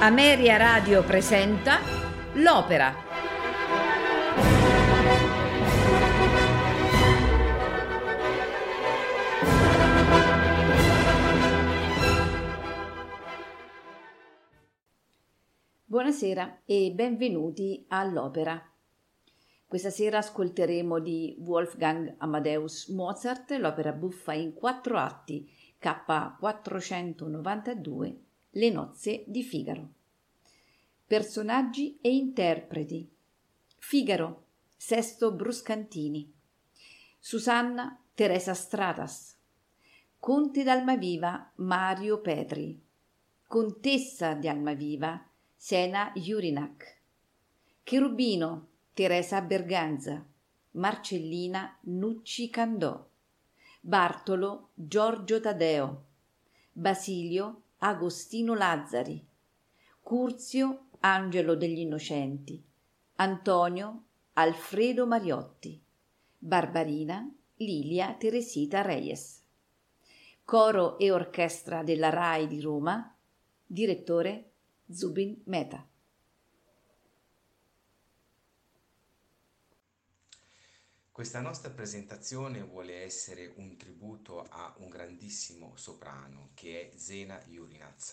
Ameria Radio presenta L'Opera. Buonasera e benvenuti all'Opera. Questa sera ascolteremo di Wolfgang Amadeus Mozart l'opera buffa in 4 atti K492 Le nozze di Figaro. Personaggi e interpreti: Figaro, Sesto Bruscantini; Susanna, Teresa Stratas; Conte d'Almaviva, Mario Petri; Contessa di Almaviva, Sena Jurinac; Cherubino, Teresa Berganza; Marcellina, Nucci Candò; Bartolo, Giorgio Tadeo; Basilio, Agostino Lazzari; Curzio, Angelo degli Innocenti; Antonio, Alfredo Mariotti; Barbarina, Lilia Teresita Reyes. Coro e orchestra della RAI di Roma. Direttore Zubin Mehta. Questa nostra presentazione vuole essere un tributo a un grandissimo soprano che è Zena Jurinac,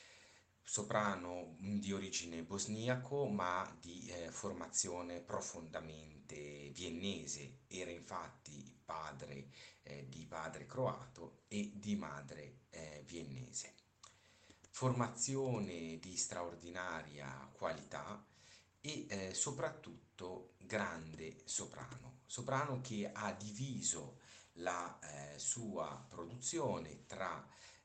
soprano di origine bosniaco ma di formazione profondamente viennese. Era infatti di padre croato e di madre viennese. Formazione di straordinaria qualità e soprattutto grande soprano che ha diviso la sua produzione tra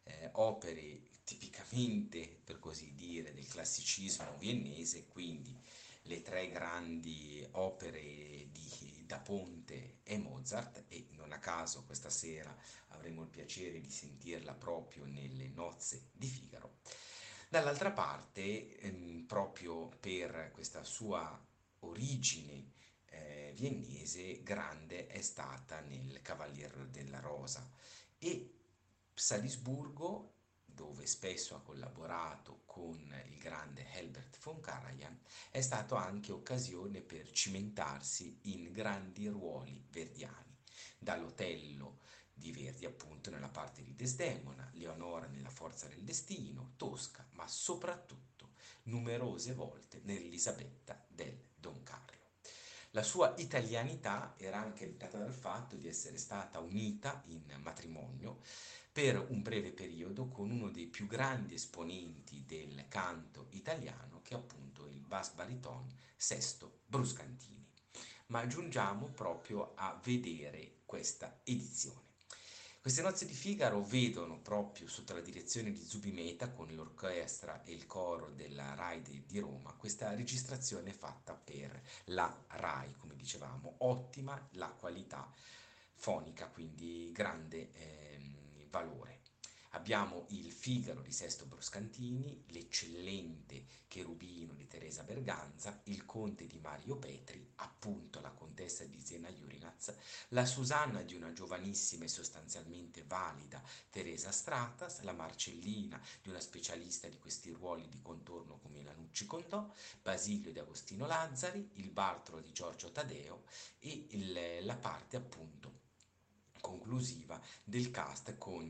opere tipicamente, per così dire, del classicismo viennese, quindi le 3 grandi opere di Da Ponte e Mozart, e non a caso questa sera avremo il piacere di sentirla proprio nelle nozze di Figaro. Dall'altra parte, proprio per questa sua origine viennese, grande è stata nel Cavalier della Rosa, e Salisburgo, dove spesso ha collaborato con il grande Herbert von Karajan, è stato anche occasione per cimentarsi in grandi ruoli verdiani, dall'Otello di Verdi appunto nella parte di Desdemona, Leonora nella Forza del Destino, Tosca, ma soprattutto numerose volte nell'Elisabetta del Don Carlo. La sua italianità era anche data dal fatto di essere stata unita in matrimonio per un breve periodo con uno dei più grandi esponenti del canto italiano, che è appunto il bass bariton Sesto Bruscantini. Ma giungiamo proprio a vedere questa edizione. Queste nozze di Figaro vedono proprio sotto la direzione di Zubin Mehta, con l'orchestra e il coro della RAI di Roma, questa registrazione fatta per la RAI, come dicevamo, ottima la qualità fonica, quindi grande valore. Abbiamo il Figaro di Sesto Bruscantini, l'eccellente Cherubino di Teresa Berganza, il Conte di Mario Petri, appunto la Contessa di Zena Jurinac, la Susanna di una giovanissima e sostanzialmente valida Teresa Stratas, la Marcellina di una specialista di questi ruoli di contorno come la Nucci Condò, Basilio di Agostino Lazzari, il Bartolo di Giorgio Tadeo e la parte appunto conclusiva del cast con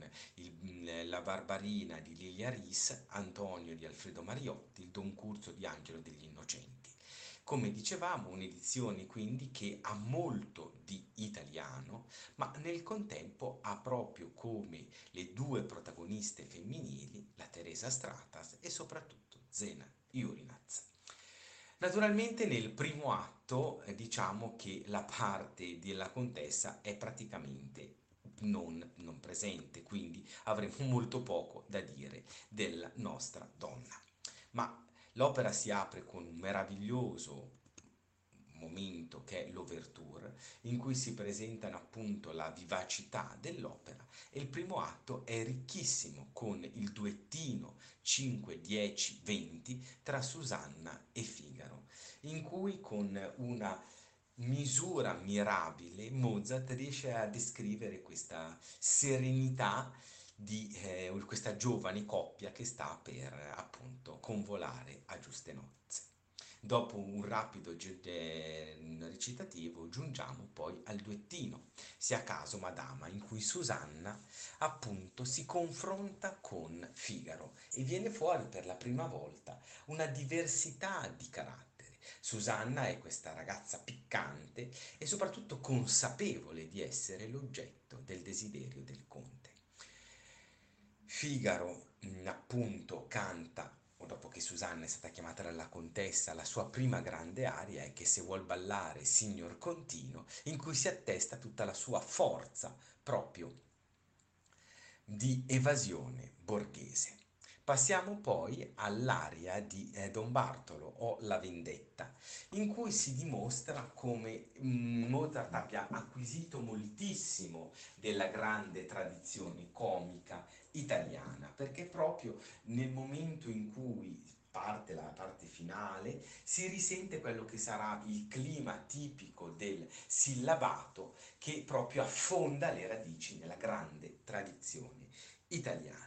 la Barbarina di Lilia Ris, Antonio di Alfredo Mariotti, il Don Curzio di Angelo degli Innocenti. Come dicevamo, un'edizione quindi che ha molto di italiano, ma nel contempo ha proprio come le 2 protagoniste femminili la Teresa Stratas e soprattutto Zena Jurinac. Naturalmente nel primo atto diciamo che la parte della contessa è praticamente non presente, quindi avremo molto poco da dire della nostra donna. Ma l'opera si apre con un meraviglioso momento che è l'ouverture, in cui si presentano appunto la vivacità dell'opera, e il primo atto è ricchissimo con il duettino 5, 10, 20 tra Susanna e Figaro, in cui con una misura mirabile Mozart riesce a descrivere questa serenità di questa giovane coppia che sta per appunto convolare a giuste nozze. Dopo un rapido recitativo giungiamo poi al duettino, sia caso Madama, in cui Susanna appunto si confronta con Figaro e viene fuori per la prima volta una diversità di carattere. Susanna è questa ragazza piccante e soprattutto consapevole di essere l'oggetto del desiderio del conte. Figaro, appunto, canta, o dopo che Susanna è stata chiamata dalla contessa, la sua prima grande aria è Che se vuol ballare, signor Contino, in cui si attesta tutta la sua forza proprio di evasione borghese. Passiamo poi all'aria di Don Bartolo o La vendetta, in cui si dimostra come Mozart abbia acquisito moltissimo della grande tradizione comica italiana, perché proprio nel momento in cui parte la parte finale si risente quello che sarà il clima tipico del sillabato che proprio affonda le radici nella grande tradizione italiana.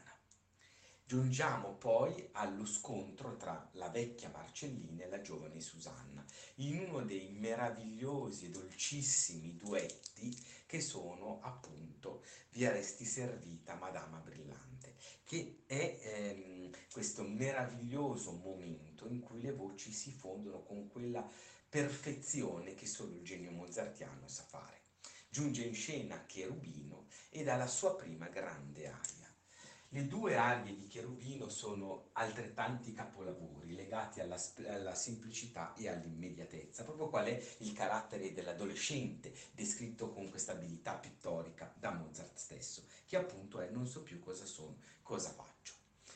Giungiamo poi allo scontro tra la vecchia Marcellina e la giovane Susanna, in uno dei meravigliosi e dolcissimi duetti che sono appunto Via resti servita Madama Brillante, che è questo meraviglioso momento in cui le voci si fondono con quella perfezione che solo il genio mozartiano sa fare. Giunge in scena Cherubino e dà la sua prima grande aria. Le due arie di Cherubino sono altrettanti capolavori legati alla semplicità e all'immediatezza, proprio qual è il carattere dell'adolescente descritto con questa abilità pittorica da Mozart stesso, che appunto è non so più cosa sono, cosa faccio.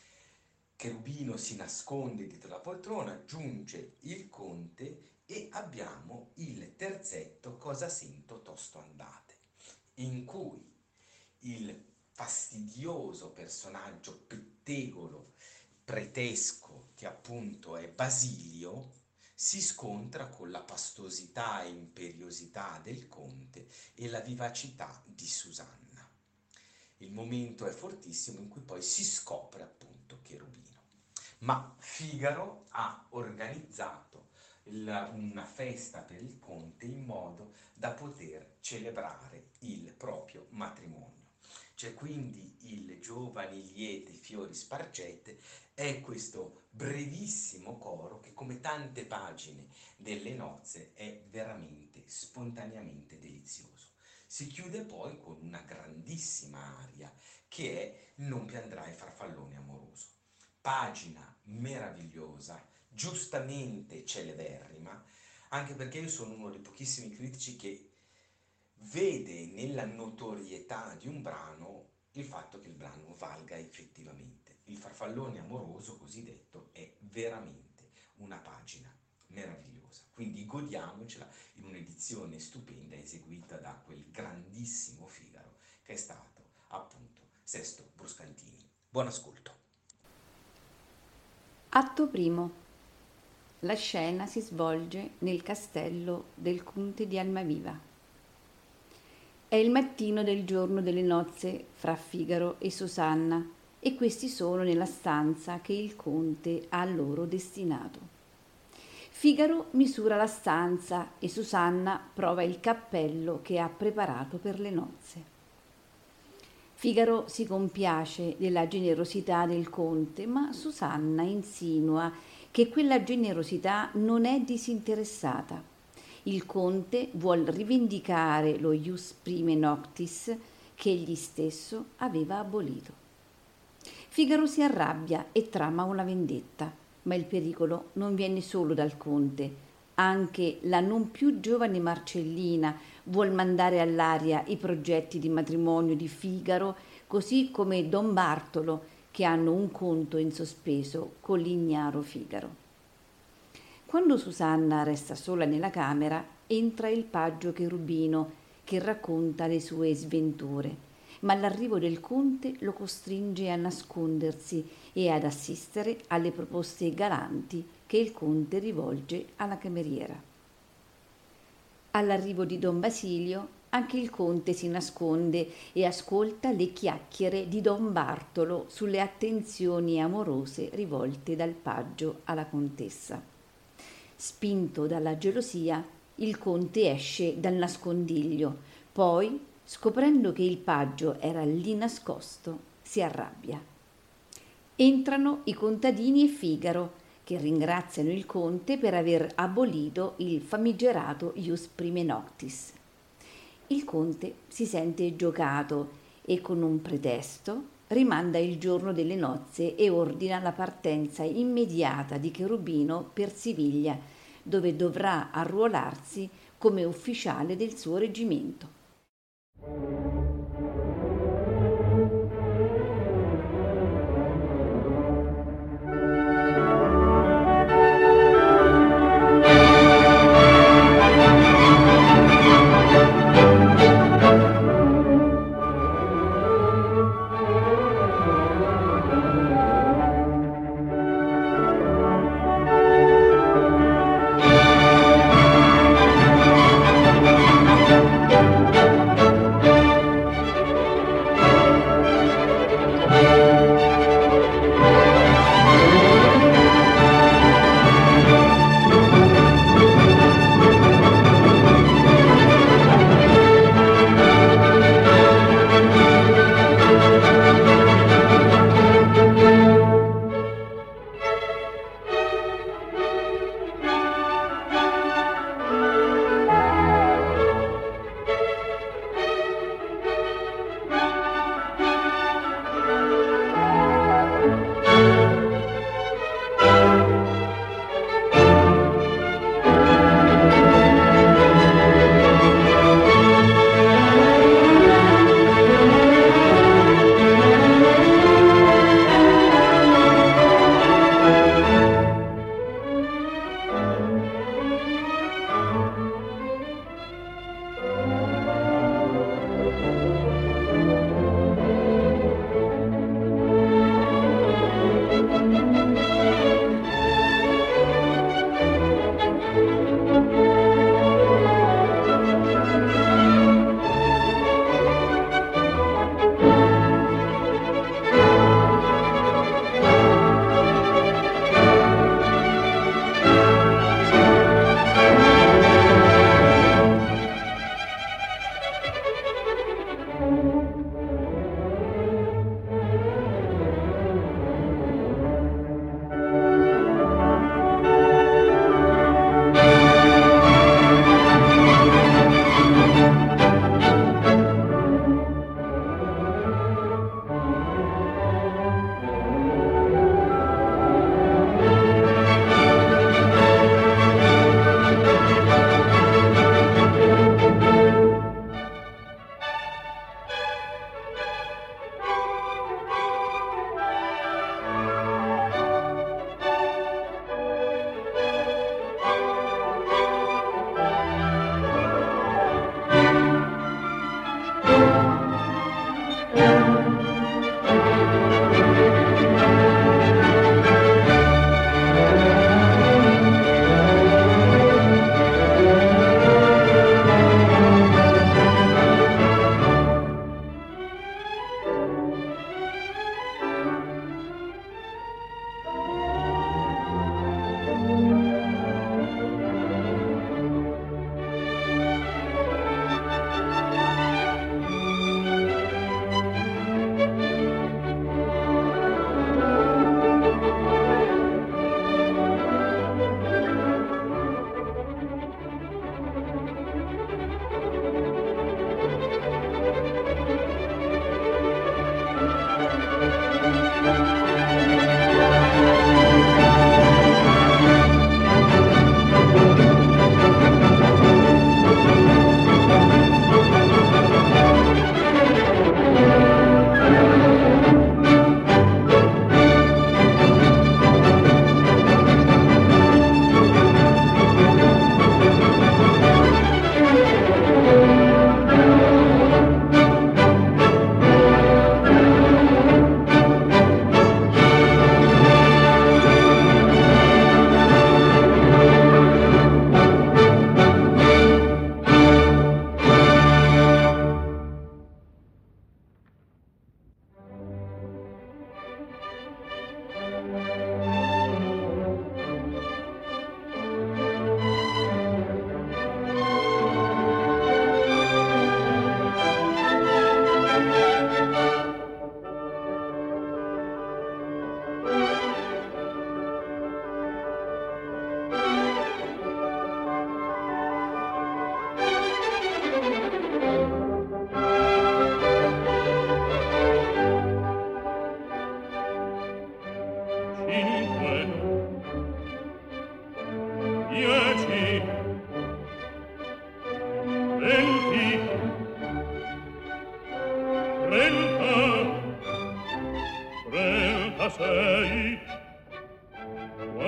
Cherubino si nasconde dietro la poltrona, giunge il conte e abbiamo il terzetto Cosa sento tosto andate, in cui il fastidioso personaggio pettegolo, pretesco, che appunto è Basilio, si scontra con la pastosità e imperiosità del conte e la vivacità di Susanna. Il momento è fortissimo in cui poi si scopre appunto Cherubino. Ma Figaro ha organizzato una festa per il conte in modo da poter celebrare il proprio matrimonio. C'è quindi il giovani lieti fiori spargete, è questo brevissimo coro che come tante pagine delle nozze è veramente spontaneamente delizioso. Si chiude poi con una grandissima aria che è Non piandrai farfallone amoroso. Pagina meravigliosa, giustamente celeberrima, anche perché io sono uno dei pochissimi critici che vede nella notorietà di un brano il fatto che il brano valga effettivamente. Il farfallone amoroso cosiddetto è veramente una pagina meravigliosa, quindi godiamocela in un'edizione stupenda eseguita da quel grandissimo Figaro che è stato appunto Sesto Bruscantini. Buon ascolto. Atto primo. La scena si svolge nel castello del conte di Almaviva. È il mattino del giorno delle nozze fra Figaro e Susanna e questi sono nella stanza che il conte ha loro destinato. Figaro misura la stanza e Susanna prova il cappello che ha preparato per le nozze. Figaro si compiace della generosità del conte, ma Susanna insinua che quella generosità non è disinteressata. Il conte vuol rivendicare lo ius prime noctis che egli stesso aveva abolito. Figaro si arrabbia e trama una vendetta, ma il pericolo non viene solo dal conte. Anche la non più giovane Marcellina vuol mandare all'aria i progetti di matrimonio di Figaro, così come Don Bartolo, che hanno un conto in sospeso con l'ignaro Figaro. Quando Susanna resta sola nella camera, entra il paggio Cherubino che racconta le sue sventure, ma l'arrivo del conte lo costringe a nascondersi e ad assistere alle proposte galanti che il conte rivolge alla cameriera. All'arrivo di Don Basilio, Anche il conte si nasconde e ascolta le chiacchiere di Don Bartolo sulle attenzioni amorose rivolte dal paggio alla contessa. Spinto dalla gelosia, il conte esce dal nascondiglio, poi, scoprendo che il paggio era lì nascosto, si arrabbia. Entrano i contadini e Figaro, che ringraziano il conte per aver abolito il famigerato ius prime noctis. Il conte si sente giocato e con un pretesto rimanda il giorno delle nozze e ordina la partenza immediata di Cherubino per Siviglia, dove dovrà arruolarsi come ufficiale del suo reggimento.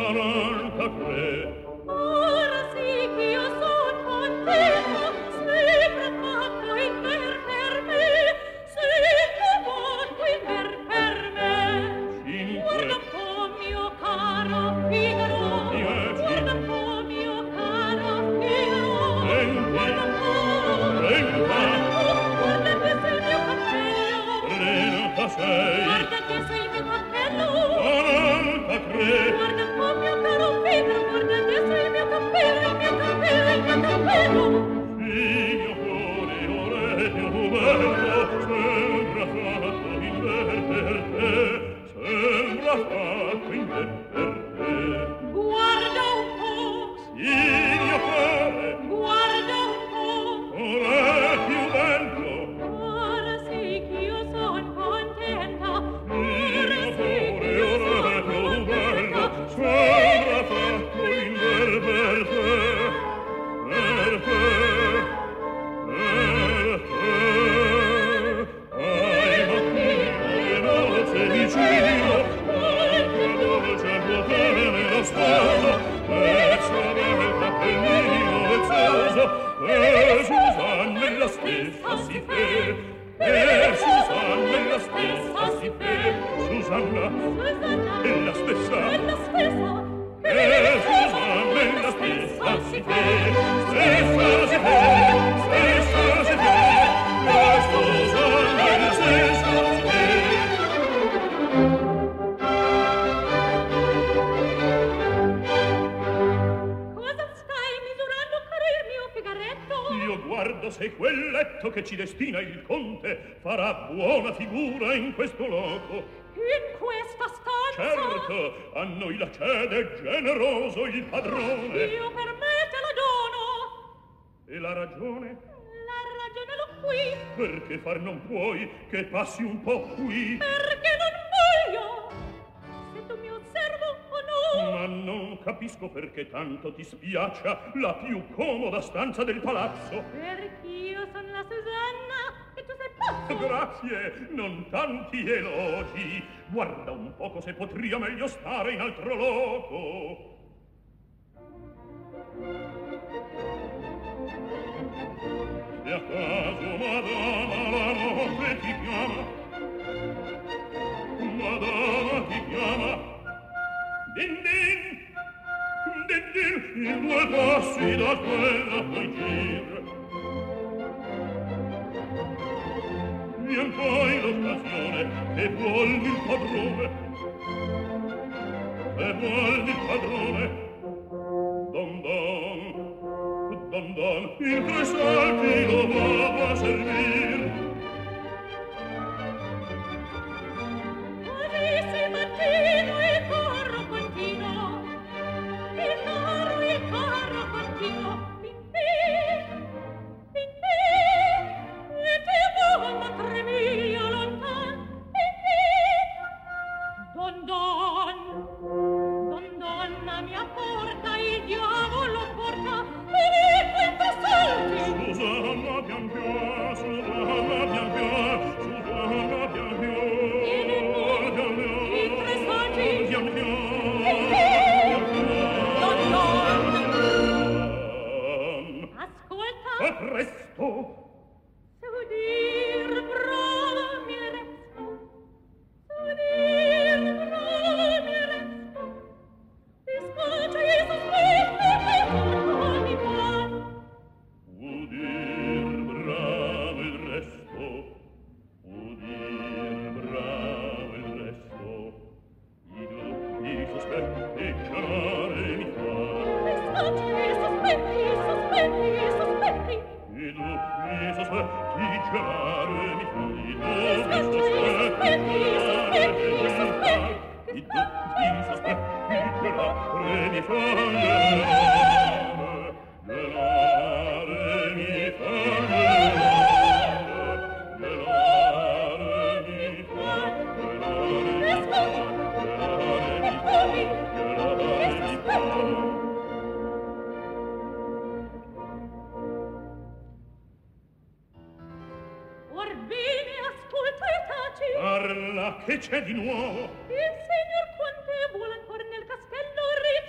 Ora sì che io son contenta, sembra fatto in ver per me, sembra fatto in ver per me. Guarda un po' mio caro Figaro, guarda un po' mio caro Figaro, guarda un po', guarda che sei il mio cappello, guarda che sei il mio cappello, guarda un po' mio caro Figaro, guarda che sei il mio cappello, il mio cappello, il mio cappello. Figlio cuore, orecchio bello, sembra fatto in ver per te, sembra fatto in ver per te. Guarda un po', Figlio cuore, guarda un po', orecchio bello, ora sì che io son contenta, ora figlio sì che cuore, io son orecchio bello, contenta, sembra fatto in ver per te, per te. Ai mattino le nozze vicino, che dolce vuotare la sposa, e sarà il cappellino vezzoso, e Susanna la stessa si fe, e Susanna la stessa si fe, Susanna è la stessa, e Susanna è la stessa si fe, stessa si fe, stessa si fe, e Susanna è la stessa si fe. cosa stai misurando, caro il mio Figaretto? Io guardo se quel letto che ci destina il conte farà buona figura in questo loco. In questa stanza? Certo, a noi la cede generoso il padrone. Io per me te la dono. E la ragione? La ragione l'ho qui. Perché far non puoi che passi un po' qui? Perché non voglio. Se tu mi osservo o no. Ma non capisco perché tanto ti spiaccia la più comoda stanza del palazzo. Perch'io son la Susanna e tu sei pazzo. Grazie, non tanti elogi. Guarda un poco se potria meglio stare in altro loco. Se a caso madama la notte ti chiama, madama ti chiama, din din, din din, in due passi da quella puoi gir. Vien poi l'occasione e vuolmi il padrone, e vuolmi il padrone, don don, don don, in tre salti lo va a servir. Così si mattino il carro continuo, il carro continuo, fin fin, e ti voglio 3 miglia lontan, fin don donna mia porta, il diavolo porta, e quei 3 salti. Susanna pian pian, Susanna pian pian, Susanna pian pian, Vieni tu, pian i 3 salti, pian pian, ascolta, a presto. s'udir brava mi resto, s'udir brava mi resto, ti scoccia i sospetti che mi fan. Udir bravo il resto, udir bravo il resto, i dubbi sospetti chiamare mi fa. Ti scoccia i sospetti, sospetti, sospetti, I dubbi sospetti chiamare mi fa. I scoccia i sospetti, sospetti, sospetti, I dubbi sospetti chiamare mi fa. Gelare mi fa. Gelare mi fa. Orbene, ascolta e taci. Parla, che c'è di nuovo? Il signor Conte vuole ancora nel castello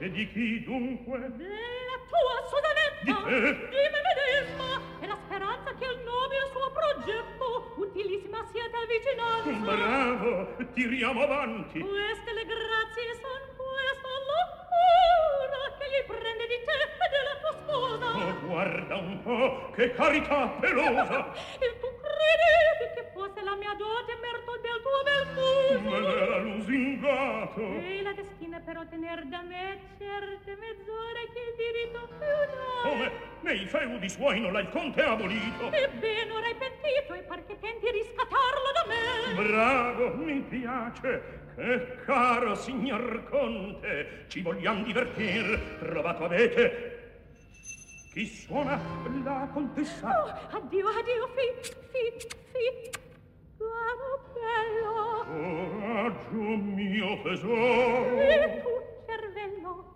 E di chi dunque? Della tua Susanetta, Di te? di me medesima, e la speranza che al nobile suo progetto utilissima sia tal vicinanza. Bravo, tiriamo avanti. Queste le grazie son, questa l'amore che gli prende di te e della tua sposa. Oh, guarda un po', che carità pelosa. E tu credevi che fosse la mia dote merito del tuo bel muso? Me l'era lusingato. E la destina per ottener da me certe mezz'ore che il diritto feudale. Come? Nei feudi suoi non l'ha il conte abolito. Ebbene, ora hai pentito e par che tenti riscattarlo da me. Bravo, mi piace. Che caro signor conte, ci vogliamo divertir. Trovato avete? Chi suona? La contessa. Oh, addio, addio, fi. Guarda bello. Coraggio mio tesoro. E tu, cervello.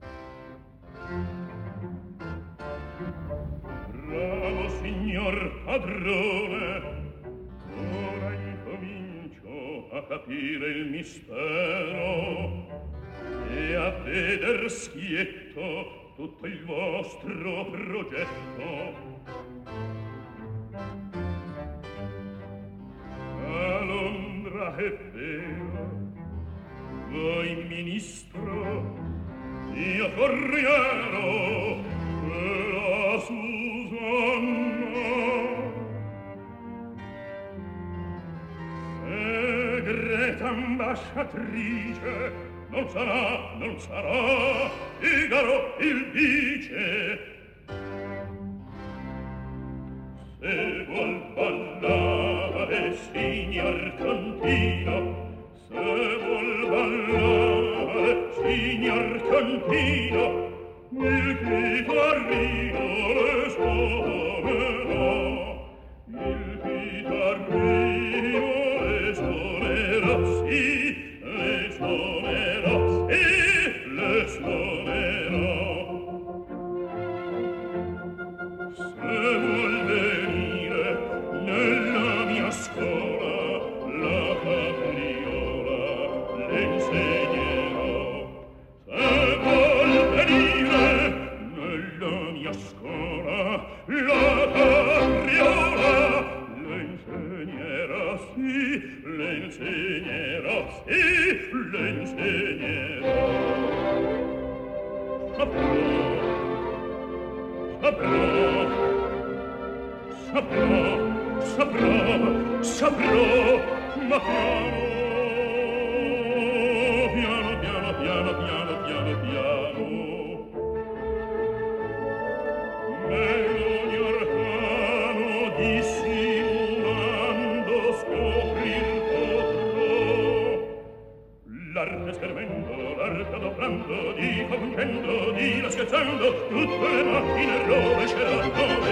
Bravo signor padrone. Ora incomincio a capire il mistero e a veder schietto tutto il vostro progetto. A Londra è vero, voi ministro, io corriero, e la Susanna segreta ambasciatrice. Non sarà Figaro il vice. Se vuol ballare signor Contino, se vuol ballare signor Contino, il chitarrino le suonerà, il chitarrino le suonerà, sì, le suonerà, sì, le suonerà. Se vuol venire nella mia scuola la capriola le insegnerò. Se vuol venire nella mia scuola la capriola le insegnerò, sì, le insegnerò, sì, le insegnerò. Saprò, ma piano. Meglio Orfano dissimulando scoprir potrò. L'arte schermendo, l'arte adoprando, di convincendo, di scherzando, tutte le macchine rovescerà.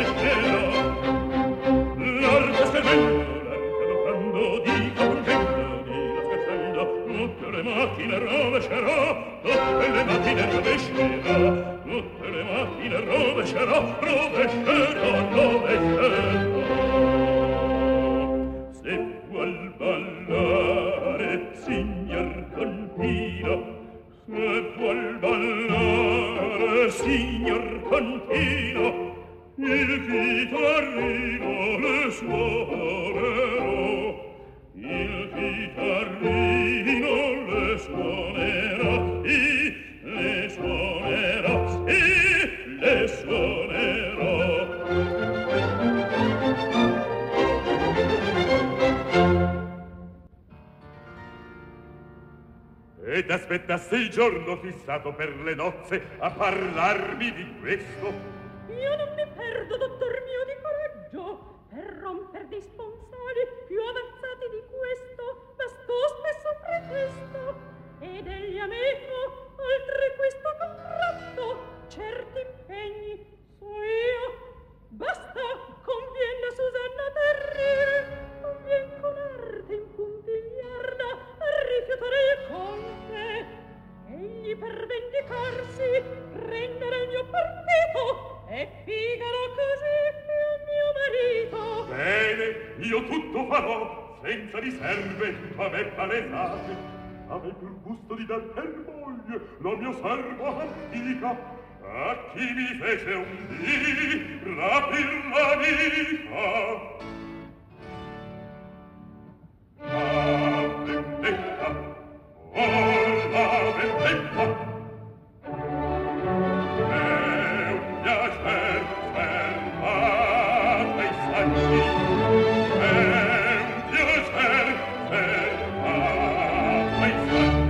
L'arte schermendo, l'arte adoprando, di convincendo, di scherzando, tutte le macchine rovescerà, tutte le macchine rovescerà, tutte le macchine rovescerà. Se vuol ballare signor Contino, se vuol ballare signor Contino, il chitarrino le suonerò, il chitarrino le suonerà, sì, le suonerà, sì, le suonerò. Ed aspettassi il giorno fissato per le nozze a parlarmi di questo. Io non mi perdo, dottor mio, di coraggio per romper dei sponsali più avanzati di questo bastò spesso pretesto ed egli amico oltre questo contratto certi impegni so io. Basta, conviene Susanna Terri, convien con arte impuntigliarla a rifiutare il conte. Egli per vendicarsi prendere il mio partito e Figaro così il mio marito. Bene, io tutto farò, senza riserve, tutto a me palesate. Ave pur gusto di dar per moglie la mia serva antica, a chi mi fece un dì rapir la vita. La vendetta, oh la vendetta, è un piacer fermato ai saggi, è un piacer fermato ai saggi.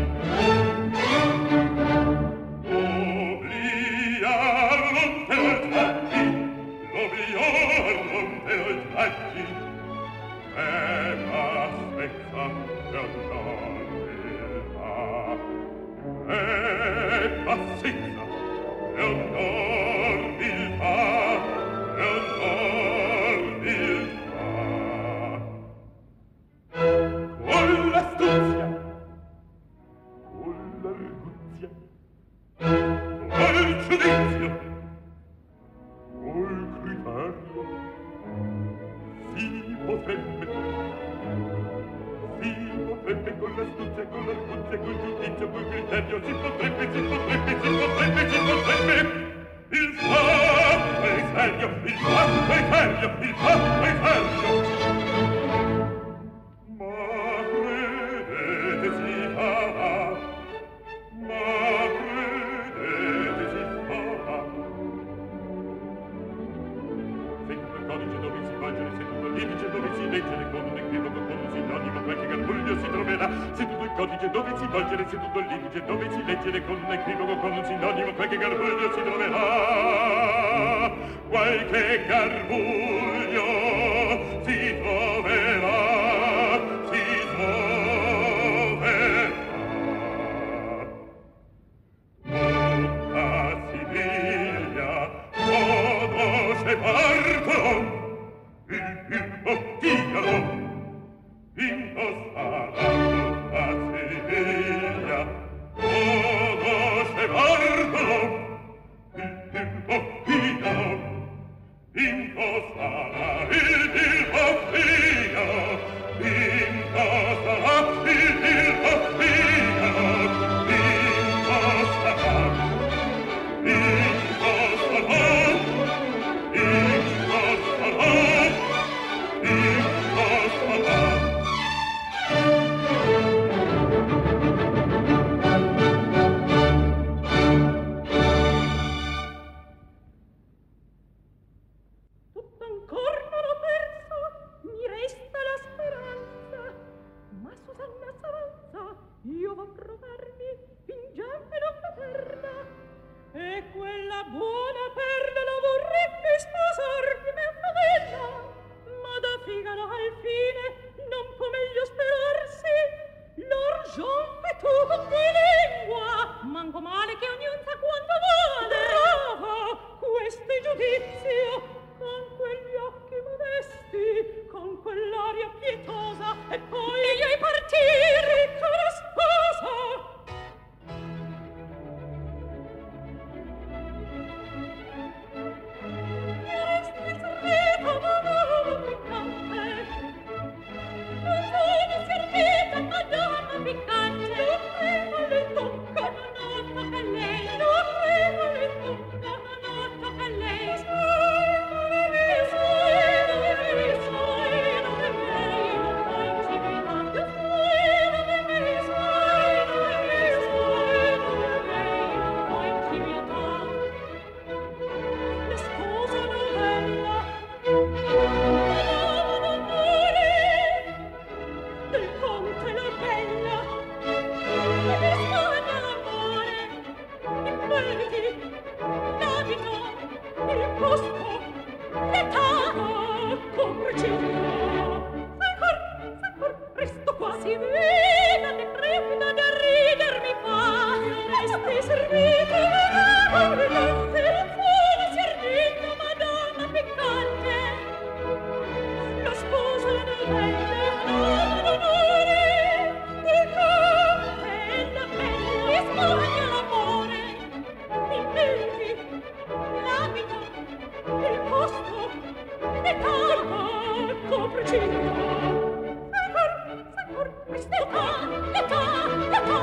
L'età, l'età, l'età,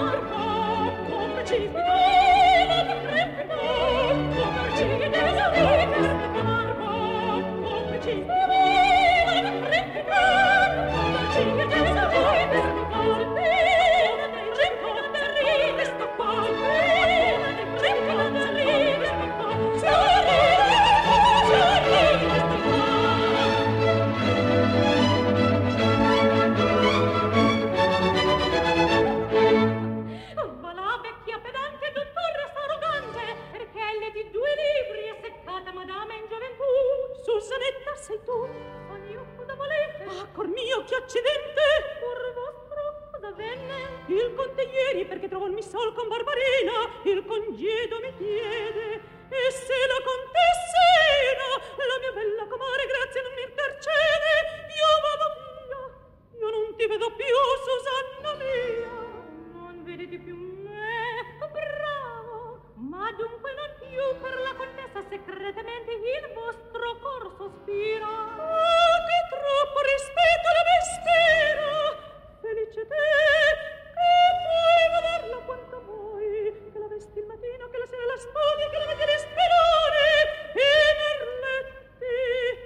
il conte ieri perché trovò il missol con Barbarina, il congedo mi chiede, e se la contessina, la mia bella comare, grazie non mi intercede, io vado via, io non ti vedo più, Susanna mia. Non vedete più me? Bravo! Ma dunque non più per la contessa segretamente il vostro cor sospira. Oh, che troppo rispetto la mistero! Felice te, che puoi vederla quanto vuoi, che la vesti il mattino, che la sera la studi, che la vedi l'espirare e merletti.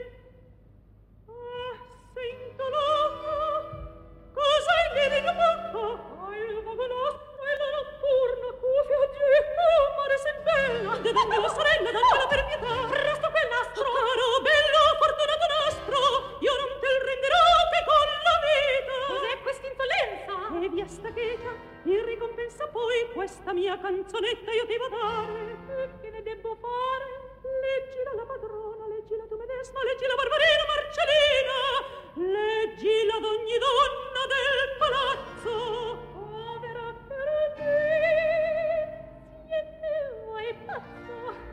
Ah, sento l'oca, cosa hai vedi in bocca? Hai il vago nostro e la notturna cuffia di mare sen bella, dammi la sorella, dammela per pietà, presto quel nastro, caro, bello, fortunato nastro, io non te il renderò che con la vita. Cos'è quest'insolenza? E via sta cheta, in ricompensa poi questa mia canzonetta io ti devo dare. E che ne debbo fare? Leggila la padrona, leggila tu medesima, leggila Barbarina Marcellina, leggila d'ogni donna del palazzo. Povera per te, siete voi pazzo.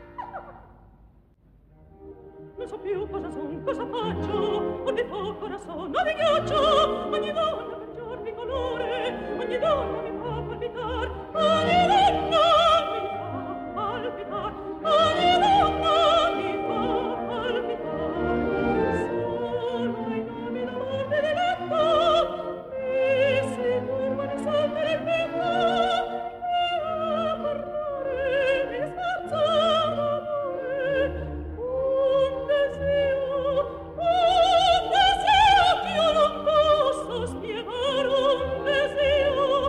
Non so più cosa son, cosa faccio, o di fuoco ora sono di ghiaccio, ogni donna maggior di colore, ogni donna mi fa palpitar, ogni donna mi fa palpitar, ogni donna mi fa palpitar. Solo ai nomi d'amor del letto mi si turbano e saltano il petto, e a parlare mi sforzo d'amore. Un desio che io non posso spiegare, un desio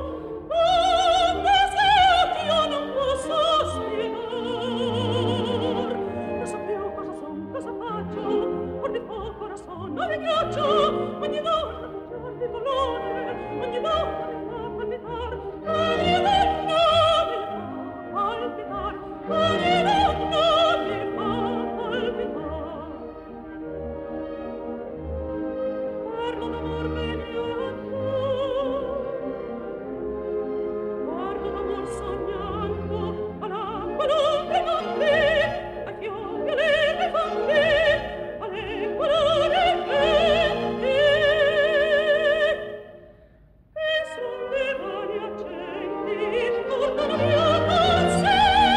che io non posso spiegare. Non so più cosa son, cosa faccio, or di fuoco ora sono di ghiaccio, ogni donna maggior di colore, ogni donna mi fa palpitar, ogni donna mi fa palpitar, ogni donna mi fa palpitar. Parlo d'amor vegliando, parlo d'amor sognando, all'angolo notte, ai fiori alle fonti, alle colore e sulle mani accenti portano via con sé.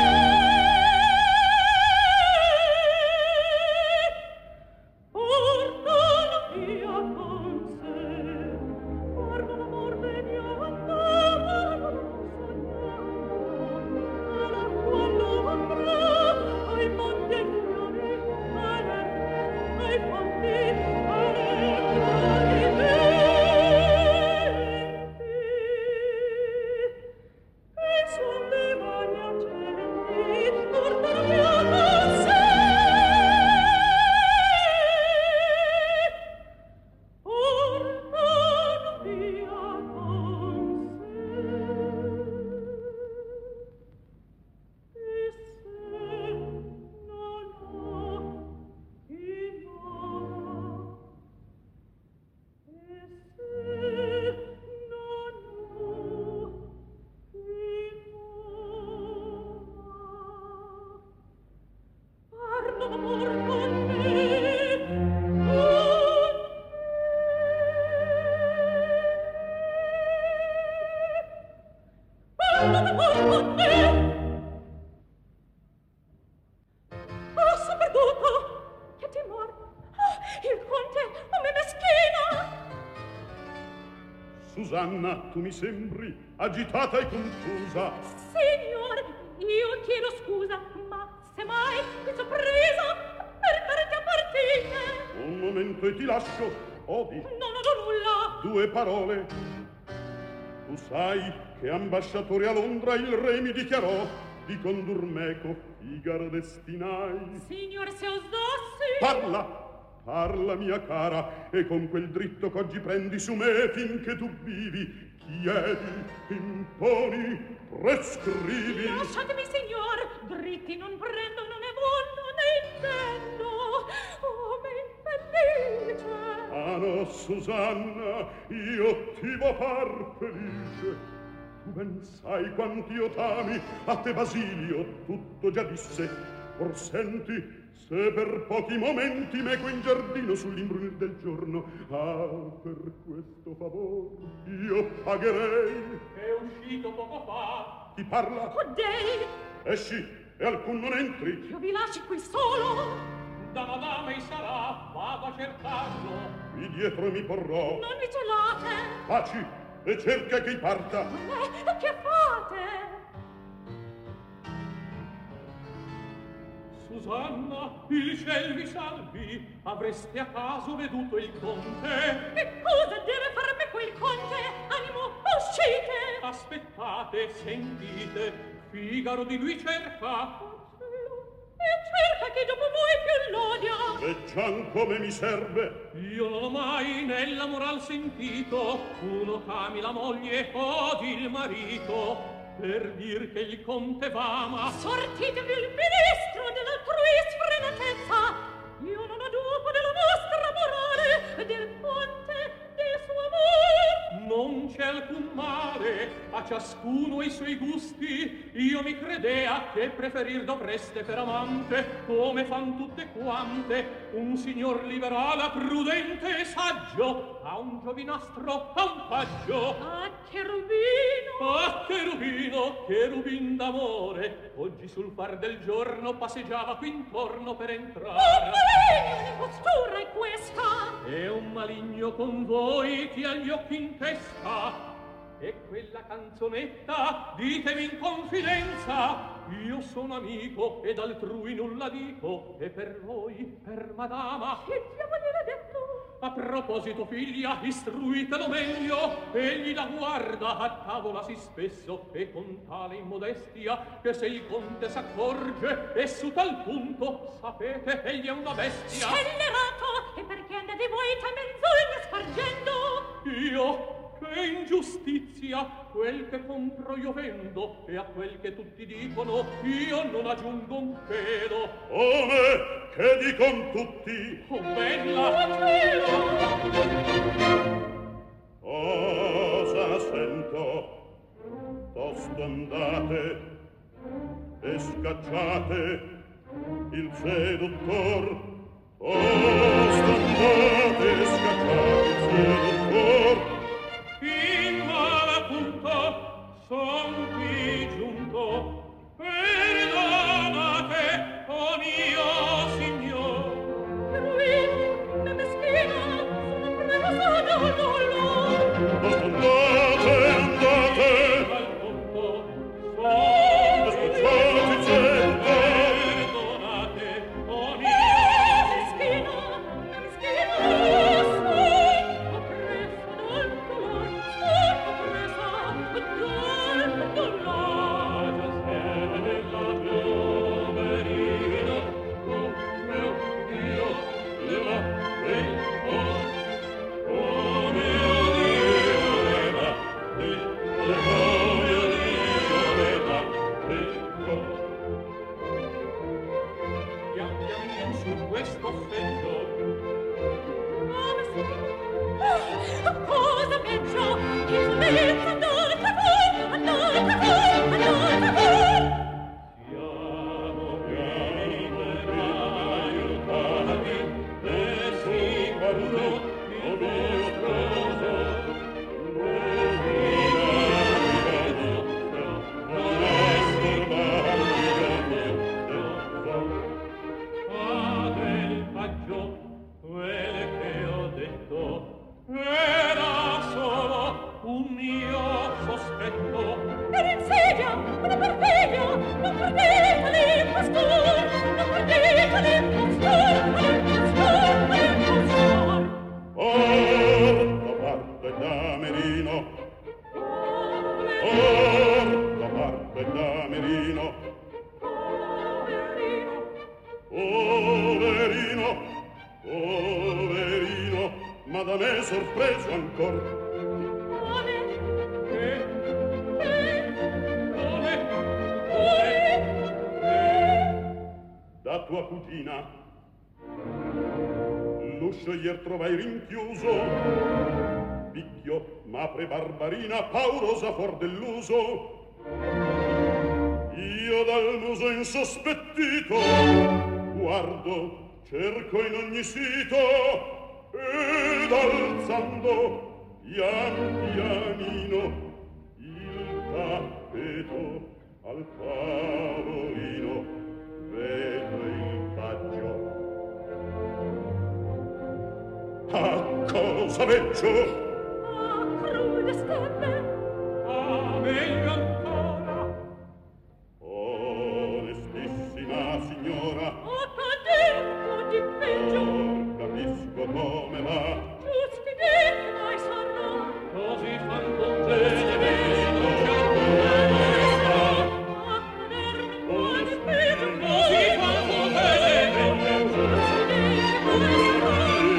Portano via con sé. Parlo d'amor vegliando, parlo d'amor sognando, all'acqua all'ombra, ai monti e fiori, ai fonti, alle grandi venti, e sulle mani accenti portano via con sé. Portano via con sé. E se non ho chi m'ama, e se non ho chi m'ama, parlo d'amor con me, parlo d'amor con me. Oh, son perduto! Che timor! Oh, il conte, oh me meschina! Susanna, tu mi sembri agitata e confusa. Signor, io chiedo scusa, ma se mai mi son presa per carte a partire. Un momento e ti lascio. Odi, Non ho nulla. due parole. Tu sai che ambasciatore a Londra il re mi dichiarò di condur meco Figaro destinai. Signor, se osassi... Parla, parla mia cara, e con quel dritto qu'oggi prendi su me finché tu vivi, chiedi, imponi, prescrivi. Lasciatemi, signor, dritti non prendo, non è buono, ne intendo. Oh, me infelice. Ah no, Susanna, io ti vo far felice. Tu ben sai quant'io t'ami, a te Basilio tutto già disse. Or senti, se per pochi momenti meco in giardino sull'imbrunir del giorno, per questo favor io pagherei. È uscito poco fa. Chi parla? Dei, Esci, e alcun non entri. io vi lasci qui solo. Da madame sarà, vado a cercarlo. Qui dietro mi porrò. Non vi celate. Taci, e cerca che parta. Che fate? Susanna, il ciel vi salvi. Avreste a caso veduto il conte? Che cosa deve farmi quel conte? Animo, uscite! Aspettate, sentite. Figaro di lui cerca. E cerca che dopo voi più l'odia. Veggiam come mi serve. Io non ho mai nella moral sentito uno ch'ami la moglie odi il marito. Per dir che il conte v'ama. Sortitevi il ministro dell'altrui sfrenatezza. Io non ho dubbio della vostra morale e del conte del suo amor. Non c'è alcun male, a ciascuno i suoi gusti. Io mi credea che preferir dovreste per amante, come fan tutte quante, un signor liberale, prudente e saggio, a un giovinastro, a un paggio. Ah, cherubino! Ah, cherubino, cherubin d'amore, oggi sul far del giorno passeggiava qui intorno per entrare. Un maligno, un'impostura è questa! E un maligno con voi che ha gli occhi in testa. E quella canzonetta, ditemi in confidenza. Io sono amico ed altrui nulla dico. E per voi, per madama, Che diavolo l'ha detto? a proposito figlia, istruitelo meglio. Egli la guarda a tavola sì spesso e con tale immodestia che se il conte s'accorge e su tal punto sapete egli è una bestia. Scellerato! E perché andate voi ta menzogne spargendo? Io, che ingiustizia, quel che compro io vendo, e a quel che tutti dicono io non aggiungo un pelo. Come? Che dicon tutti? Oh, bella! Cosa sento? Tosto andate e scacciate il seduttor. Tosto andate e scacciate il seduttor. In mala punto son qui giunto, perdonate, o mio signor. Cherubino, la meschina, sono presa da un lullo. Andate, andate, Al punto e son scacciate il seduttor. perdonate, o mio La signor. meschina, sono presa dal dolor. Sono presa dal dolor. Su questo offendo Cosa peggio? Insolenza, andate voi, andate voi, andate voi. siamo vieni per aiutarvi e sicuro il vostro fate il paggio, quel che ho detto era solo un mio sospetto. Per insidia, una perfidia, non credete all'impostor, non credete all'impostor, all'impostor, all'impostor. Da parte da Merino, da parte da Merino. Poverino, poverino, ma da me sorpreso ancor. Da tua cugina l'uscio ier trovai rinchiuso picchio, m'apre barbarina paurosa fuor dell'uso. Io dal muso insospettito guardo, cerco in ogni sito ed alzando pian pianino il tappeto al tavolino vedo il paggio. A cosa veggio? A crude stelle. A meglio ancora. Onestissima signora. A tempo di peggio. Capisco come va. Giusti dì mai sarà. Così fan con te le vedo a cader non può di peggio. Così fan con te le vedo giusti dì mai sarà.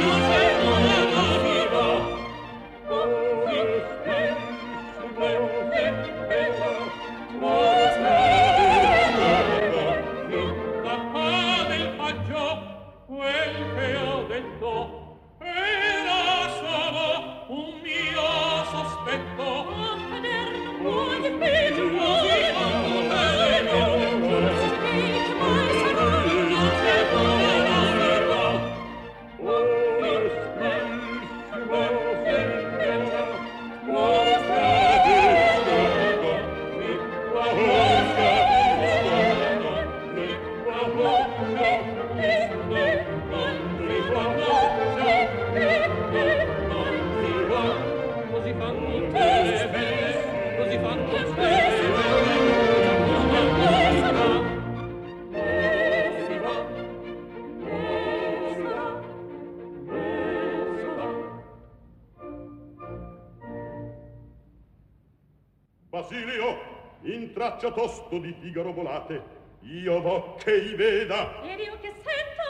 Basilio, intraccia tosto di Figaro volate. Io vo che i veda. Ed io che sento,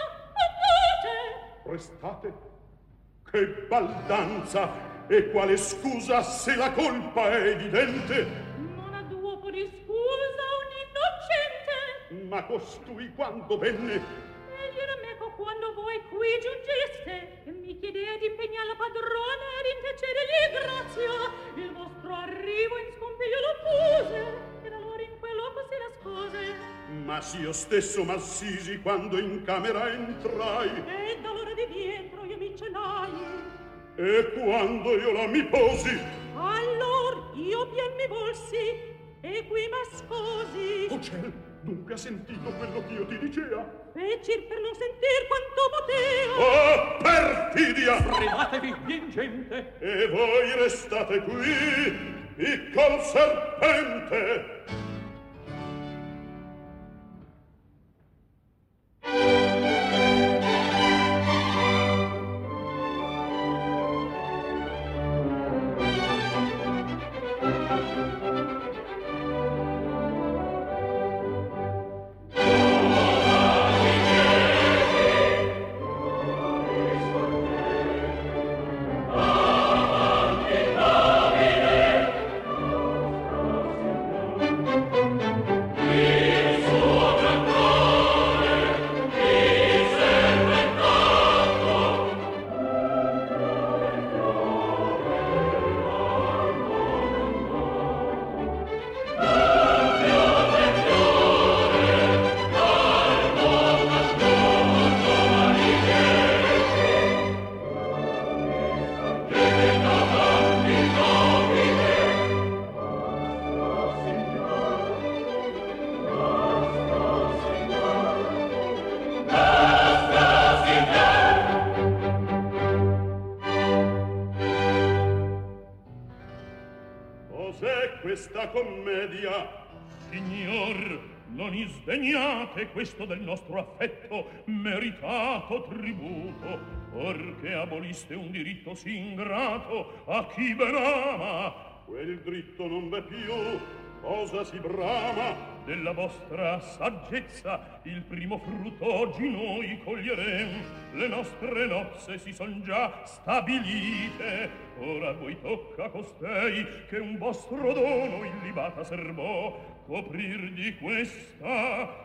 andate. Restate? Che baldanza! E quale scusa se la colpa è evidente? Non ha duopo di scusa un innocente. Ma costui quando venne? Egli era meco quando voi qui giungeste e mi chiedea di impegnar la padrona ed inteceregli grazia. Il vostro arrivo in scompiglio lo puse ed allora in quel loco si nascose. Ma s'io stesso m'assisi quando in camera entrai. E dall'ora di dietro io mi cenai. E quando io la mi posi? Allor io bien mi volsi e qui m'ascosi. Oh ciel, dunque ha sentito quello che io ti dicea? Fecir per non sentir quanto potea. Oh, perfidia! Frenatevi, vien gente. E voi restate qui, piccol serpente! Questa commedia, signor, non isdegnate questo del nostro affetto meritato tributo, orché aboliste un diritto sì ingrato a chi ben ama. Quel dritto non v'è più, cosa si brama? Della vostra saggezza il primo frutto oggi noi coglierem. Le nostre nozze si son già stabilite, ora a voi tocca costei che un vostro dono illibata serbò coprir di questa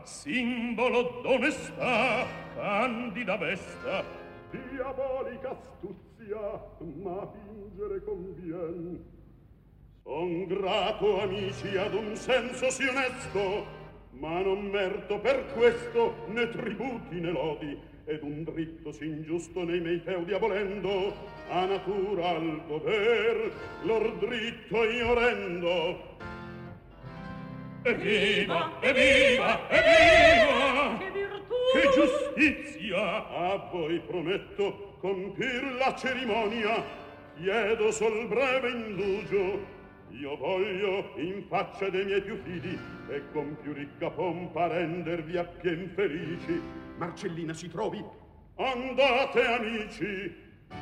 simbolo d'onestà candida vesta. Diabolica astuzia giustizia, ma fingere convien. Son grato, amici, ad un senso sì onesto, ma non merto per questo né tributi né lodi, ed un dritto sì ingiusto nei miei feudi abolendo, a natura al poder lor dritto io rendo. Evviva, evviva, evviva! Che virtù! Che giustizia! A voi prometto compir la cerimonia, chiedo sol breve indugio. Io voglio in faccia dei miei più fidi e con più ricca pompa rendervi appien felici. Marcellina si trovi? Andate, amici!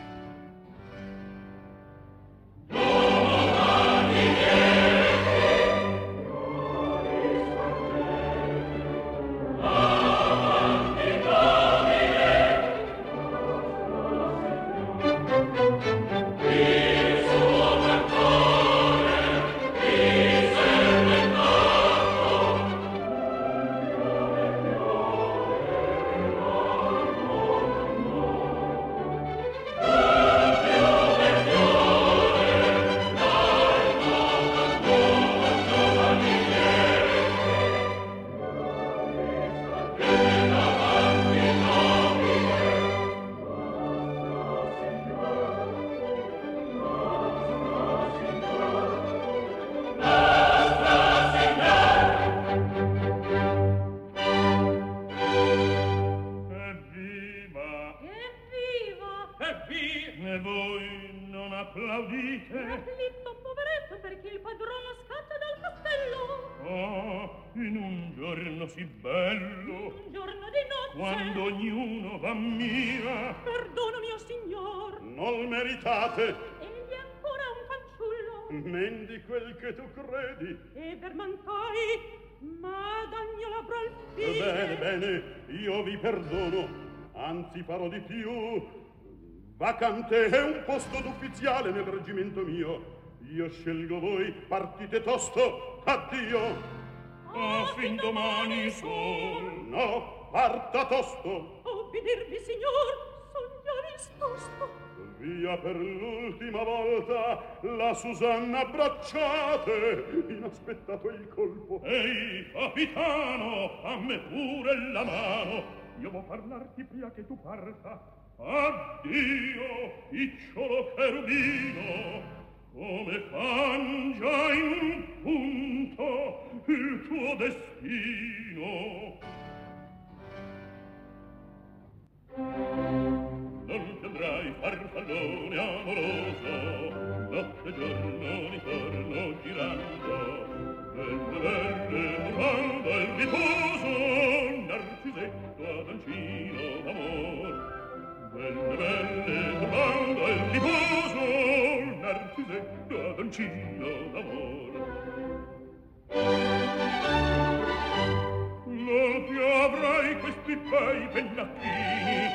E voi non applaudite? Afflitto poveretto perché il padrono scatta dal castello. Oh, in un giorno sì bello, Un giorno di nozze. quando ognuno v'ammira. Perdono mio signor. Non meritate, Egli è ancora un fanciullo. mendi quel che tu credi. E per mantai, ma dagno l'avrò al fine. Bene, bene, io vi perdono, anzi farò di più. Vacante è un posto d'ufficiale nel reggimento mio. Io scelgo voi, partite tosto, addio. Fin domani sol. No, parta tosto. Obbedirvi, signor, son già disposto. Via per l'ultima volta, la Susanna abbracciate. Inaspettato è il colpo. Ehi, capitano, a me pure la mano. Io vo parlarti prima che tu parta. Addio, picciolo cherubino, come cangia in un punto il tuo destino. Non ti andrai farfallone amoroso, notte e giorno ritorno girando, belle urlando il riposo, narcisetto adancino d'amor. Belle turbando il riposo, narcisetto adancino d'amor. Non ti avrai questi bei pennacchini,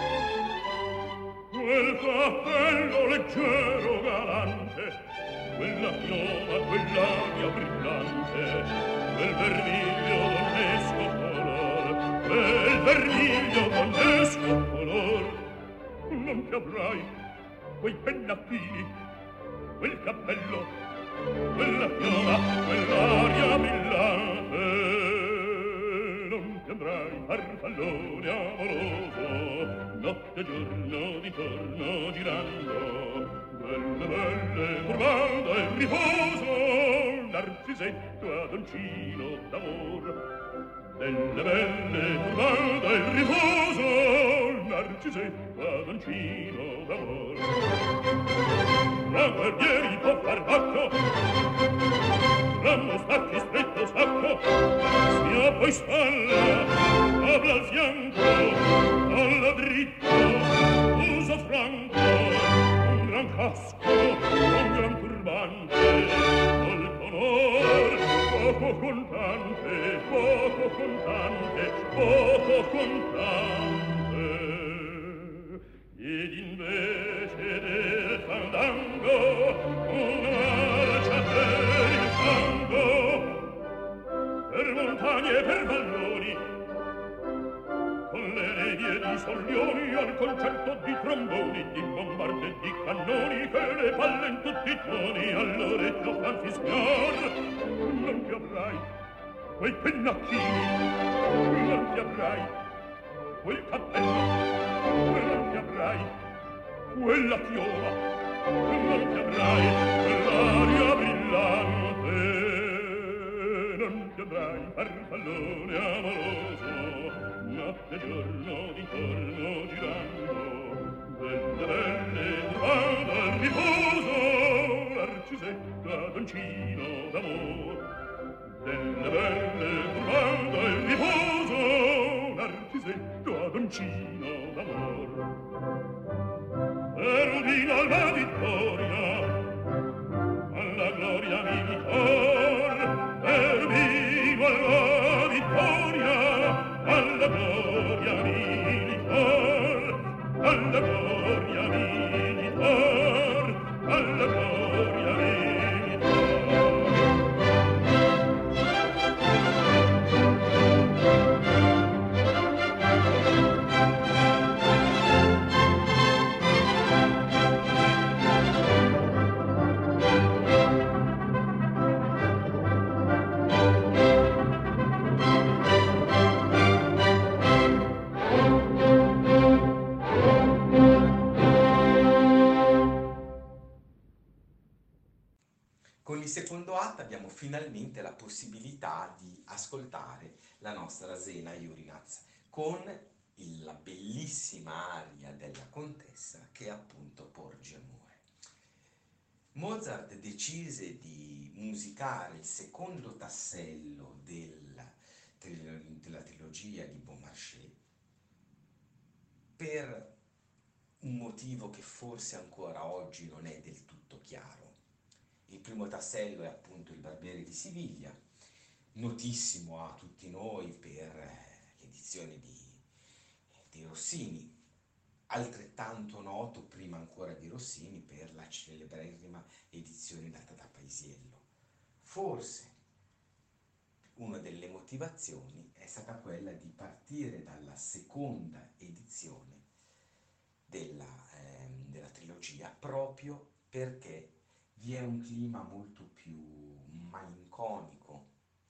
quel cappello leggero galante, quella chioma, quell'aria brillante, quel vermiglio donnesco color, quel vermiglio donnesco color. Non ti avrai quei pennacchini, quel cappello, quella chioma, quell'aria brillante. Non ti andrai farfallone amoroso, notte e giorno d'intorno girando, belle turbando il riposo, narcisetto adancino d'amor. Belle turbando il riposo, narcisetto adancino d'amor. Tra guerrieri può far bacco, tra mostacchi stretto sacco, sia poi spalla, abla al fianco, alla dritto, uso franco, un gran casco, un gran turbante, molto onor, poco contante, poco contante, poco contante. Ed invece del fandango una marcia per il fango, per montagne e per valloni, con le nevie di soglioni al concerto di tromboni, di bombarde e di cannoni, che le palle in tutti i toni all'orecchio fan fischiar. Non ti avrai quei pennacchini, non ti avrai quel cappello, non ti avrai quella chioma, non ti avrai quell'aria brillante, non ti avrai farfallone amoroso, notte e giorno d'intorno girando, delle belle turbando al riposo, l'arcisetta doncino d'amor, delle belle turbando al riposo, l'arcisetta doncino d'amor. Rubino alla vittoria, alla gloria militar, Rubino alla vittoria, alla gloria militar, alla gloria militar, alla gloria militar. Con il secondo atto abbiamo finalmente la possibilità di ascoltare la nostra Zena Jurinaz con la bellissima aria della contessa che è appunto Porge Amore. Mozart decise di musicare il secondo tassello della trilogia di Beaumarchais per un motivo che forse ancora oggi non è del tutto chiaro. Il primo tassello è appunto il Barbiere di Siviglia, notissimo a tutti noi per l'edizione di Rossini, altrettanto noto prima ancora di Rossini per la celeberrima edizione data da Paisiello. Forse una delle motivazioni è stata quella di partire dalla seconda edizione della trilogia proprio perché vi è un clima molto più malinconico,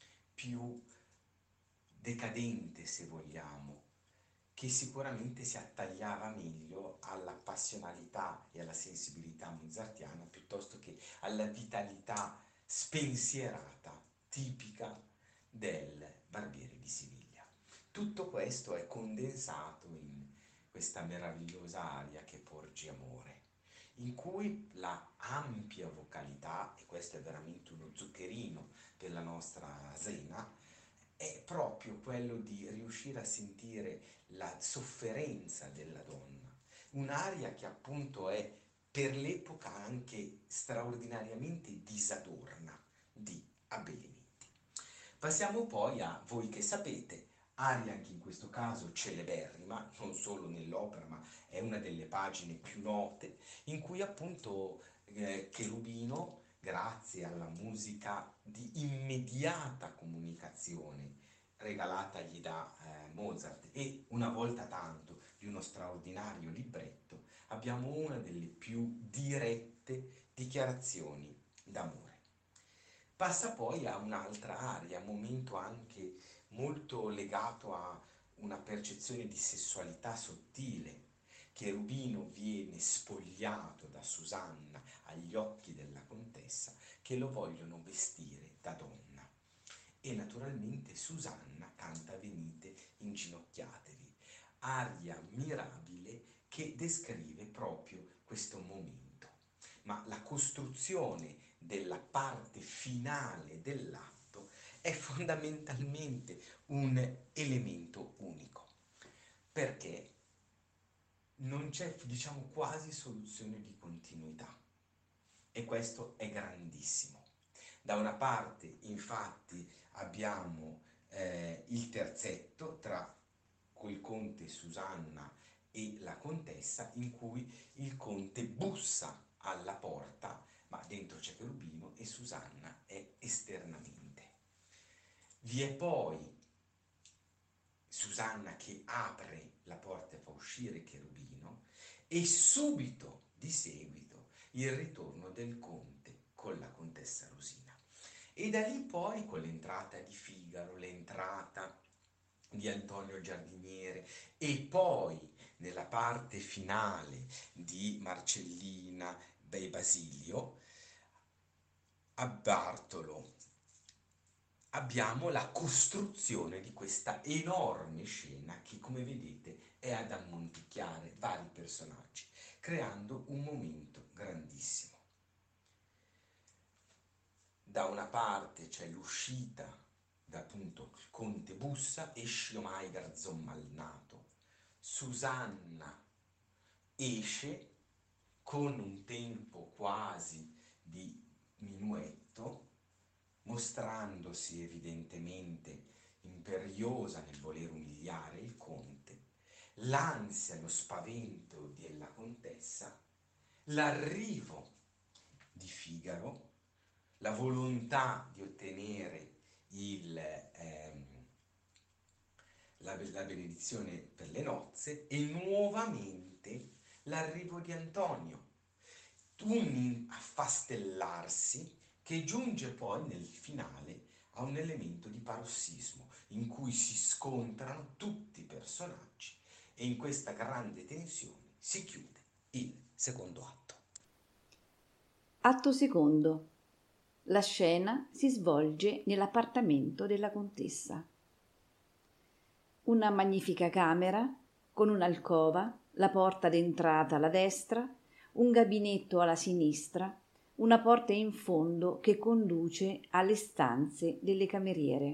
più decadente se vogliamo, che sicuramente si attagliava meglio alla passionalità e alla sensibilità mozartiana piuttosto che alla vitalità spensierata tipica del Barbiere di Siviglia. Tutto questo è condensato in questa meravigliosa aria che Porge Amore, in cui la ampia vocalità, e questo è veramente uno zuccherino per la nostra Zena, è proprio quello di riuscire a sentire la sofferenza della donna, un'aria che appunto è per l'epoca anche straordinariamente disadorna di abbellimenti. Passiamo poi a Voi che sapete, aria anche in questo caso celeberrima, non solo nell'opera ma è una delle pagine più note, in cui appunto Cherubino, grazie alla musica di immediata comunicazione regalatagli da Mozart e una volta tanto di uno straordinario libretto, abbiamo una delle più dirette dichiarazioni d'amore. Passa poi a un'altra aria, momento anche molto legato a una percezione di sessualità sottile. Cherubino viene spogliato da Susanna agli occhi della contessa che lo vogliono vestire da donna. E naturalmente Susanna canta Venite inginocchiatevi, aria mirabile che descrive proprio questo momento. Ma la costruzione della parte finale dell'atto è fondamentalmente un elemento unico, perché non c'è, diciamo, quasi soluzione di continuità, e questo è grandissimo. Da una parte, infatti, abbiamo il terzetto tra quel conte Susanna e la contessa, in cui il conte bussa alla porta, ma dentro c'è Cherubino e Susanna è esternamente. Vi è poi Susanna che apre la porta e fa uscire Cherubino, e subito di seguito il ritorno del conte con la contessa Rosina. E da lì poi, con l'entrata di Figaro, l'entrata di Antonio Giardiniere, e poi nella parte finale di Marcellina e Basilio, a Bartolo abbiamo la costruzione di questa enorme scena che, come vedete, è ad ammonticchiare vari personaggi, creando un momento grandissimo. Da una parte c'è l'uscita da appunto il conte bussa, esce ormai garzon malnato. Susanna esce con un tempo quasi di minuetto, mostrandosi evidentemente imperiosa nel voler umiliare il conte, l'ansia, lo spavento della contessa, l'arrivo di Figaro, la volontà di ottenere la benedizione per le nozze, e nuovamente l'arrivo di Antonio, un affastellarsi che giunge poi nel finale a un elemento di parossismo in cui si scontrano tutti i personaggi, e in questa grande tensione si chiude il secondo atto. Atto secondo. La scena si svolge nell'appartamento della contessa. Una magnifica camera con un'alcova, la porta d'entrata alla destra, un gabinetto alla sinistra, una porta in fondo che conduce alle stanze delle cameriere.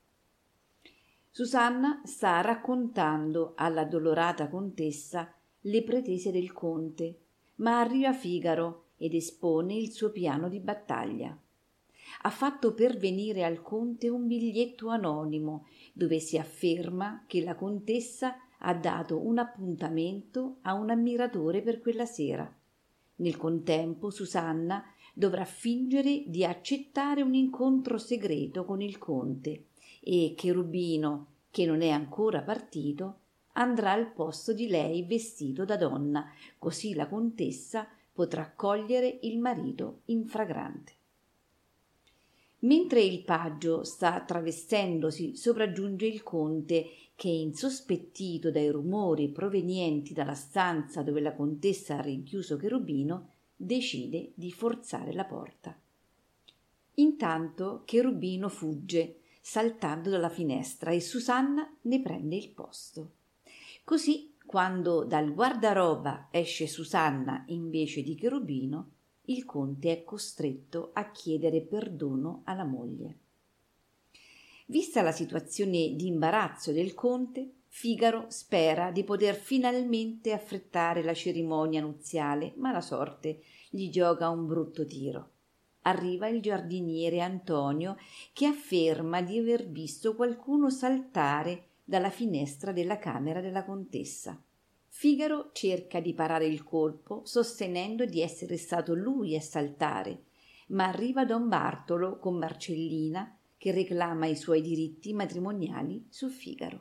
Susanna sta raccontando alla addolorata contessa le pretese del conte, ma arriva Figaro ed espone il suo piano di battaglia. Ha fatto pervenire al conte un biglietto anonimo dove si afferma che la contessa ha dato un appuntamento a un ammiratore per quella sera. Nel contempo Susanna dovrà fingere di accettare un incontro segreto con il conte, e Cherubino, che non è ancora partito, andrà al posto di lei vestito da donna, così la contessa potrà cogliere il marito in fragrante. Mentre il paggio sta travestendosi, sopraggiunge il conte che, insospettito dai rumori provenienti dalla stanza dove la contessa ha rinchiuso Cherubino, decide di forzare la porta. Intanto Cherubino fugge, saltando dalla finestra, e Susanna ne prende il posto. Così, quando dal guardaroba esce Susanna invece di Cherubino, il conte è costretto a chiedere perdono alla moglie. Vista la situazione di imbarazzo del conte, Figaro spera di poter finalmente affrettare la cerimonia nuziale, ma la sorte gli gioca un brutto tiro. Arriva il giardiniere Antonio, che afferma di aver visto qualcuno saltare dalla finestra della camera della contessa. Figaro cerca di parare il colpo, sostenendo di essere stato lui a saltare, ma arriva don Bartolo con Marcellina, che reclama i suoi diritti matrimoniali su Figaro.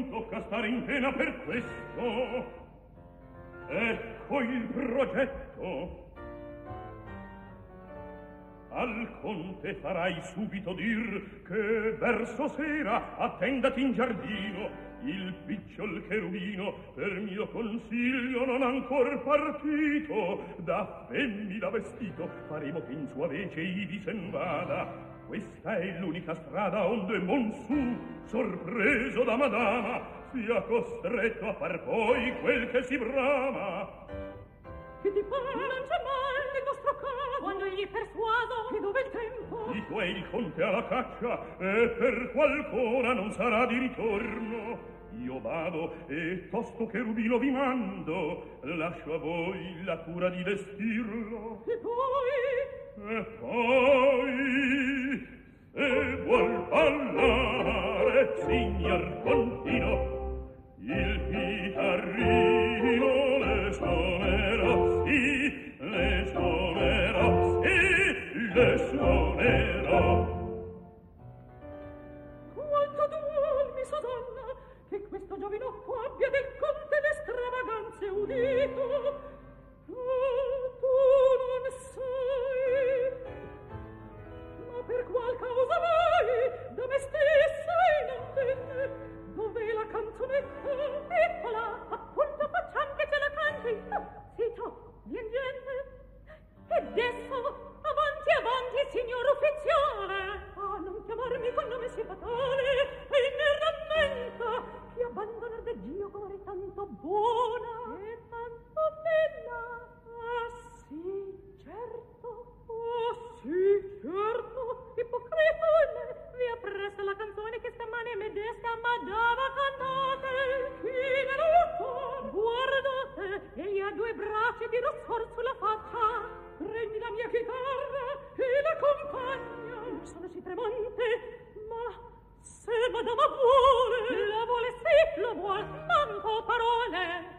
tocca stare in pena per questo. Ecco il progetto. Al conte farai subito dir che verso sera attendati in giardino il picciol cherubino, per mio consiglio non ancor partito, da femmina vestito, faremo che in sua vece ivi sen vada. Questa è l'unica strada onde Monsù, sorpreso da madama, sia costretto a far poi quel che si brama. Che ti pare non c'è mai nel vostro caso, quando egli persuaso che dove il tempo Di tu è il conte alla caccia, e per qualcuna non sarà di ritorno. Io vado e tosto cherubino vi mando, lascio a voi la cura di vestirlo. E poi, se vuol ballare, signor Contino, il chitarrino le suonerò, sì, le suonerò, sì, le suonerò. quanto duolmi, Susanna, che questo giovinotto abbia del conte le stravaganze udito. Tu non sai, ma per qual causa mai da me stessa inattende, dove la canzonetta eccola, appunto facciam che ce la canti. Zitto, vien. Ed adesso avanti, signor ufficiale. Non chiamarmi con nome sì fatale, e ne rammenta che abbandonar del Dio core tanto buona e tanto bella. Sì, certo, ipocrita, vi appresso la canzone che stamane me desca m'adava cantate. Fine lutto, guardate, egli ha due braccia di rossor sulla faccia. Prendi la mia chitarra e l'accompagna. Non sono sì tremante, ma se madama vuole, la vuole sì, lo vuol, manco parole.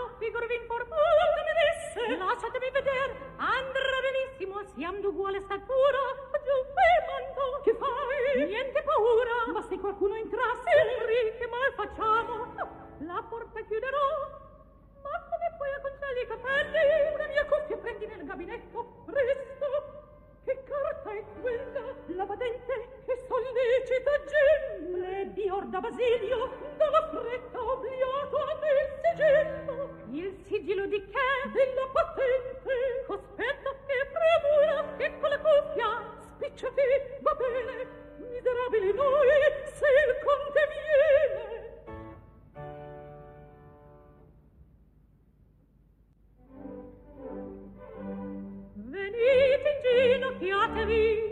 Figaro vi infortunata mi disse. Lasciatemi vedere, andrà benissimo, siamo d'uguale statura. Giù, manto, che fai? Niente paura. Ma se qualcuno entrasse, che mal facciamo? La porta chiuderò. Ma come puoi acconciare i capelli? Una mia cuffia prendi nel gabinetto, presto. Che carta è quella? La patente che sollecita gemme di Orda Basilio dalla fretta obliato del sigillo. Il sigillo di che? Della patente. Cospetto, che bravura, ecco la cuffia. Spicciati, va bene. Miserabili noi, se il conte viene. Venite inginocchiatevi.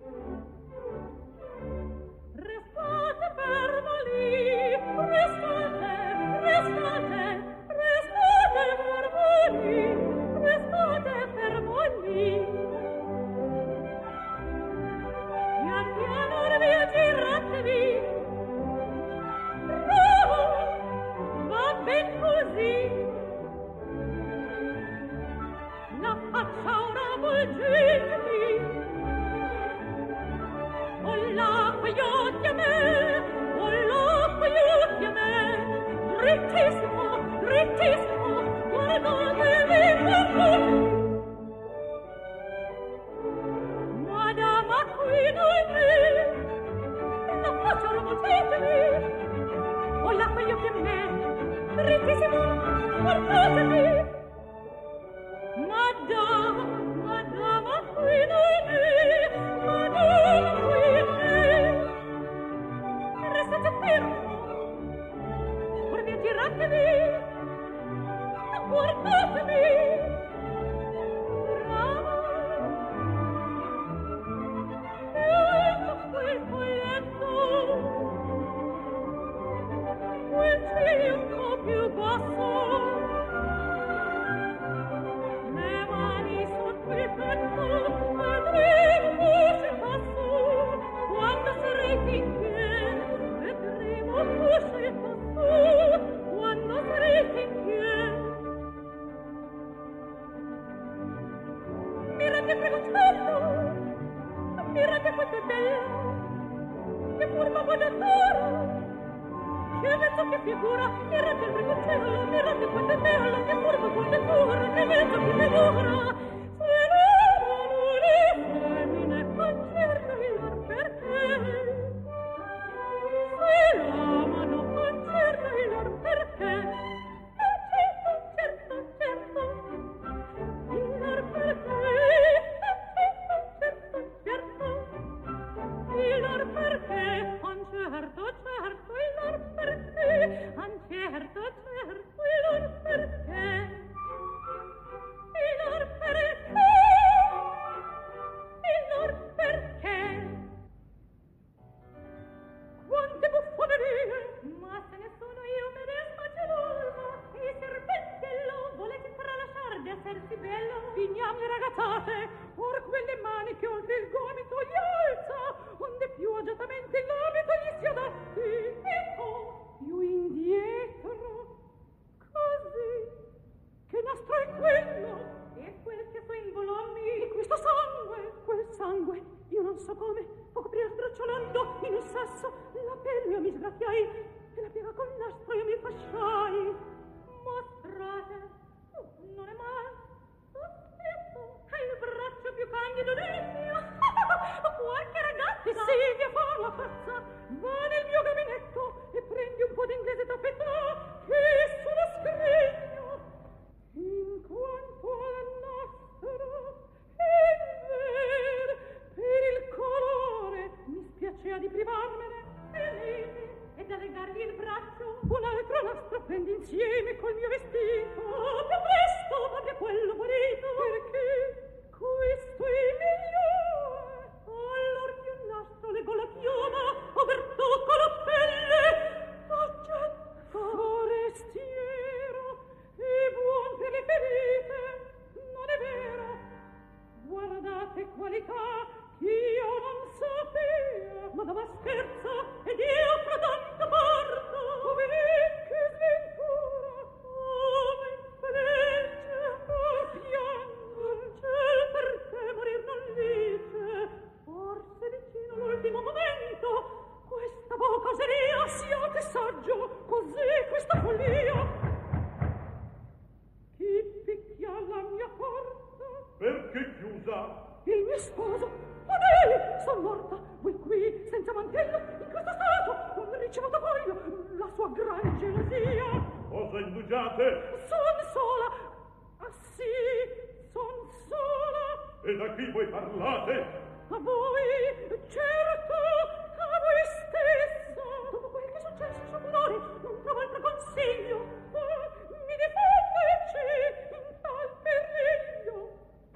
Restate fermo lì. Restate fermo lì. Restate fermo lì. Pian piano via giratevi. Bravo, va ben così. La faccia ora volgimi, o l'acqua gli occhi a me, o l'acqua gli occhi a me, drittissimo, drittissimo, guardatevi con Madama qui non è, la faccia ora volgimi, o l'acqua gli occhi a me, drittissimo, guardatevi. Madama, qui non è, Madama, qui non è. Restate fermo, ora vi aggiratevi, guardatevi. Brava, ecco quel foglietto, quel cielo un po' più basso. Il petto vedremo se passò, quando sarete in piedi, vedremo se passò, quando sarete in piedi. Mirate pregoncello, mirate quanto è bello, che forma buon'attore, che mezzo che figura, mirate il pregoncello, mirate quanto è bello, che forma buon'attore, che mezzo che figura. Di privarmene, e da legargli il braccio, un altro nastro già. Il mio sposo? Oh, lei! Son morta! Voi qui, senza mantello, in questo stato, non ricevuto voglio la sua gran gelosia. Cosa indugiate? Son sola! Ah, sì, son sola! E da chi voi parlate? A voi, certo, a voi stesso. Dopo quel che è successo in suo pudore, non trovo altro consiglio. Mi difendeci in tal periglio.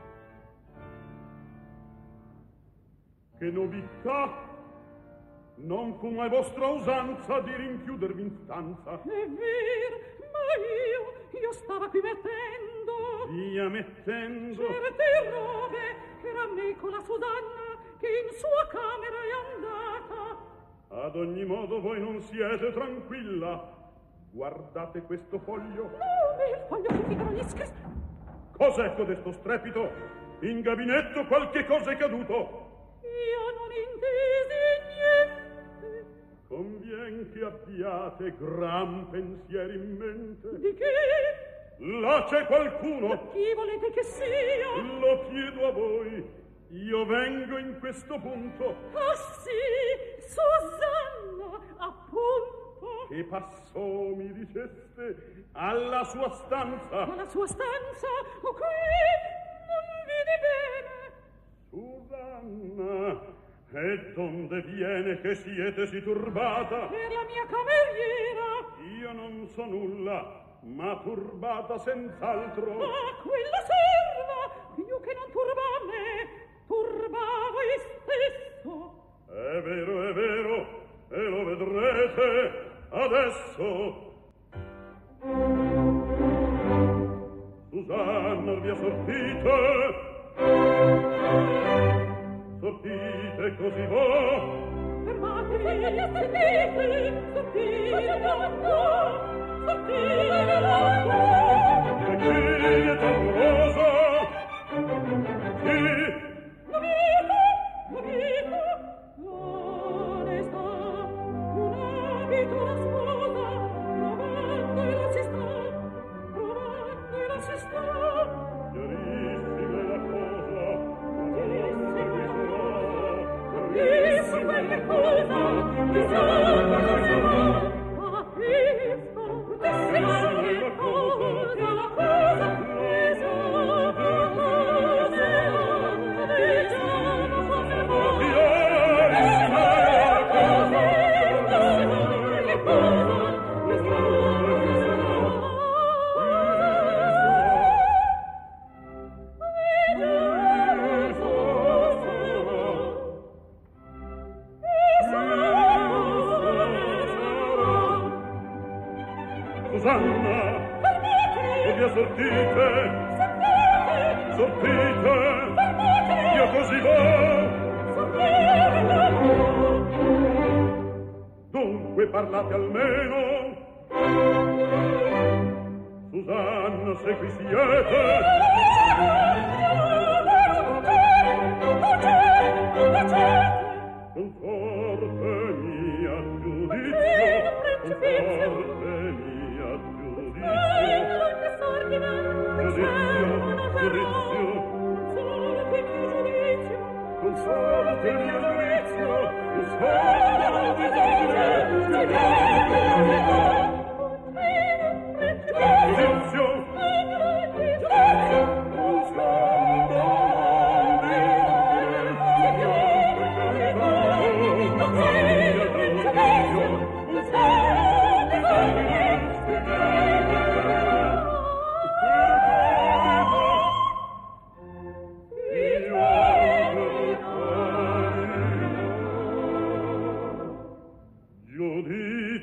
Che novità! Non fu mai vostra usanza di rinchiudervi in stanza. È vero, ma io stava qui mettendo Via mettendo. certe robe che era me con la Susanna che in sua camera è andata. Ad ogni modo voi non siete tranquilla. Guardate questo foglio. No, il foglio che figaro gli scritti. Cos'è codesto strepito? In gabinetto qualche cosa è caduto. Io non intesi niente. Convien che abbiate gran pensieri in mente. Di che? Là c'è qualcuno. Chi volete che sia? Lo chiedo a voi. Io vengo in questo punto. Ah sì, Susanna, appunto. Che passò, mi diceste, alla sua stanza. Ma la sua stanza, o qui, non vidi bene. Susanna, e donde viene che siete si turbata? Per la mia cameriera. Io non so nulla, ma turbata senz'altro. Ma quella serva, più che non turba me, turba voi stesso. È vero, e lo vedrete adesso. Susanna, via sortite. Sortite così va. Fermatevi, sortite, sortite, sortite, E chi è amorosa? Chi? L'amico, dove sta? Un abito la sposa, provando e non si sta. Chiarissima è la cosa. Capisco quelle cose, chissà cosa sarà. Capisco, bruttissima la cosa, la cosa, Susanna, via sortite, sortite, io così va. Dunque parlate almeno. Susanna, se qui siete. Conforte mia giudizio, conforte mia conforte mio giudizio, giudizio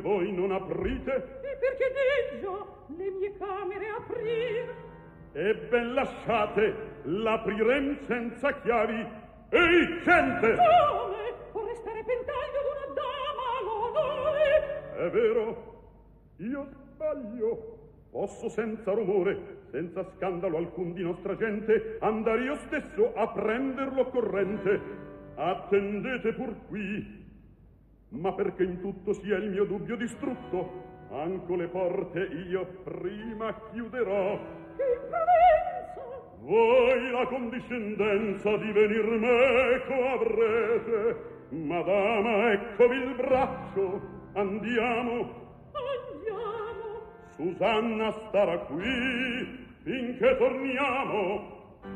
voi non aprite? E perché deggio le mie camere aprir? Ebben lasciate, l'aprirem senza chiavi. Ehi, gente! Come? Vorreste repentaglio d'una dama l'onore? È vero, io sbaglio. Posso senza rumore, senza scandalo alcun di nostra gente, andar io stesso a prender l'occorrente. Attendete pur qui. Ma perché in tutto sia il mio dubbio distrutto, anco le porte io prima chiuderò. Che imprudenza! Voi la condiscendenza di venir meco avrete. Madama, eccovi il braccio. Andiamo. Susanna starà qui finché torniamo.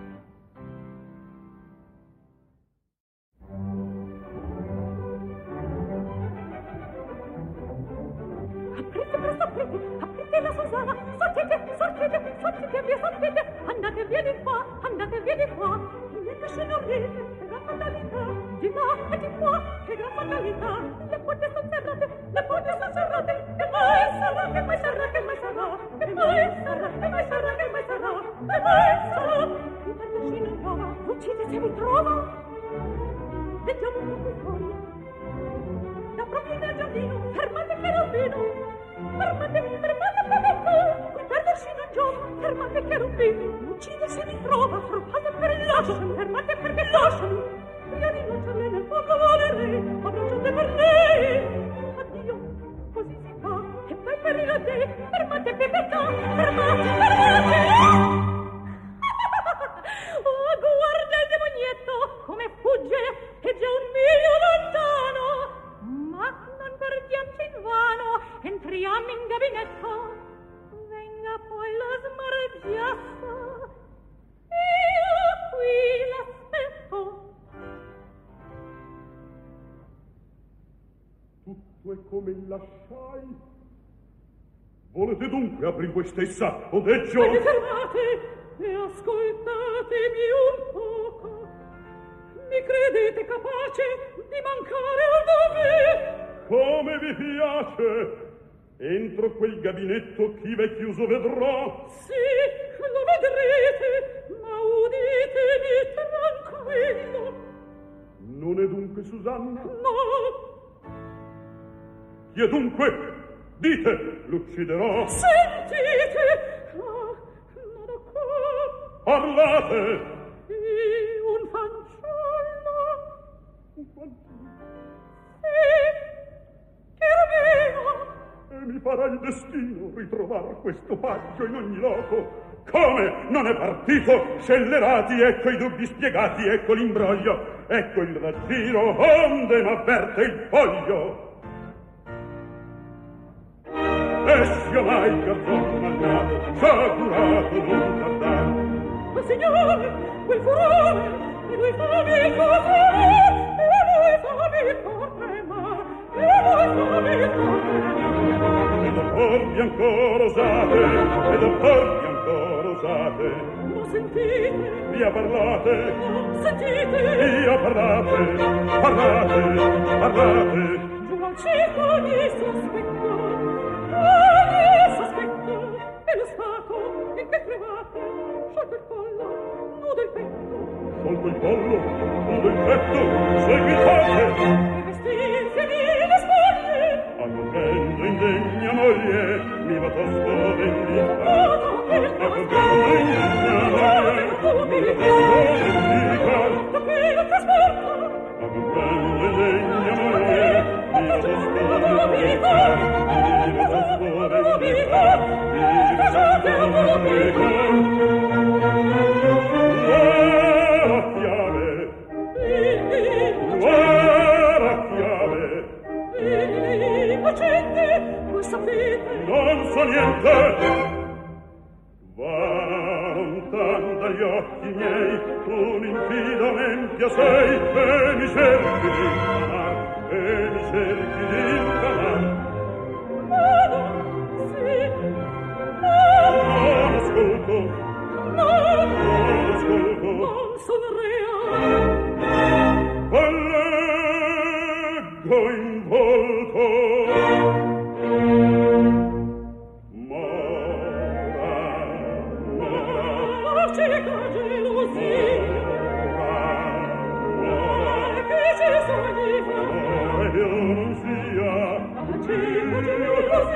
Aprite la Susana, sorgete via, andate via di qua, che niente scenorrete, che gran fatalità, di là e di qua, che gran fatalità, le porte son serrate, che mai sarà, che mai sarà, che mai sarà, che mai sarà, che mai sarà, che mai sarà, che mai sarà, il pardescino in trova, uccide se vi trova, vediamo un po' fuori, da proprio nel giardino, fermate carabino, fermate, quel pardescino in gioco, fermate carabino, uccide se vi trova, fermate per il lasciami, fermate perché lasciami, io rinunciarle nel fuoco volerei, abbracciate per lei, addio, così si fa, e poi per il te, fermate che verità, fermate! Oh, guarda il demonietto, come fugge, è già un miglio lontano, ma non perdiamoci in vano, entriamo in gabinetto, venga poi la smargiassa, io qui l'aspetto. Tutto è come lasciai. Volete dunque aprir voi stessa, o deggio? Ma fermate e ascoltatemi un poco. Mi credete capace di mancare al dovere? Come vi piace? Entro quel gabinetto ch'iv'è chiuso vedrò. Sì, lo vedrete, ma uditemi tranquillo. Non è dunque Susanna? No. Chi è dunque? Dite, l'ucciderò. Sentite! Non ho qua. Parlate! Un fanciullo. Un fanciullo. Sì, Cherubino. E mi farà il destino ritrovar questo paggio in ogni loco. Come? Non è partito? Scellerati, ecco i dubbi spiegati, ecco l'imbroglio, ecco il raggiro, onde m'avverte il foglio. E sia mai che giorno malnato, sciagurato non tardare. Ma signore, quel furore, e lui fammi correre, e lui fammi correre, e lui fammi correre. E d'opporvi ancora osate, e d'opporvi ancora osate. Ma sentite, Via parlate, sentite, via parlate, parlate. giù al cielo mi sospetto, e lo stato in che crevate, sciolto il collo, nudo il petto. Sciolto il collo, nudo il petto, seguitate! E vestirsi di le spoglie, Accontendo indegna moglie, mi va tosto vendita. Accontendo indegna moglie, mi va tosto vendita. Accontendo indegna moglie, mi va tosto vendita. Non so niente. Va lontan dagli occhi miei, tu l'infidamente sei, e mi cerchi di incanar, e mi cerchi di incanar. Non ascolto, non ascolto, non son reale. leggo in volto.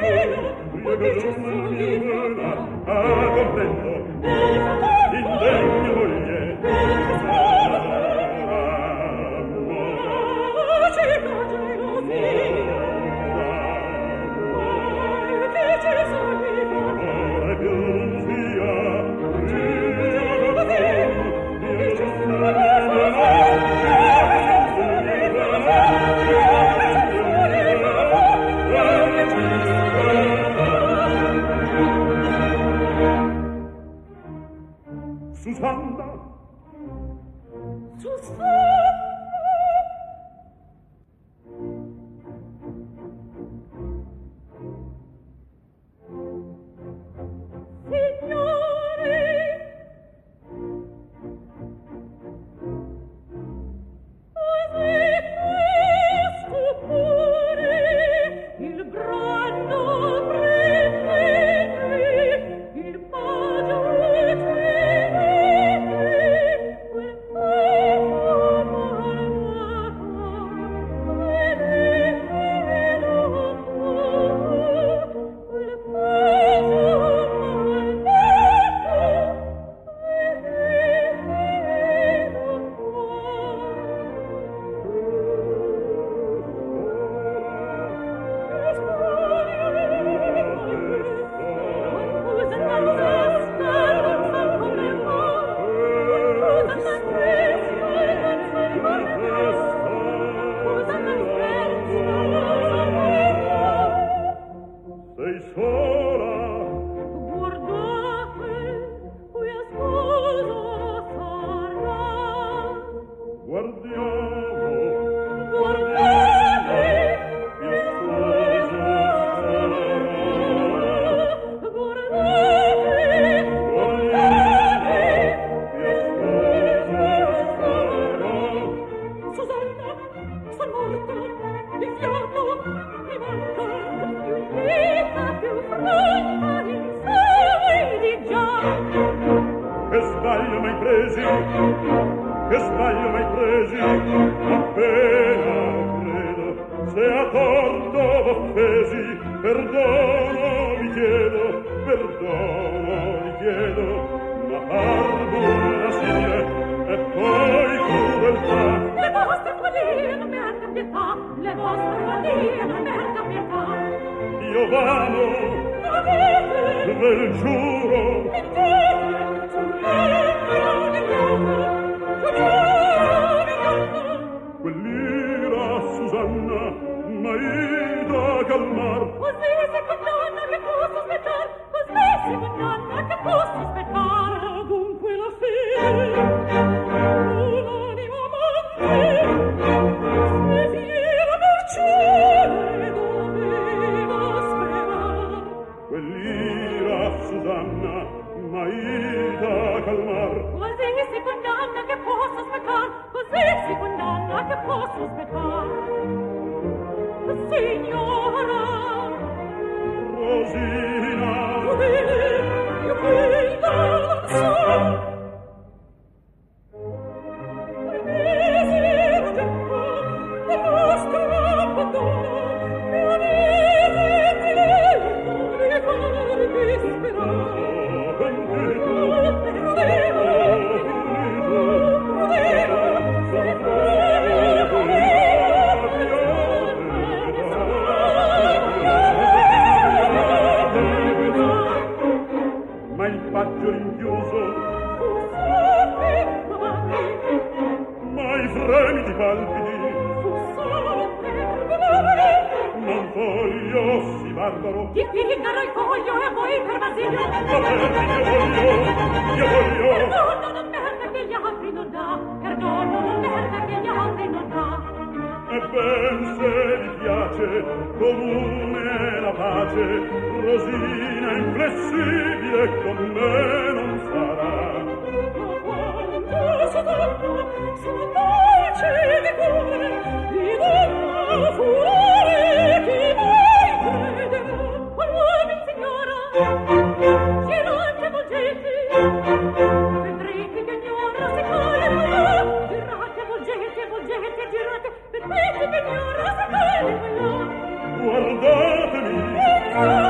Guardatemi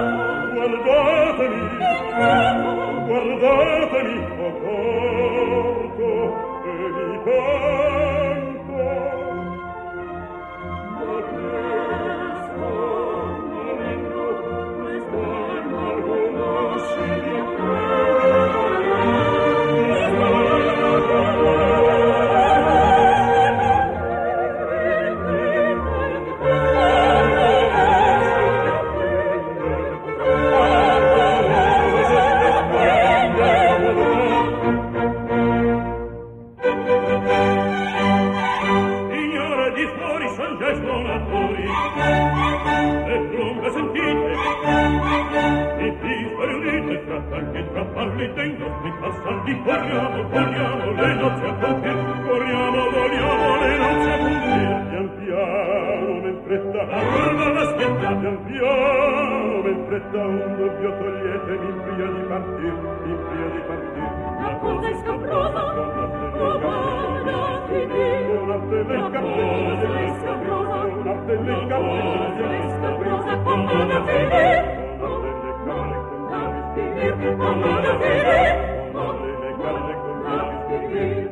all'intento mi passa lì, vogliamo le nozze a compir, vogliamo le nozze a compir. Pian piano, men fretta, non aspetta, pian piano, men fretta, un dubbio togliete, mi pria di partir, La cosa è scabrosa, non va a finire. Donate le cosa è scabrosa, donate le cosa è scabrosa, non va a finire. Non va a finire, non va a finire. Non va a finire.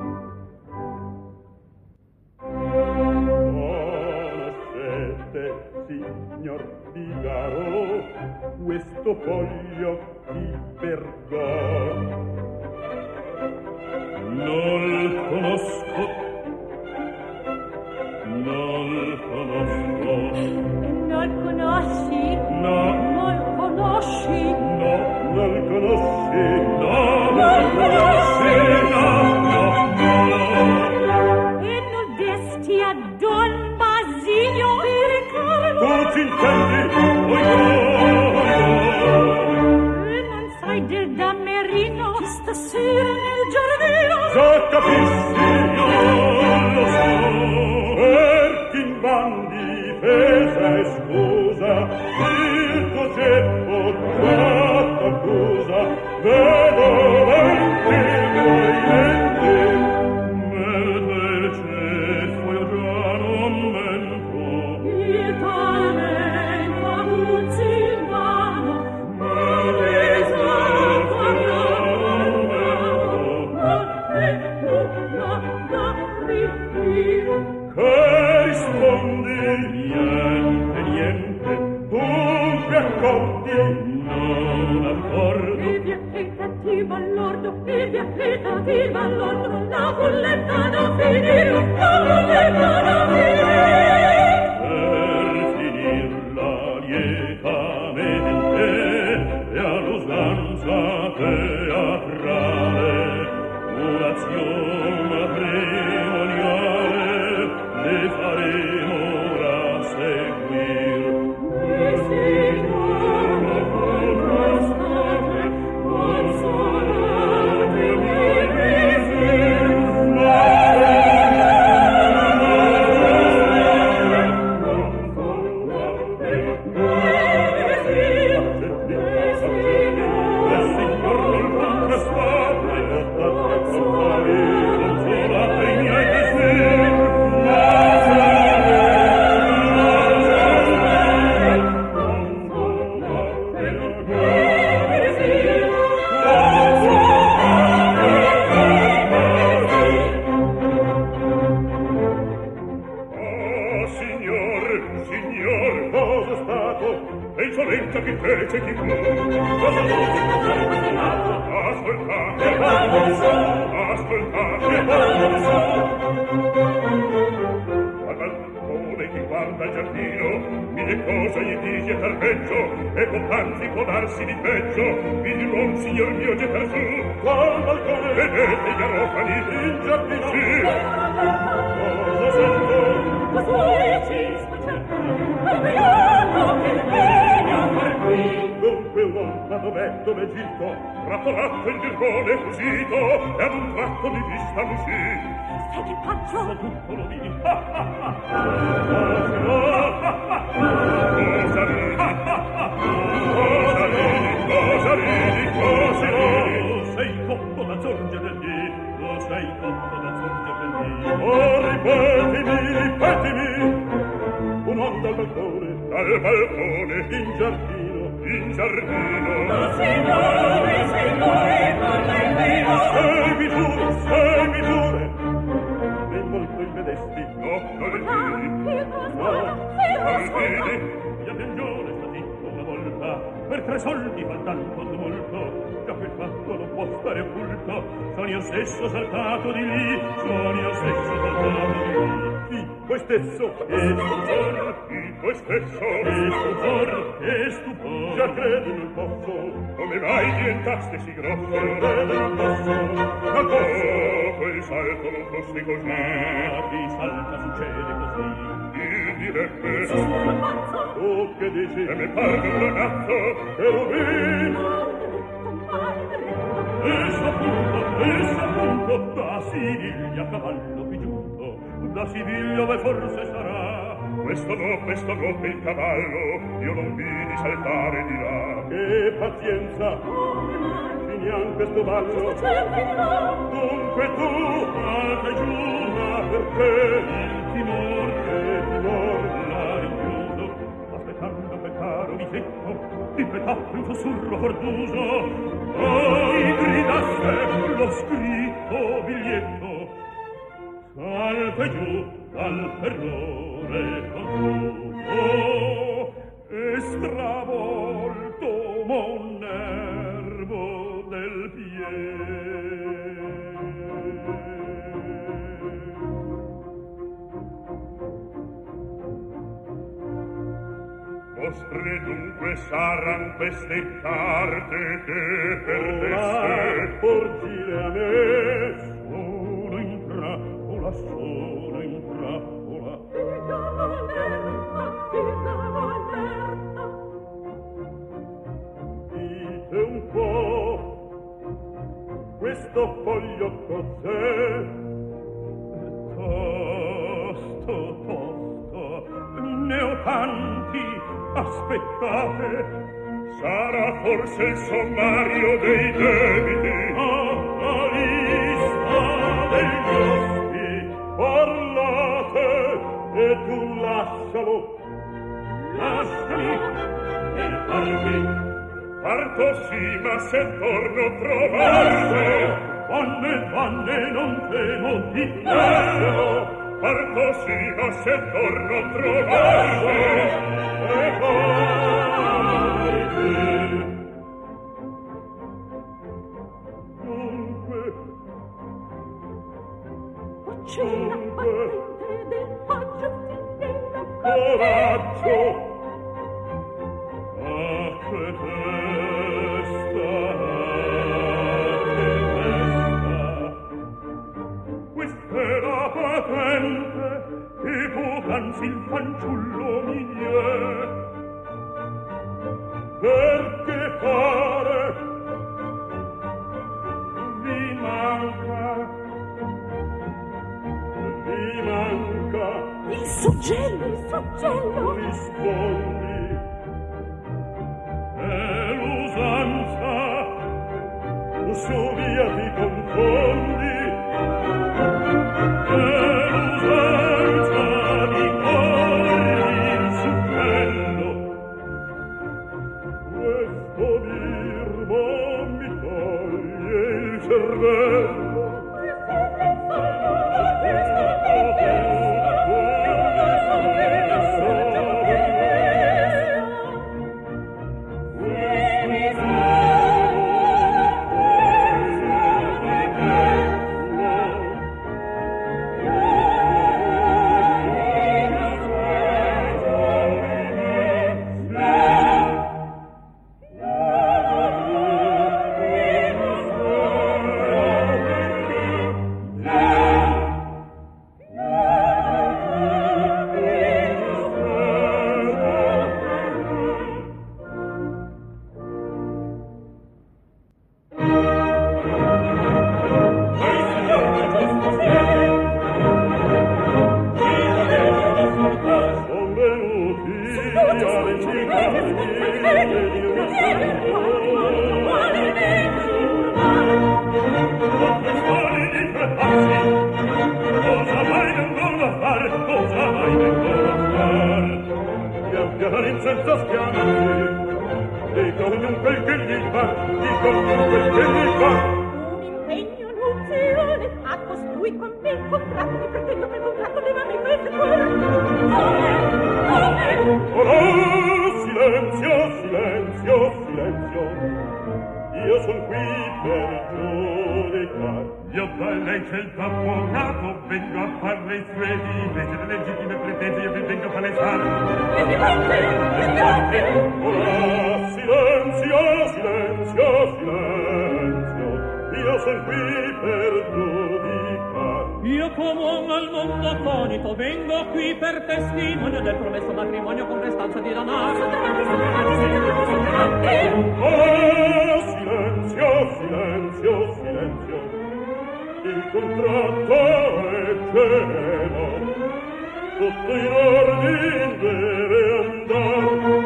Conoscete, signor Figaro, questo foglio di Vergogna? non conosco. Non conosci? No. Non conosci? No. Non conosci? No. Non conosci? No. E non desti a Don Basilio il caro? Tu ci intendi? E non sai del Damerino che stasera nel giardino? Già capissi, Non lo so. per chi van difesa e scusa, il tuo ceppo già t'accusa, vedo avanti tuoi lenti. Del ceffo io già non mento. Il talento aguzzi in mano, Che rispondi? Niente. Dunque accordi? Non accordo. il vietitativo all'ordo, il vietitativo all'ordo, la bulletta da finire, la bulletta da finire. Per finirla lietamente e all'usanza teatrale un'azione matrimoniale ne faremo ora seguir. Il Signore constate, consolate i Signor, cosa è stato? E il solento che fece chi fu? Ascoltate, ascoltate. Al balcone chi guarda il giardino, mille cose gli dice per peggio, e poc'anzi può darsi di peggio. Vi dirò, signor mio, gettar su. Al balcone? Vedete i garofani? In giardino? Sì. Cosa sento? Dunque un'ombra dov'è Gitto? Ratto il dirvone fuggito e ad un tratto di vista l'uscì. Sai che faccio? Tutto lo vidi. Cosa ridi? Sei cotto da zorgere lì. Tu sei cotto da zorgere lì. Oh, ripetimi! Un'onda al balcone, in giardino. Signore, parla in vino. Segui pure! Ben molto il vedesti? No, non il vidi. Il vidi. Gli attenzione sta zitto una volta, per 3 soldi fa tanto tumulto, già quel fatto non può stare occulto. Sono io stesso saltato di lì, Voi stesso? Che stupor, Già credo non posso, come mai diventaste si grosso? credo non posso, Non posso, quel salto non fosse così. Chi salta succede così. Il direbbe, tu che dici? e me pare un ragazzo, Cherubino! punto, da Siviglia cavallo qui giunto, da Siviglia dove forse sarà. Questo no, il cavallo, io non vidi saltare di là. Che pazienza, finiam questo ballo. Dunque tu, Alta giura, perché il timor, l'ha rinchiuso, aspettando quel caro visetto, di petappo un sussurro fortuso, poi gridasse lo scritto biglietto. Salta giù dal terrore confuso e stravolto mon nervo del piede. Vostre dunque saran queste carte che perdeste. porgile a me. Solo in trappola, solo in trappola. Dite un po', questo foglio cos'è? Tosto, ne ho tanti, aspettate. Sarà forse il sommario dei debiti. La lista degli osti, parlate e tu lascialo. Lasciami e parti. Parto sì, ma se torno a trovarle, vanne, non temo di lascialo. Parto sì, ma se torno a trovarle, E poi dunque, Uccina patente del paggio finendo coraggio, che testa. Questa è la patente che poc'anzi il fanciullo mi diè. perché pare Mi manca il suggello, rispondi, è l'usanza. su via ti confondi, È l'usanza di corri il suggello. questo birmo mi toglie il cervello. scena, tutto in ordine deve andar.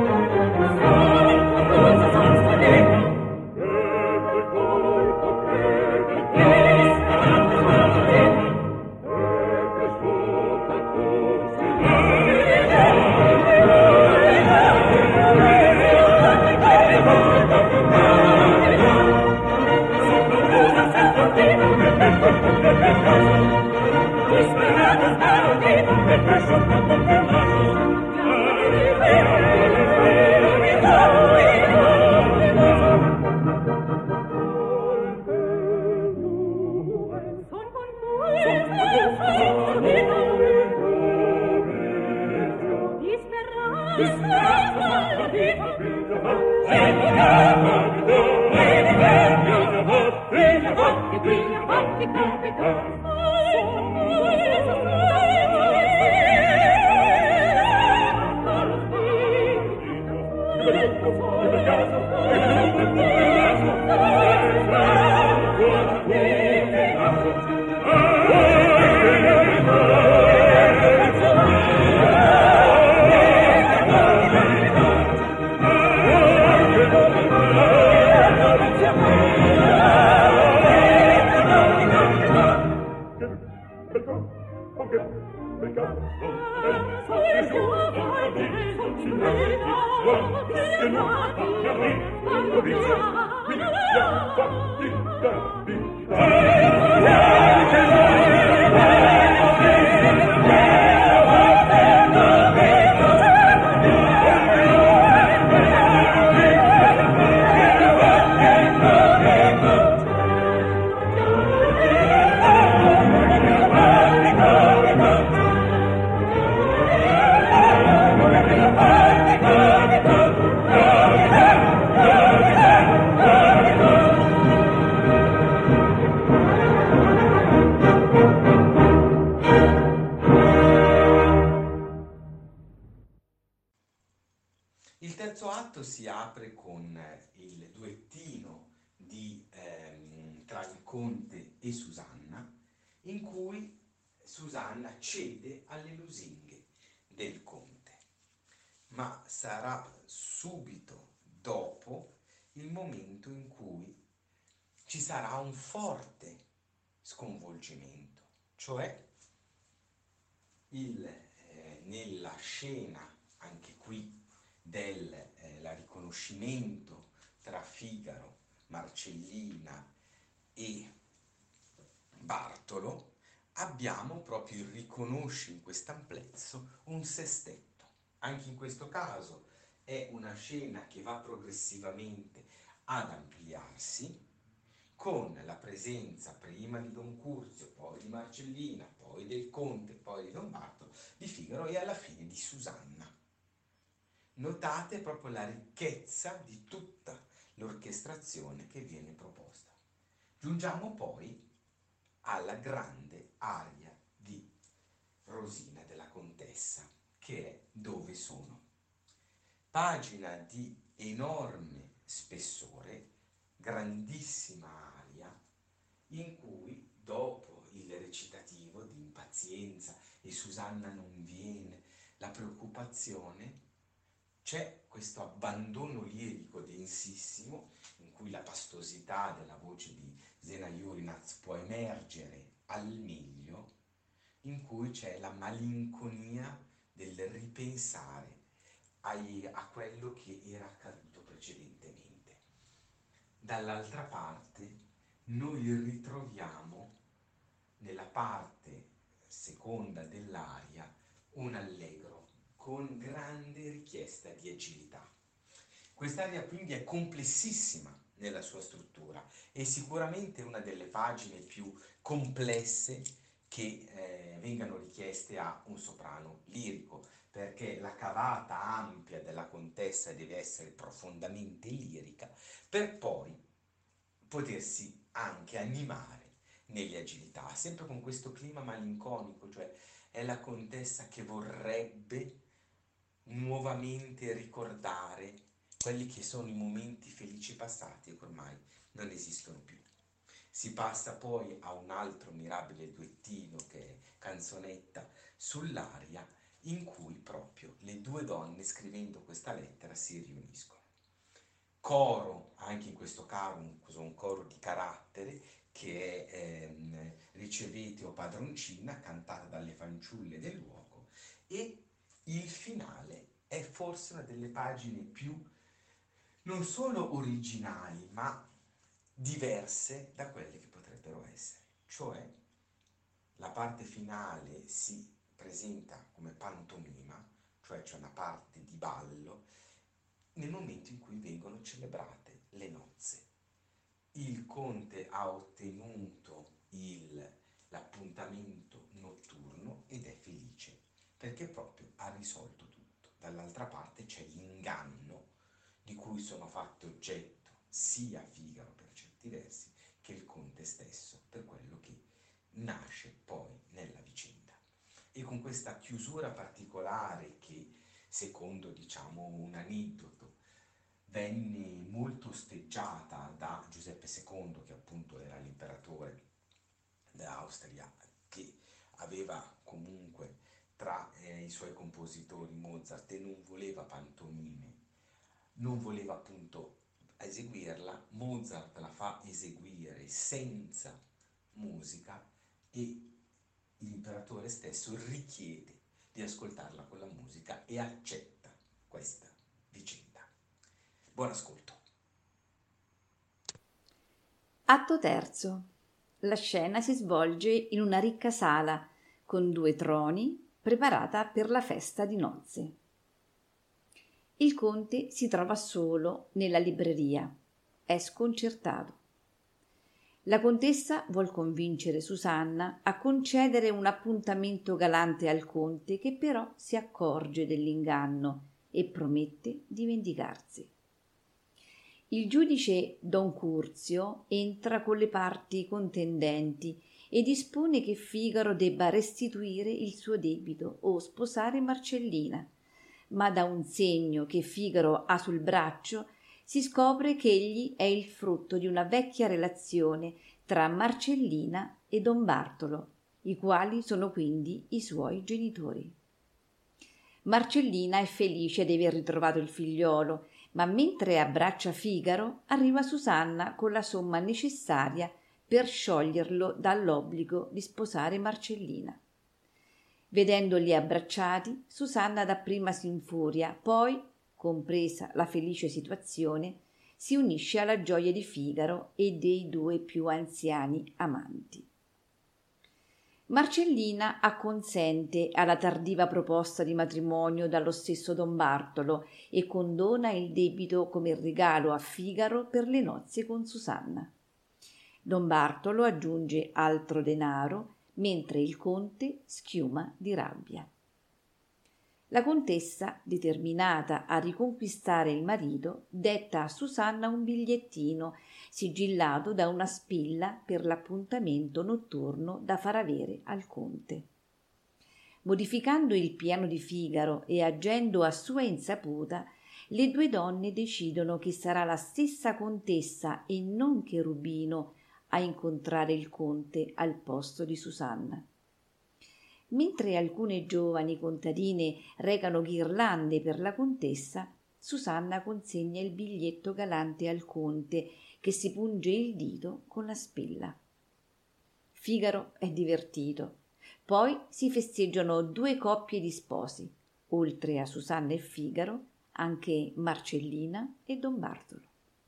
Il terzo atto si apre con il duettino tra il conte e Susanna, in cui Susanna cede alle lusinghe del conte, ma sarà subito dopo il momento in cui ci sarà un forte sconvolgimento, cioè nella scena, anche qui, del riconoscimento tra Figaro, Marcellina e Bartolo, abbiamo proprio il riconosci in quest'amplesso un sestetto. Anche in questo caso è una scena che va progressivamente ad ampliarsi, con la presenza prima di Don Curzio, poi di Marcellina, poi del conte, poi di Don Bartolo, di Figaro e alla fine di Susanna. Notate proprio la ricchezza di tutta l'orchestrazione che viene proposta. Giungiamo poi alla grande aria di Rosina della Contessa, che è Dove sono. Pagina di enorme spessore, grandissima aria, in cui dopo il recitativo di impazienza e Susanna non viene, la preoccupazione, c'è questo abbandono lirico densissimo in cui la pastosità della voce di Zena Jurinaz può emergere al meglio, in cui c'è la malinconia del ripensare a quello che era accaduto precedentemente. Dall'altra parte noi ritroviamo nella parte seconda dell'aria un allegro con grande richiesta di agilità. Quest'aria quindi è complessissima nella sua struttura e sicuramente una delle pagine più complesse che vengano richieste a un soprano lirico, perché la cavata ampia della contessa deve essere profondamente lirica per poi potersi anche animare nelle agilità, sempre con questo clima malinconico, cioè è la contessa che vorrebbe nuovamente ricordare quelli che sono i momenti felici passati e che ormai non esistono più. Si passa poi a un altro mirabile duettino che è Canzonetta sull'aria, in cui proprio le due donne, scrivendo questa lettera, si riuniscono. Coro, anche in questo caso un coro di carattere, che è Ricevete o padroncina, cantata dalle fanciulle del luogo, e il finale è forse una delle pagine più non solo originali, ma diverse da quelle che potrebbero essere. Cioè, la parte finale si presenta come pantomima, cioè c'è una parte di ballo, nel momento in cui vengono celebrate le nozze. Il conte ha ottenuto l'appuntamento notturno ed è felice, perché proprio ha risolto tutto. Dall'altra parte c'è l'inganno di cui sono fatti oggetto sia Figaro per certi versi che il conte stesso per quello che nasce poi nella vicenda. E con questa chiusura particolare che, secondo diciamo un aneddoto, venne molto osteggiata da Giuseppe II, che appunto era l'imperatore d'Austria, che aveva comunque tra i suoi compositori Mozart e non voleva pantomime, non voleva appunto eseguirla. Mozart la fa eseguire senza musica e l'imperatore stesso richiede di ascoltarla con la musica e accetta questa vicenda. Buon ascolto. Atto terzo. La scena si svolge in una ricca sala con 2 troni preparata per la festa di nozze. Il conte si trova solo nella libreria. È sconcertato. La contessa vuol convincere Susanna a concedere un appuntamento galante al conte, che però si accorge dell'inganno e promette di vendicarsi. Il giudice Don Curzio entra con le parti contendenti e dispone che Figaro debba restituire il suo debito o sposare Marcellina, ma da un segno che Figaro ha sul braccio si scopre che egli è il frutto di una vecchia relazione tra Marcellina e Don Bartolo, i quali sono quindi i suoi genitori. Marcellina è felice di aver ritrovato il figliolo, ma mentre abbraccia Figaro arriva Susanna con la somma necessaria per scioglierlo dall'obbligo di sposare Marcellina. Vedendoli abbracciati, Susanna dapprima si infuria, poi, compresa la felice situazione, si unisce alla gioia di Figaro e dei 2 più anziani amanti. Marcellina acconsente alla tardiva proposta di matrimonio dallo stesso Don Bartolo e condona il debito come regalo a Figaro per le nozze con Susanna. Don Bartolo aggiunge altro denaro, mentre il conte schiuma di rabbia. La contessa, determinata a riconquistare il marito, detta a Susanna un bigliettino sigillato da una spilla per l'appuntamento notturno da far avere al conte. Modificando il piano di Figaro e agendo a sua insaputa, le 2 donne decidono che sarà la stessa contessa e non Cherubino a incontrare il conte al posto di Susanna. Mentre alcune giovani contadine recano ghirlande per la contessa, Susanna consegna il biglietto galante al conte, che si punge il dito con la spilla. Figaro è divertito. Poi si festeggiano 2 coppie di sposi, oltre a Susanna e Figaro, anche Marcellina e Don Bartolo.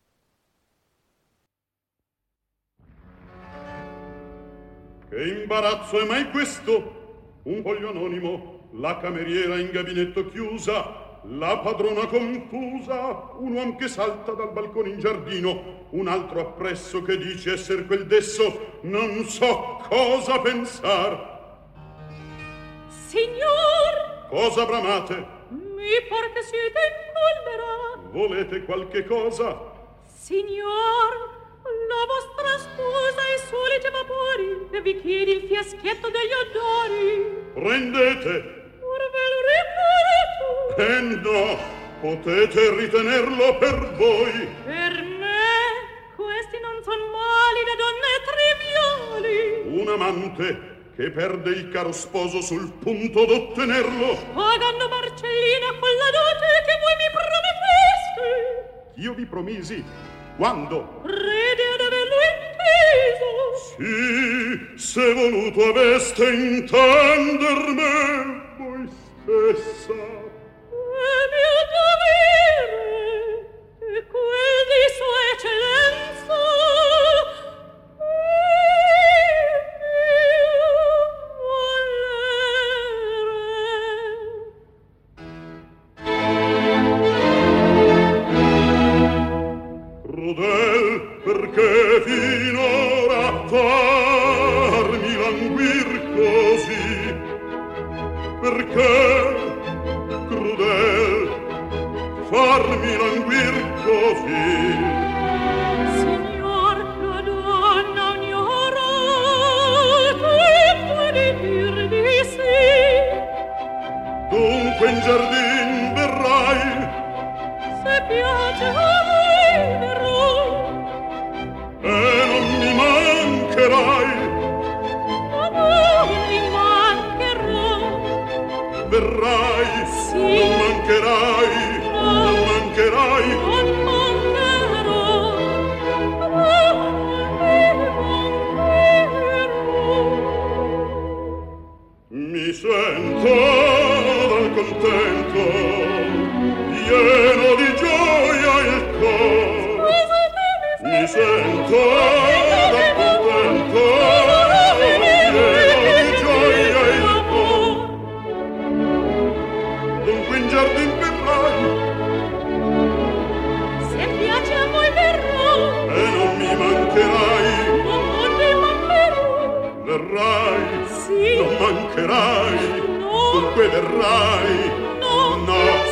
Che imbarazzo è mai questo? Un foglio anonimo, la cameriera in gabinetto chiusa, la padrona confusa, un uom che salta dal balcone in giardino, un altro appresso che dice esser quel desso, non so cosa pensar. Signor! Cosa bramate? Mi par che siete in collera. Volete qualche cosa? Signor, la vostra sposa è solite vapori e vi chiede il fiaschetto degli odori. Prendete! Ora ve lo ripeto. No, potete ritenerlo per voi. Per me questi non son mali da donne amante che perde il caro sposo sul punto d'ottenerlo, pagando Marcellina con la dote che voi mi prometteste. Io vi promisi. Quando? Crede ad averlo inteso. Sì, se voluto aveste intender me voi stessa. È mio dovere e quel di sua eccellenza Crudel, perché finora farmi languir così? Perché, crudel, farmi languir così? Signor, la donna ognora tempo di dir di sì. Dunque in giardin verrai? Se piace a voi verrò. E non mi mancherai? Non mi mancherò. Verrai? Sì. Non mancherai? No. Non mancherai? Non mancherò. Mi sento dal contento, pieno di gioia il cor. Mi sento dal contento, pieno di gioia il cor. Dunque in giardin verrai? Se piace a voi verrò. E non mi mancherai? Non mi mancherò. Verrai? Sì. Non mancherai? No. Dunque verrai? No. No.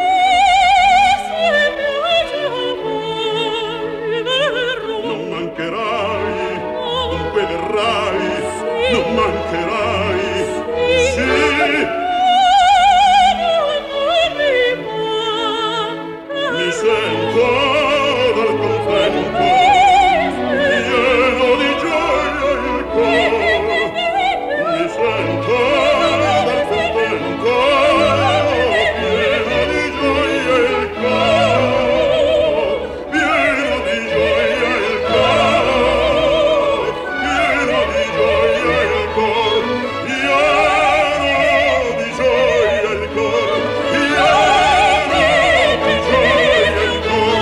Se piace a voi verrò. Non mancherai? No. Dunque verrai? Sì. Non mancherai? Sì. Sì. Mi sento dal contento, pieno di gioia il cor. Mi sento dal contento, pieno di gioia il cor. Pieno di gioia il cor. Pieno di gioia il cor. Pieno di gioia il cor. Pieno di gioia il cor.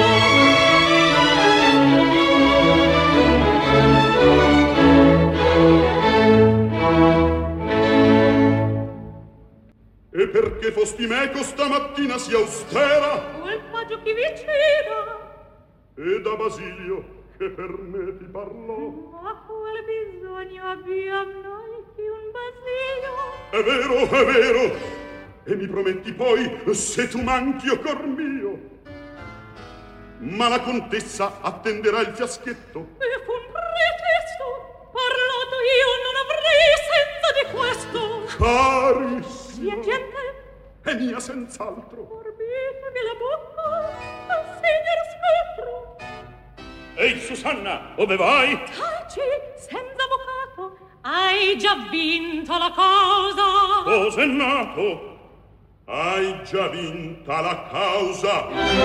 E perché fosti meco stamattina si austera? Quel paggio chi vi c'era. E da Basilio che per me ti parlò. Ma quale bisogno abbiam noi di un Basilio? È vero, è vero. E mi prometti poi se tu manchi o cor mio. Ma la contessa attenderà il fiaschetto. E fu un pretesto. Parlato io non avrei senza di questo. Carissima. Piangente, È mia senz'altro. orbitevi la bocca al signor Scottro. Ehi, Susanna, dove vai? Taci, senza avvocato, hai già vinto la causa. Cos'è nato? Hai già vinta la causa.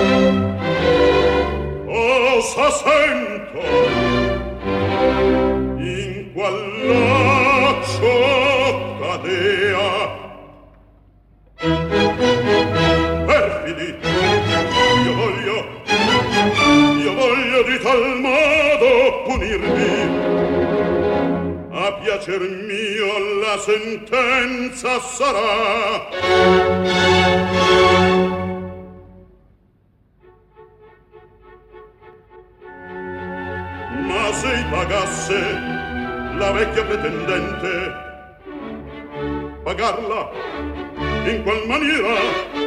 Cosa sento? In qual laccio cadea? Perfidi, io voglio di tal modo punirvi. A piacer mio la sentenza sarà. Ma se pagasse la vecchia pretendente, pagarla in qual maniera?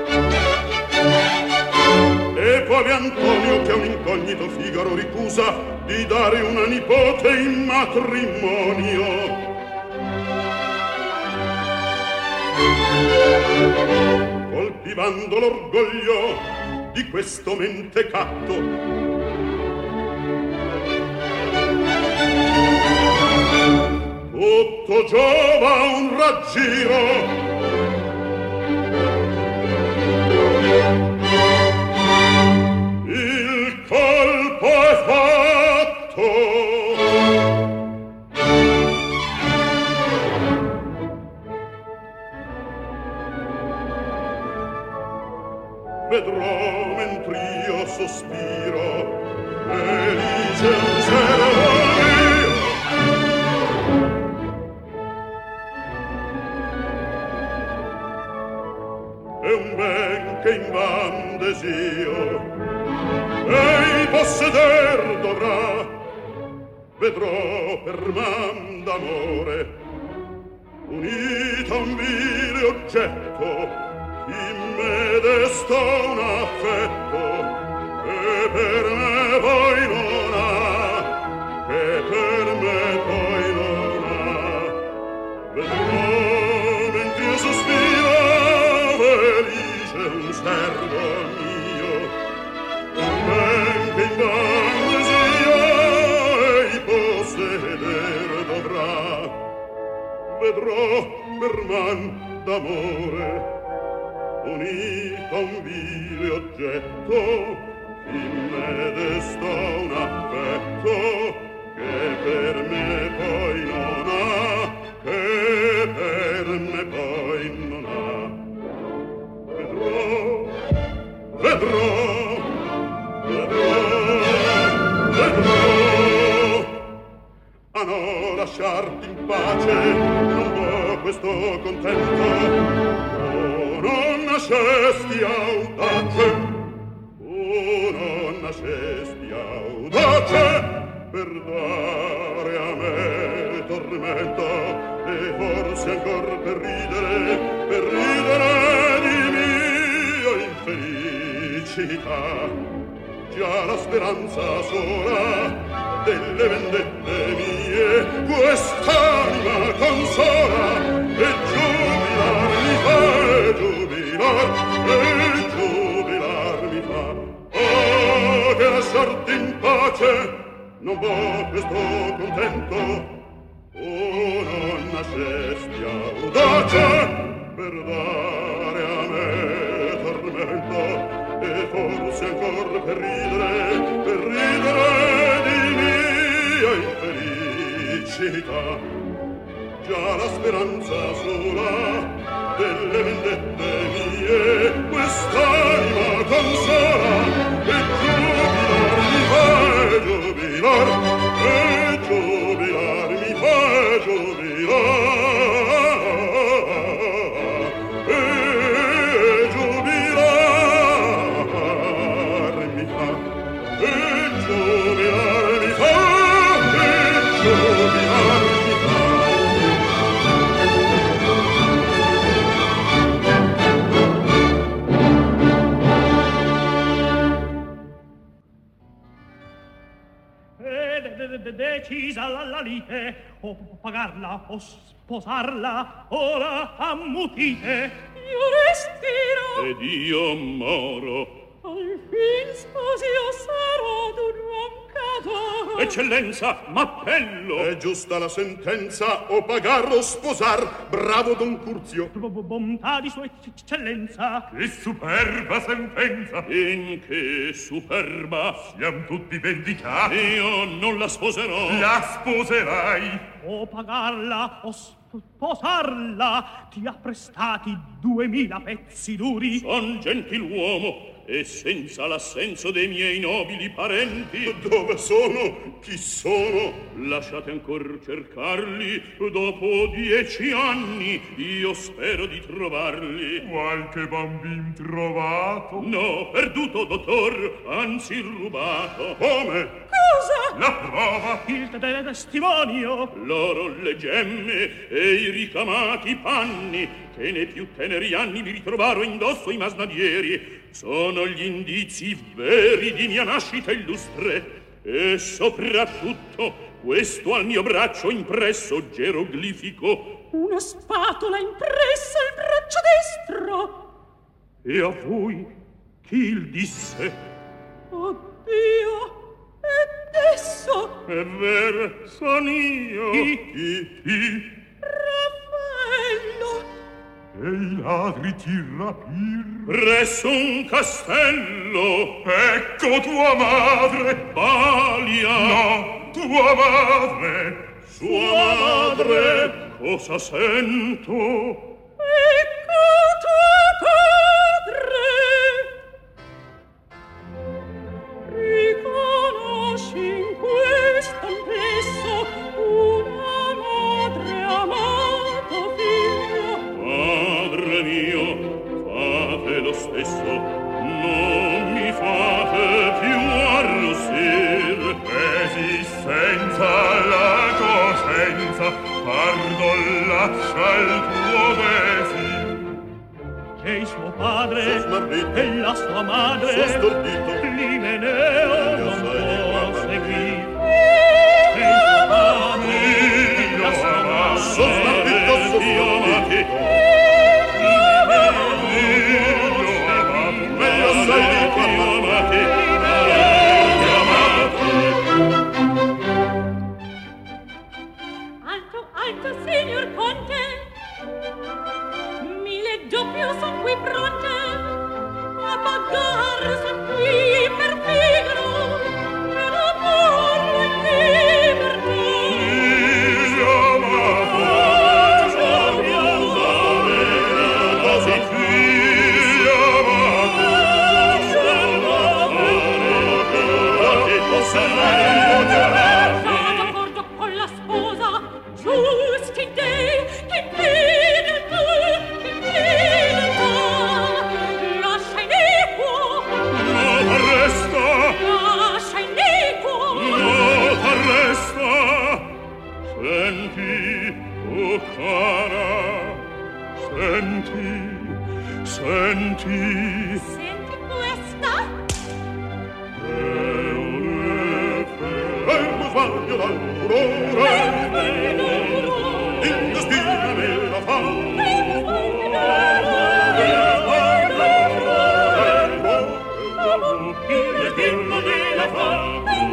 E poi Antonio che un incognito Figaro ricusa di dare una nipote in matrimonio. Coltivando l'orgoglio di questo mentecatto, tutto giova un raggiro. Il colpo è fatto. Vedrò mentr'io sospiro felice un servo mio. È un ben che invan desio ei posseder dovrà. Vedrò per man d'amore unito a un vile oggetto in me desta un affetto che per me poi non ha, che per me poi non ha. Vedrò mentre io sospiro felice un servo mio, un ben che invan desio ei posseder dovrà. Vedrò per man d'amore unito a un vile oggetto in me desta un affetto che per me poi non ha, che per me poi non ha. Vedrò, vedrò, vedrò, vedrò. A no lasciarti in pace non può questo contento. Non nascesti audace, non nascesti audace per dare a me tormento e forse ancor per ridere di mia infelicità. Già la speranza sola delle vendette mie quest'anima consola e giubilar mi fa, giubilar mi fa. Oh, che lasciarti in pace non può questo contento. Oh, non nascesti audace per dare a me tormento e forse ancor per ridere di mia infelicità. Già la speranza sola delle vendette mie quest'anima consola e giubilar mi fa, giubilar mi fa, giubilar decisa la lite, o pagarla o sposarla, ora ammutite. Io respiro ed io moro. al fin sposio sarò d'un uom cador. Eccellenza, m'appello. È giusta la sentenza, o pagar o sposar, bravo Don Curzio. Bontà di sua eccellenza. Che superba sentenza! In che superba? Siam tutti vendicati. Io non la sposerò. La sposerai. O pagarla o sposarla, ti ha prestati 2000 pezzi duri. Son gentiluomo e senza l'assenso dei miei nobili parenti. Dove sono? Chi sono? Lasciate ancor cercarli. Dopo 10 anni io spero di trovarli. Qualche bambin trovato? No, perduto, dottor, anzi rubato. Come? Cosa? La prova? Il testimonio, l'oro, le gemme e i ricamati panni che nei più teneri anni mi ritrovaro indosso i masnadieri. Sono gli indizi veri di mia nascita illustre e soprattutto questo al mio braccio impresso geroglifico. Una spatola impressa al braccio destro. E a voi chi il disse? Oh Dio, ed esso È vero, son io. Chi? Raffaello. E i ladri ti rapir presso un castello. Ecco tua madre, Balia. No, tua madre. Sua madre. Cosa sento? Ecco tuo padre. Riconosci in quest'amplesso una madre amato figlio. Padre mio, fate lo stesso, non mi fate più arrossir. Esistenza la cosenza, pardon lascia il tuo desir. E il suo padre e la sua madre l'Imeneo non può seguir. E il suo padre e la sua madre Dio amati. Meglio sei di Dio amati. Alto, signor Conte, mille doppio son qui pronte, a pagar son qui per Figaro, per amorlo in libertà. Dio amato, così Dio Vado d'accordo con la sposa, giusti dei, che fedeltà, che fedeltà. Lascia iniquo, non t'arresta, lascia iniquo. non t'arresta. Senti, oh cara, senti. Senti questa? Fermo sbaglio dal furore, in destino me la fa. Il destino me la fa.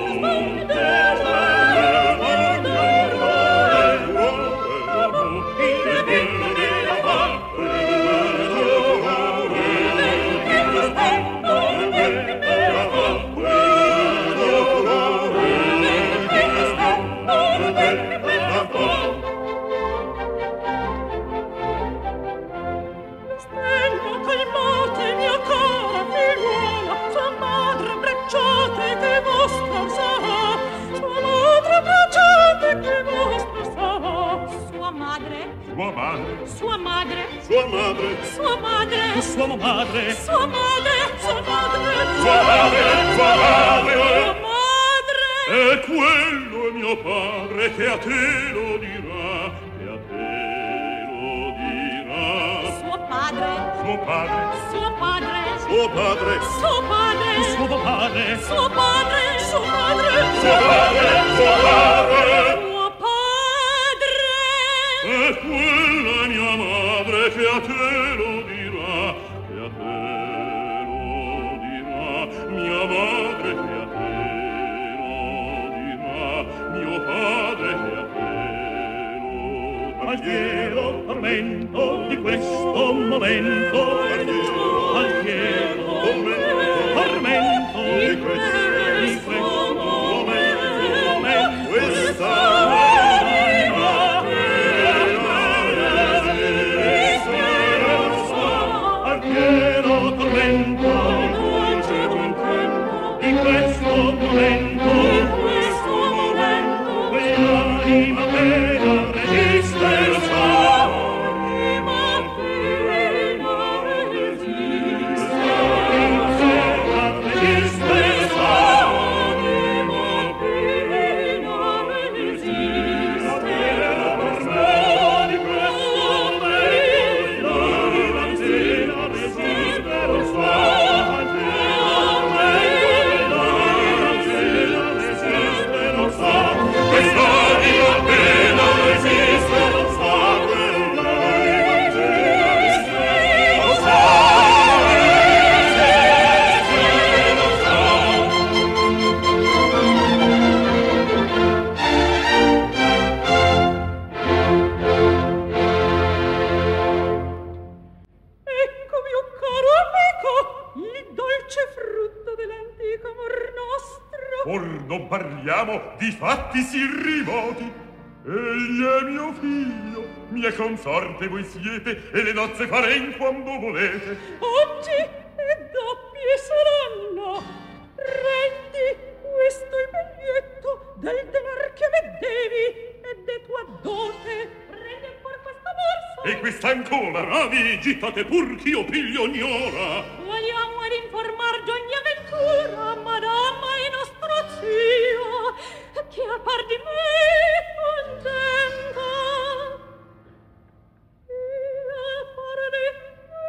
Stendo calmate, mia cara figliuola, sua madre abbracciate che vostra sarà, sua madre abbracciate che vostra sarà. Sua madre, Sua madre, sua madre, Sua madre, sua madre, Sua madre, sua madre, sua madre, sua madre, sua madre. sua madre. E quello è mio padre che a te lo dirà, che a te lo dirà. Suo padre, Suo padre, suo padre, suo padre, suo padre, suo padre, suo padre, suo padre, suo padre, suo padre. suo padre. E quella è mia madre che a te lo dirà, che a te lo dirà. Mia madre che a te lo dirà, mio padre che a te lo dirà. al fiero tormento di questo momento, al fiero tormento di questo momento, questa al fiero tormento di questo momento, quell'anima che resiste sa, Or non parliamo di fatti sì rimoti. Egli è mio figlio, mia consorte voi siete, e le nozze farem quando volete. Oggi e doppie saranno. Prendi questo il biglietto del denar che me devi e de tua dote. Prendi ancora questa borsa. E questa ancora. Bravi, gittate pur ch'io piglio ogni ora. Vogliamo ad informar d'ogni avventura, madama e nostro zio, che a par di me contenta. E a par di me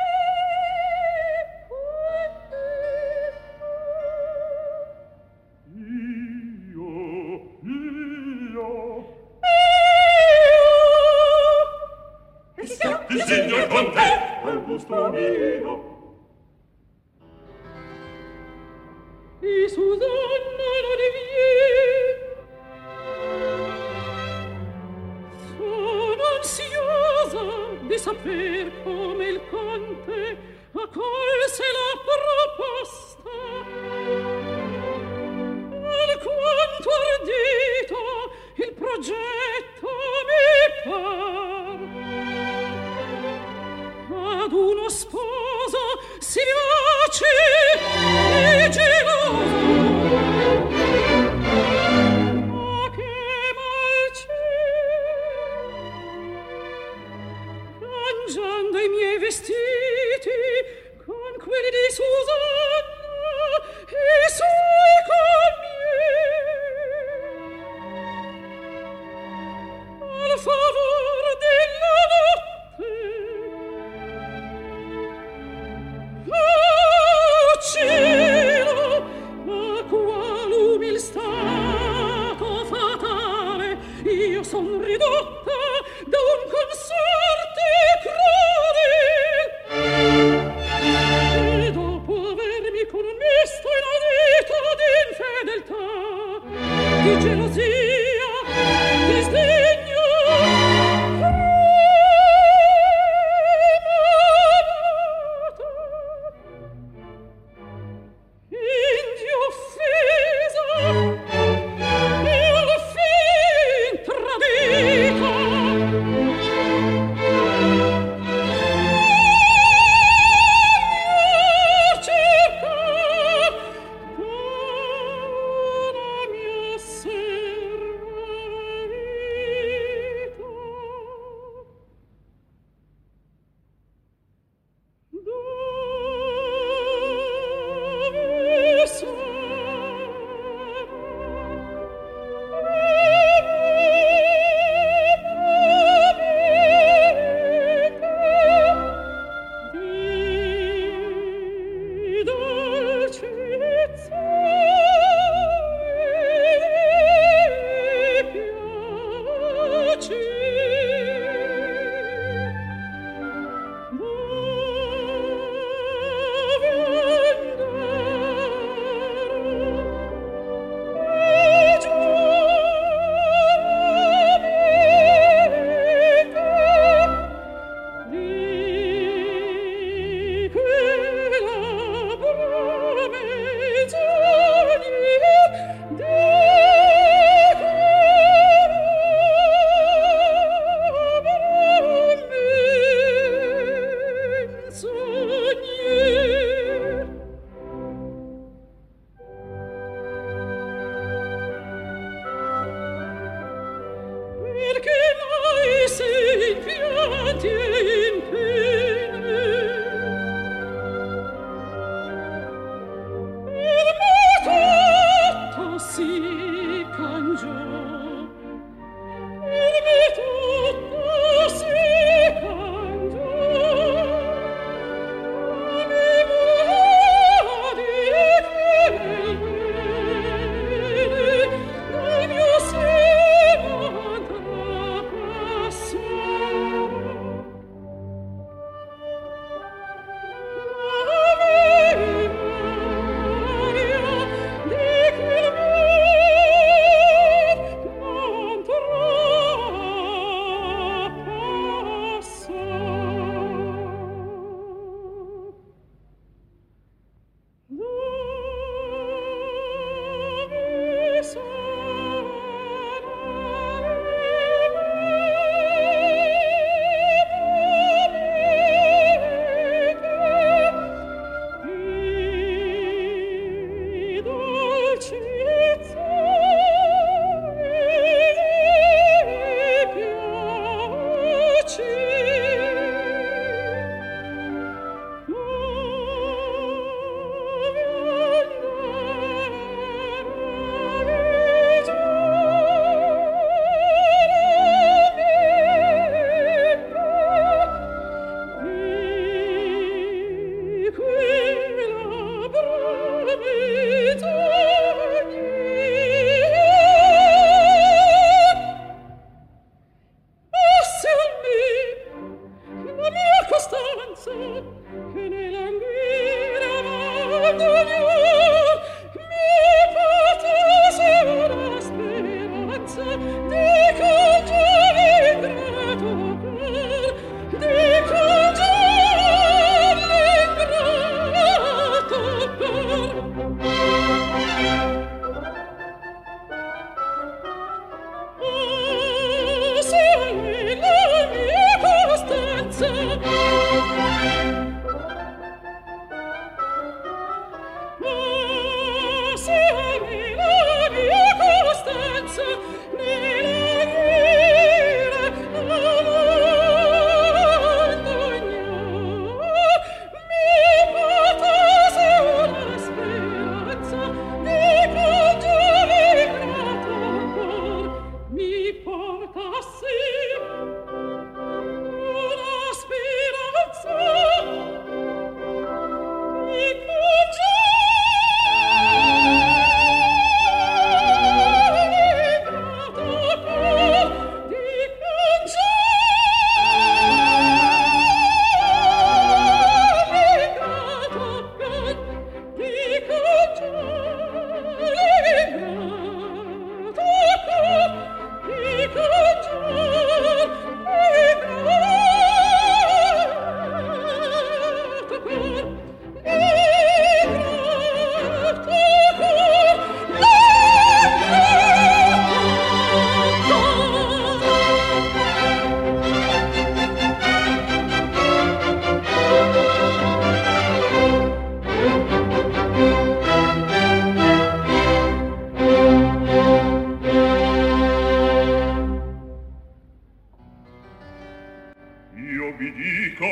contenta. Il signor Conte, al gusto mio. E Susanna non devien. Sono ansiosa di saper come il Conte accolse la proposta. Alquanto ardito il progetto mi par. Ad uno sposo si piace e geloso, ma che mal c'è. Cangiando i miei vestiti con quelli di Susanna e i suoi con miei, al favor della notte. Oh cielo, ma qual umil stato fatale io son ridotta da un consorte crudel. E dopo avermi commesso inaudito d'infedeltà, di gelosia, di sdegno,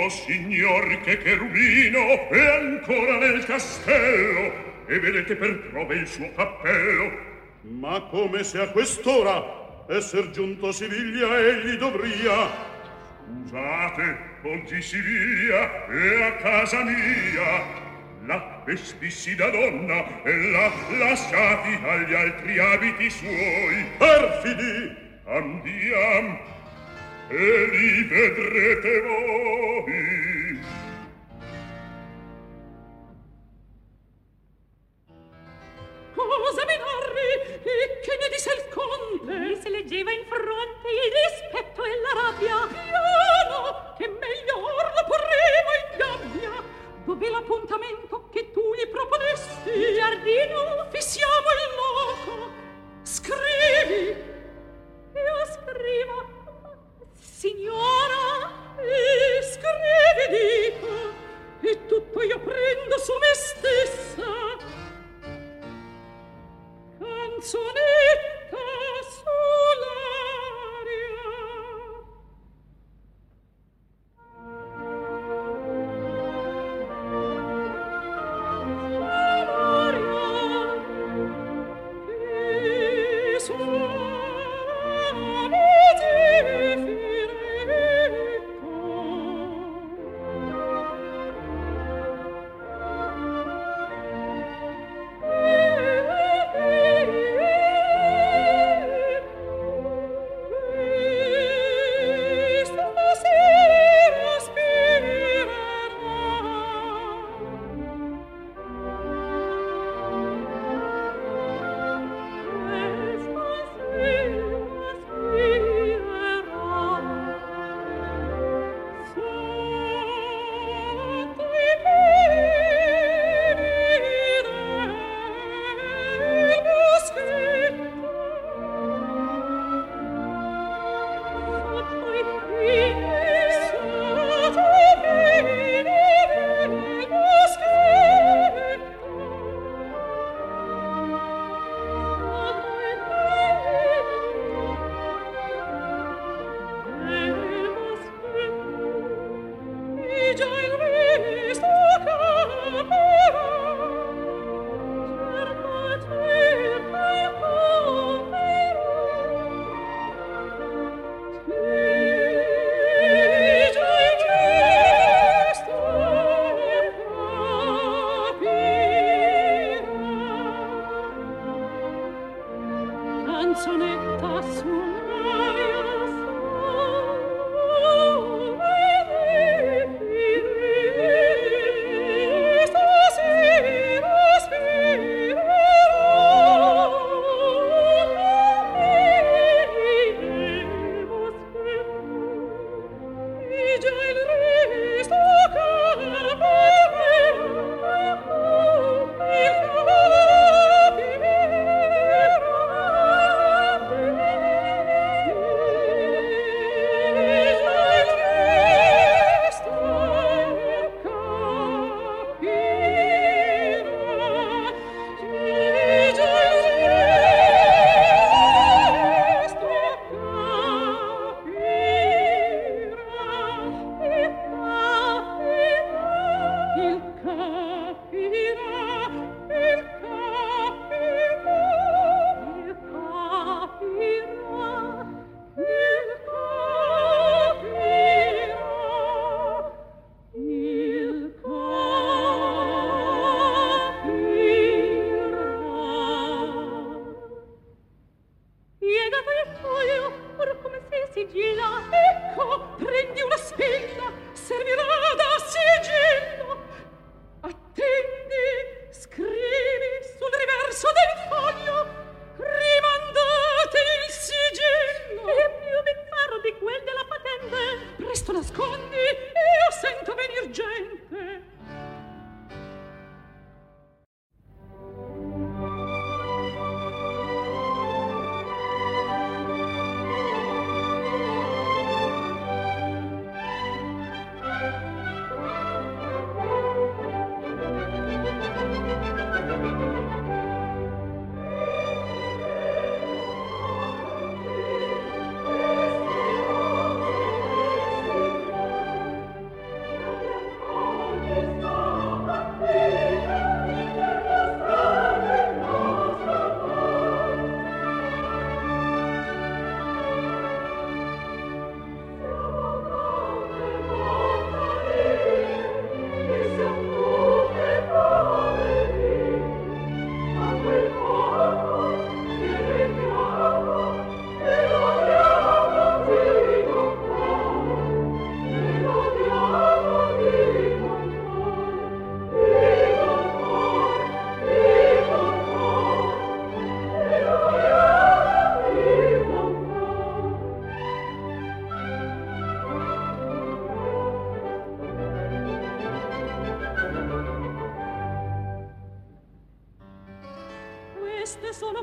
signor, che cherubino è ancora nel castello, e vedete per prove il suo cappello. Ma come se a quest'ora esser giunto a Siviglia egli dovria. Scusate, oggi Siviglia è a casa mia. La vestissi da donna e la lasciati agli altri abiti suoi. Perfidi! Andiam, e li vedrete voi. Cosa mi narri? E che ne disse il conte? Mi si leggeva in fronte il dispetto e la rabbia. Piano, che meglio or lo porremo in gabbia. Dov'è l'appuntamento che tu gli proponesti? Il giardino? Fissiamo il loco. Scrivi. Io scrivo. Signora, scrivi, dico. E tutto io prendo su me stessa. Canzonetta sull'aria. Che suona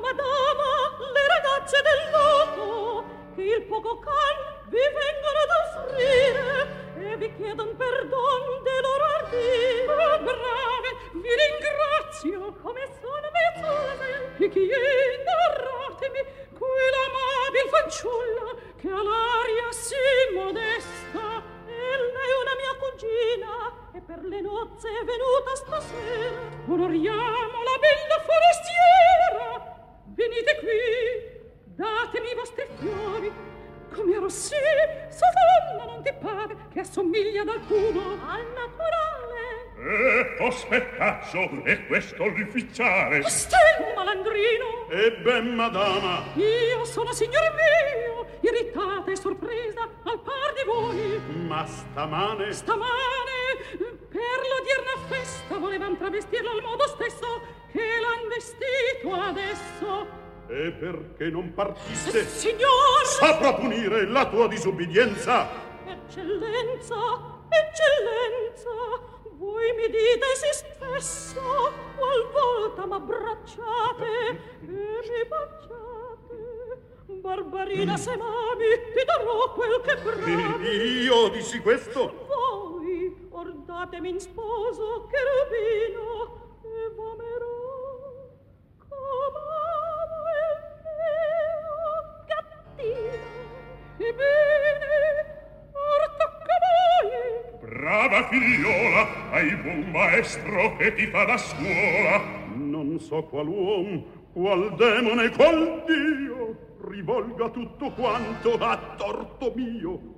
madama, le ragazze del loco, che il poco can vi vengono ad offrire e vi chiedon perdon de loro ardire. Oh, brave, vi ringrazio, come sono vezzose, e chi è, narratemi, quell'amabil fanciulla che ha l'aria sì modesta. Ella è una mia cugina e per le nozze è venuta stasera. Onoriamo la bella forestiera. Venite qui, datemi i vostri fiori. Come ero sì, sua donna non ti pare che assomiglia ad alcuno al naturale. Ho spettaccio, e questo l'ufficiale. Stai un malandrino. Ben, madama. Io sono signore mio, irritata e sorpresa al par di voi. Ma stamane? Stamane, per l'odierna festa volevam travestirlo al modo stesso che l'han vestito adesso. E perché non partiste? Signor! Saprà punire la tua disubbidienza. Eccellenza, eccellenza, voi mi dite sì stesso, qualvolta m'abbracciate e mi baciate. Barbarina, se m'ami, ti darò quel che bravi. Io dissi questo? Voi, or datemi in sposo, cherubino, e v'amerò come ebbene, ora tocca a voi. Brava figliola, hai buon maestro che ti fa da scuola. Non so qual uom, qual demone, qual dio rivolga tutto quanto a torto mio.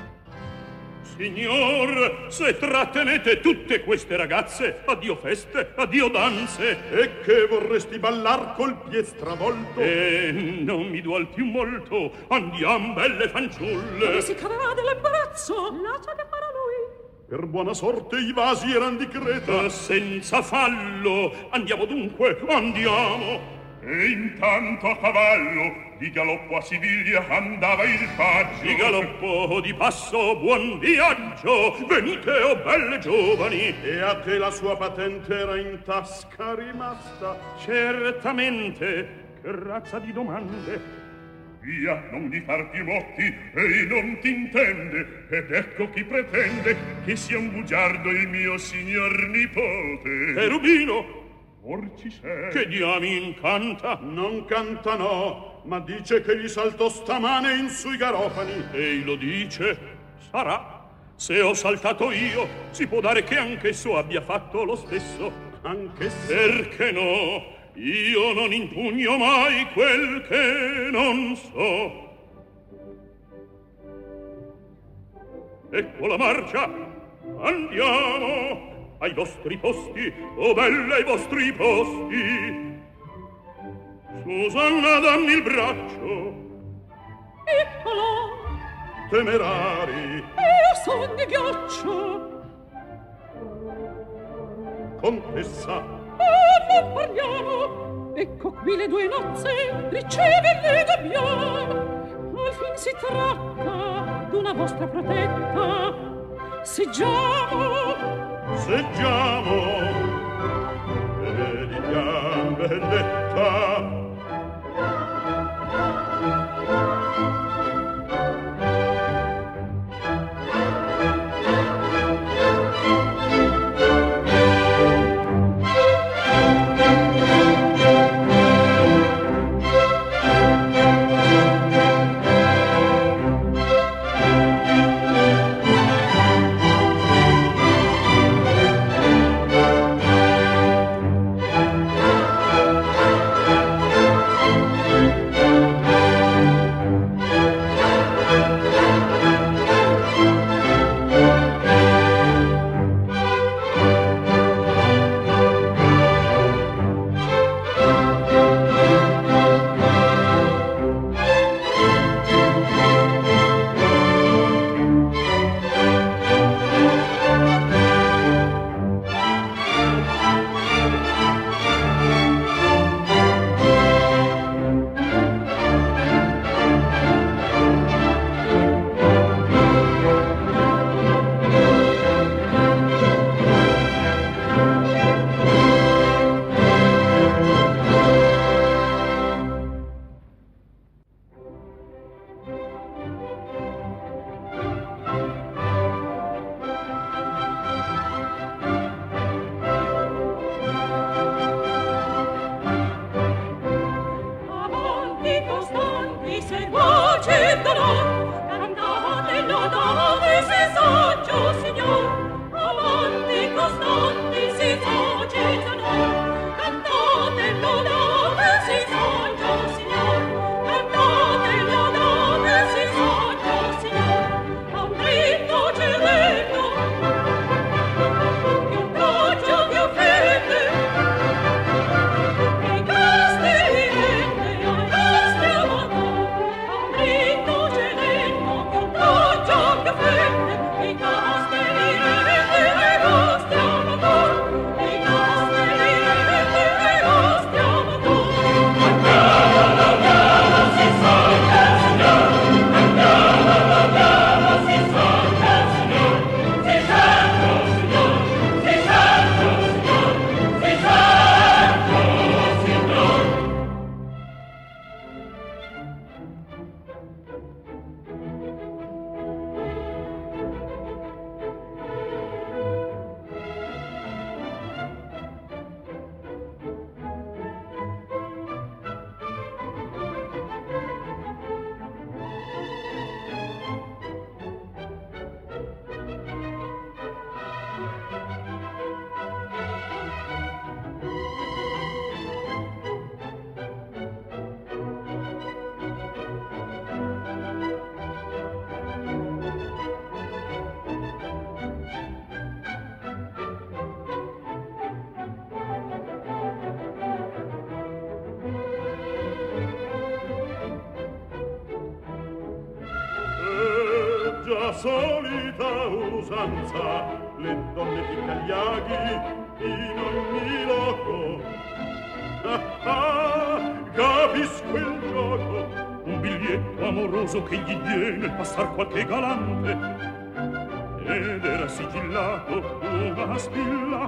Signor, se trattenete tutte queste ragazze, addio feste, addio danze. E che vorresti ballar col pie stravolto? Non mi duol più molto, andiam belle fanciulle. Come si caverà dell'imbarazzo? Lascia che farà lui. Per buona sorte i vasi eran di Creta. Senza fallo, andiamo dunque, andiamo. E intanto a cavallo, di galoppo a Siviglia andava il paggio. Di galoppo, di passo, buon viaggio. Venite, o belle giovani. E a te la sua patente era in tasca rimasta? Certamente, che razza di domande. Via, non mi far più motti, ei non t'intende. Ed ecco chi pretende che sia un bugiardo il mio signor nipote. Cherubino, or ci sei. Che diami incanta? Non canta no, ma dice che gli saltò stamane in sui garofani. Ei lo dice? Sarà. Se ho saltato io, si può dare che anch'esso abbia fatto lo stesso. Anch'esso? Perché no? Io non impugno mai quel che non so. Ecco la marcia. Andiamo. Ai vostri posti, oh belle, ai vostri posti. Susanna, dammi il braccio. Eccolo. Temerari. Io son di ghiaccio. Contessa. Non parliamo. Ecco qui le due nozze, riceve le gabbiamo. Al fin si tratta d'una vostra protetta. Seggiamo. Seggiamo e diam vendetta. amanti costanti se voce d'onor, cantate lodate se saggio signor, amanti costanti se voce d'onor, cantate lodate se saggio signor, cantate lodate se saggio signor, a un dritto cervello che un braccio vi offende, e castellirete ai nostri amatori, a un dritto cervello che un braccio vi offende, e castellirete ai nostri amatori, e castellirete ai nostri amatori. Già solita usanza, le donne piccagliaghi in ogni loco. Capisco il gioco. Un biglietto amoroso che gli viene il passar qualche galante, ed era sigillato una spilla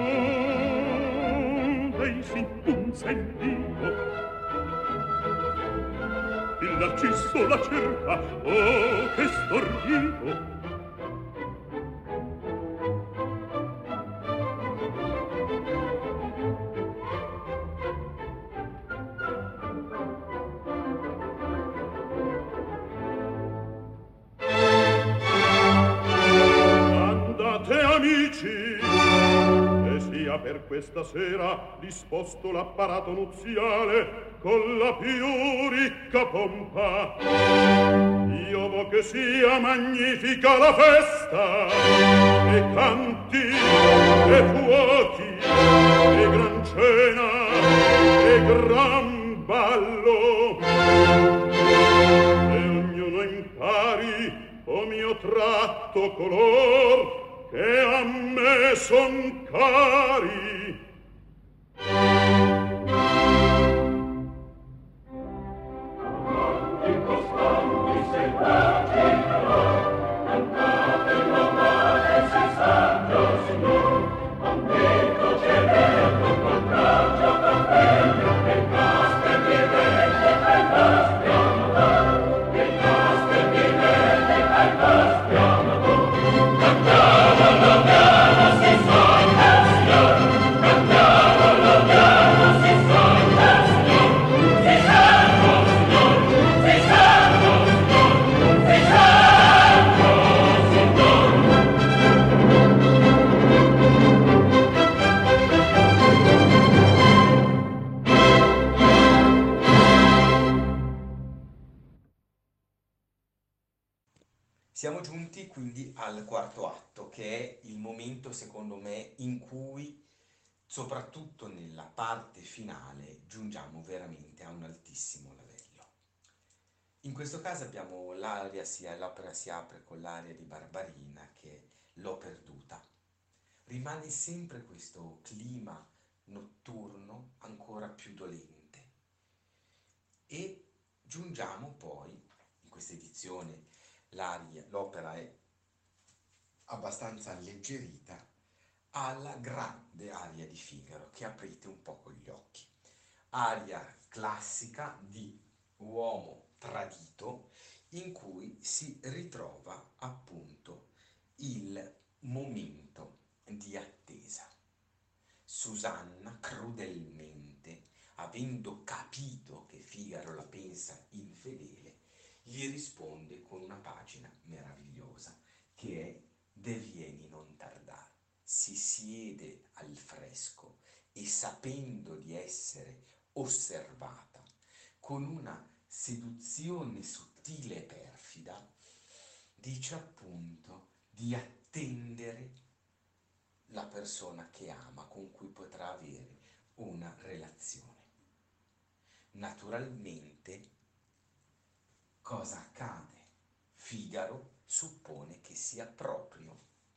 onde si impunza il dito. Il narciso la cerca, oh che stordito! Andate amici, e sia per questa sera disposto l'apparato nuziale con la più ricca pompa. Io vo che sia magnifica la festa, e canti, e fuochi, e gran cena, e gran ballo, e ognuno impari o mio tratto color che a me son cari. Siamo giunti quindi al quarto atto, che è il momento, secondo me, in cui, soprattutto nella parte finale, giungiamo veramente a un altissimo livello. In questo caso abbiamo l'opera si apre con l'aria di Barbarina, che è L'ho perduta. Rimane sempre questo clima notturno ancora più dolente. E giungiamo poi, in questa edizione, l'opera è abbastanza alleggerita, alla grande aria di Figaro, che aprite un po' con gli occhi. Aria classica di uomo tradito, in cui si ritrova appunto il momento di attesa. Susanna crudelmente avendo capito che Figaro la pensa infedele, gli risponde con una pagina meravigliosa che è "De vieni non tardar". Si siede al fresco e, sapendo di essere osservata, con una seduzione sottile e perfida, dice appunto di attendere la persona che ama, con cui potrà avere una relazione. Naturalmente, cosa accade? Figaro suppone che sia proprio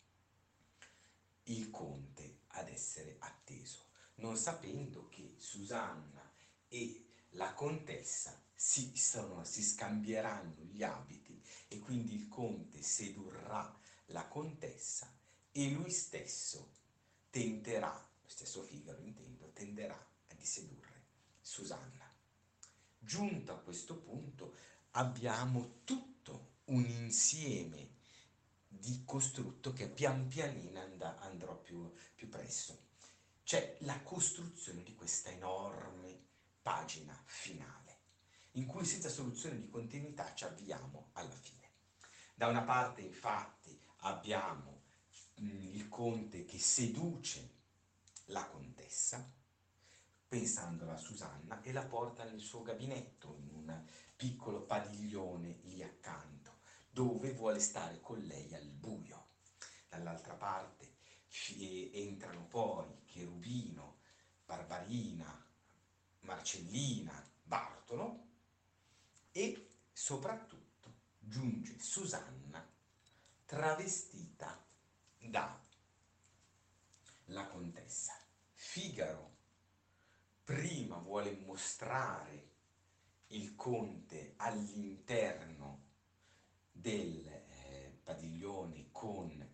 il conte ad essere atteso, non sapendo che Susanna e la contessa si scambieranno gli abiti, e quindi il conte sedurrà la contessa e lui stesso tenterà, lo stesso Figaro intendo, tenderà a sedurre Susanna. Giunto a questo punto abbiamo tutto un insieme di costrutto che pian pianino andrò più presso. C'è la costruzione di questa enorme pagina finale, in cui senza soluzione di continuità ci avviamo alla fine. Da una parte, infatti, abbiamo il conte che seduce la contessa, pensandola a Susanna, e la porta nel suo gabinetto, in un piccolo padiglione lì accanto, dove vuole stare con lei al buio. Dall'altra parte entrano poi Cherubino, Barbarina, Marcellina, Bartolo, e soprattutto giunge Susanna travestita da la contessa. Figaro prima vuole mostrare il conte all'interno del padiglione con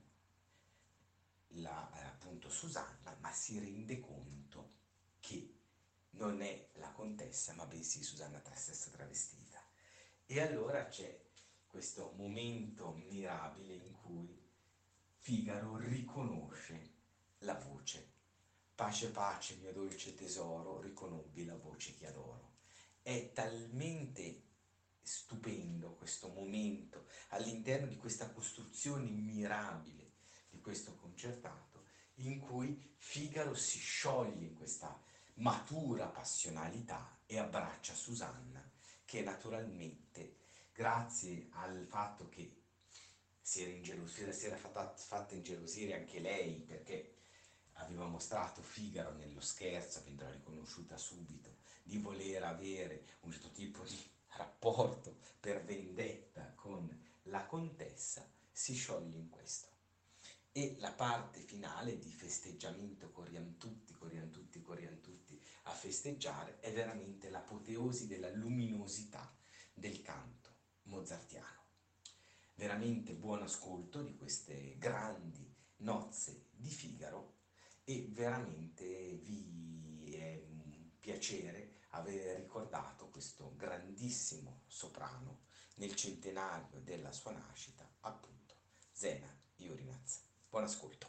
appunto Susanna, ma si rende conto che non è la contessa, ma bensì Susanna stessa travestita. E allora c'è questo momento mirabile in cui Figaro riconosce la voce. Pace, pace, mio dolce tesoro, riconobbi la voce che adoro. È talmente stupendo questo momento all'interno di questa costruzione mirabile di questo concertato, in cui Figaro si scioglie in questa matura passionalità e abbraccia Susanna, che naturalmente, grazie al fatto che si era fatta ingelosire anche lei, perché aveva mostrato Figaro nello scherzo, avendola riconosciuta subito, di voler avere un certo tipo di rapporto per vendetta con la contessa, si scioglie in questo. E la parte finale di festeggiamento, corriam tutti a festeggiare, è veramente l'apoteosi della luminosità del canto mozartiano. Veramente buon ascolto di queste grandi nozze di Figaro, e veramente vi è un piacere aver ricordato questo grandissimo soprano nel centenario della sua nascita, appunto Zena Jurinaz. Buon ascolto.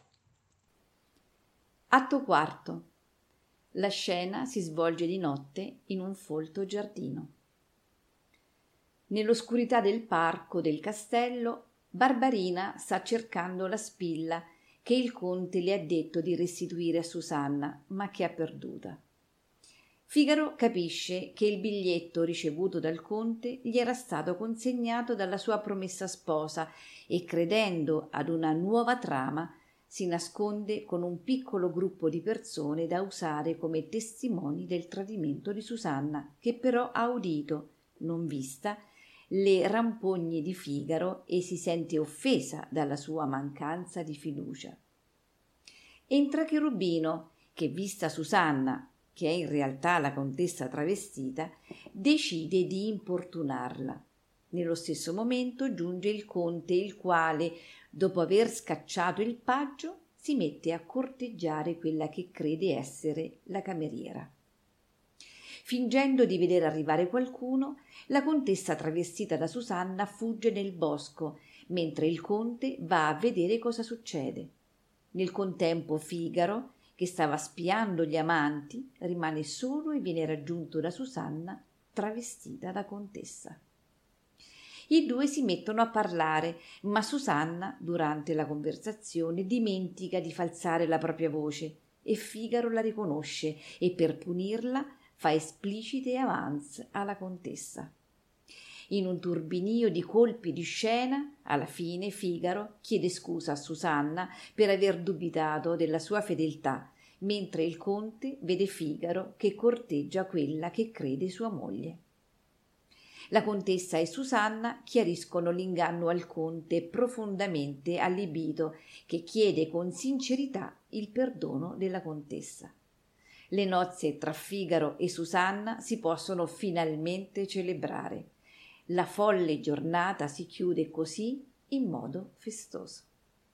Atto quarto. La scena si svolge di notte in un folto giardino. Nell'oscurità del parco del castello, Barbarina sta cercando la spilla che il conte le ha detto di restituire a Susanna, ma che ha perduta. Figaro capisce che il biglietto ricevuto dal conte gli era stato consegnato dalla sua promessa sposa e, credendo ad una nuova trama, si nasconde con un piccolo gruppo di persone da usare come testimoni del tradimento di Susanna, che però ha udito, non vista, le rampogne di Figaro e si sente offesa dalla sua mancanza di fiducia. Entra Cherubino, che, vista Susanna, che è in realtà la contessa travestita, decide di importunarla. Nello stesso momento giunge il conte, il quale, dopo aver scacciato il paggio, si mette a corteggiare quella che crede essere la cameriera. Fingendo di vedere arrivare qualcuno, la contessa travestita da Susanna fugge nel bosco, mentre il conte va a vedere cosa succede. Nel contempo Figaro, che stava spiando gli amanti, rimane solo e viene raggiunto da Susanna travestita da contessa. I due si mettono a parlare, ma Susanna, durante la conversazione, dimentica di falsare la propria voce e Figaro la riconosce e per punirla fa esplicite avance alla contessa. In un turbinio di colpi di scena, alla fine Figaro chiede scusa a Susanna per aver dubitato della sua fedeltà, mentre il conte vede Figaro che corteggia quella che crede sua moglie. La contessa e Susanna chiariscono l'inganno al conte profondamente allibito, che chiede con sincerità il perdono della contessa. Le nozze tra Figaro e Susanna si possono finalmente celebrare. La folle giornata si chiude così in modo festoso.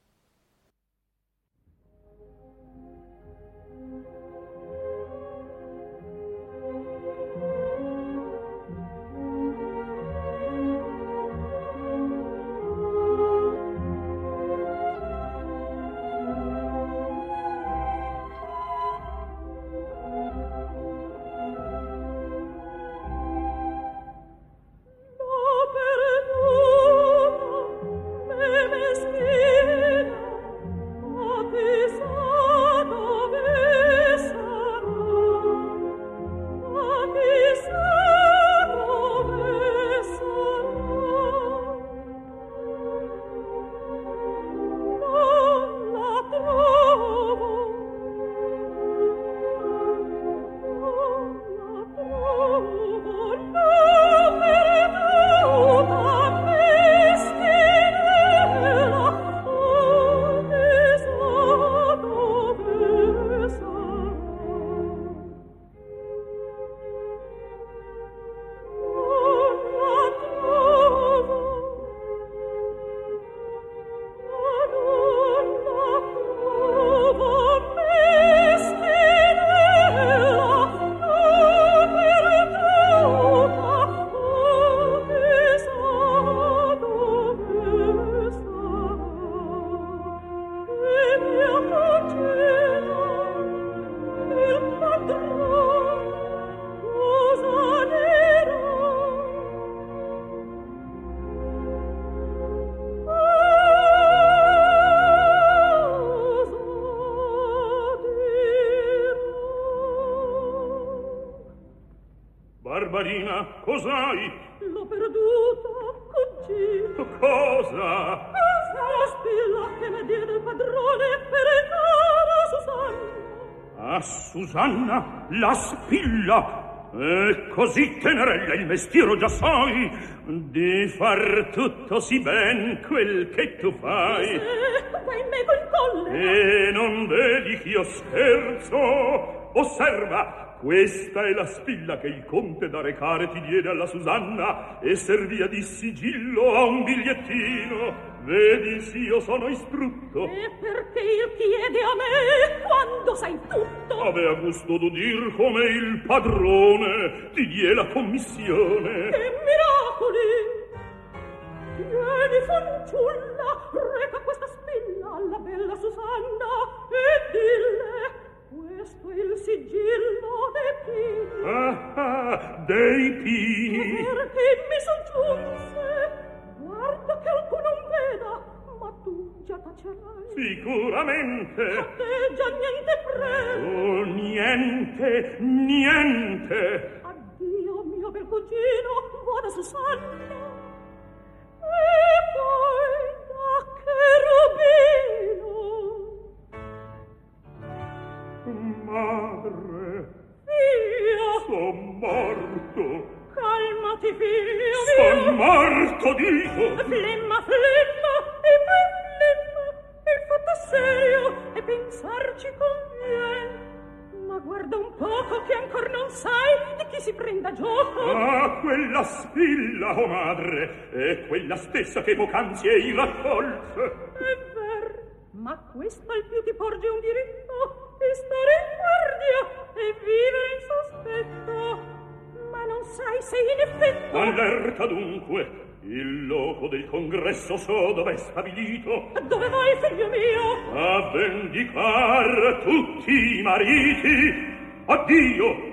Barbarina, cos'hai? L'ho perduto, cugino. Cosa? La spilla che mi diede il padrone per entrare a Susanna. A Susanna, la spilla? E così tenerella il mestiero già sai di far tutto sì ben quel che tu fai. Vai in me col colle. E non vedi che io scherzo? Osserva! Questa è la spilla che il conte da recare ti diede alla Susanna e servia di sigillo a un bigliettino. Vedi, sì, io sono istrutto. E perché il chiede a me quando sai tutto? Avea gusto d'udir come il padrone ti die la commissione. Che miracoli! Vieni, fanciulla, reca questa spilla alla bella Susanna e dille: questo è il sigillo dei pini. Ah, dei pini. Perché mi soggiunse? Guarda che alcuno non veda, ma tu già tacerai. Sicuramente. A te già niente prego. Oh, niente, niente. Addio, mio bel cugino, vada Susanna. E poi da cherubino. Madre. Io. Son morto. Calmati, figlio mio. Son morto, dico. Flemma, flemma, e poi flemma. Il fatto è serio e pensarci conviene. Ma guarda un poco che ancor non sai di chi si prenda gioco. Ah, quella spilla, oh madre, è quella stessa che poc'anzi ei raccolse. È vero, ma questo al più ti porge un diritto di stare in guardia e vivere in sospetto. Ma non sai se in effetto... Allerta dunque, Il loco del congresso so dove è stabilito. Dove vai, figlio mio? A vendicar tutti i mariti. Addio!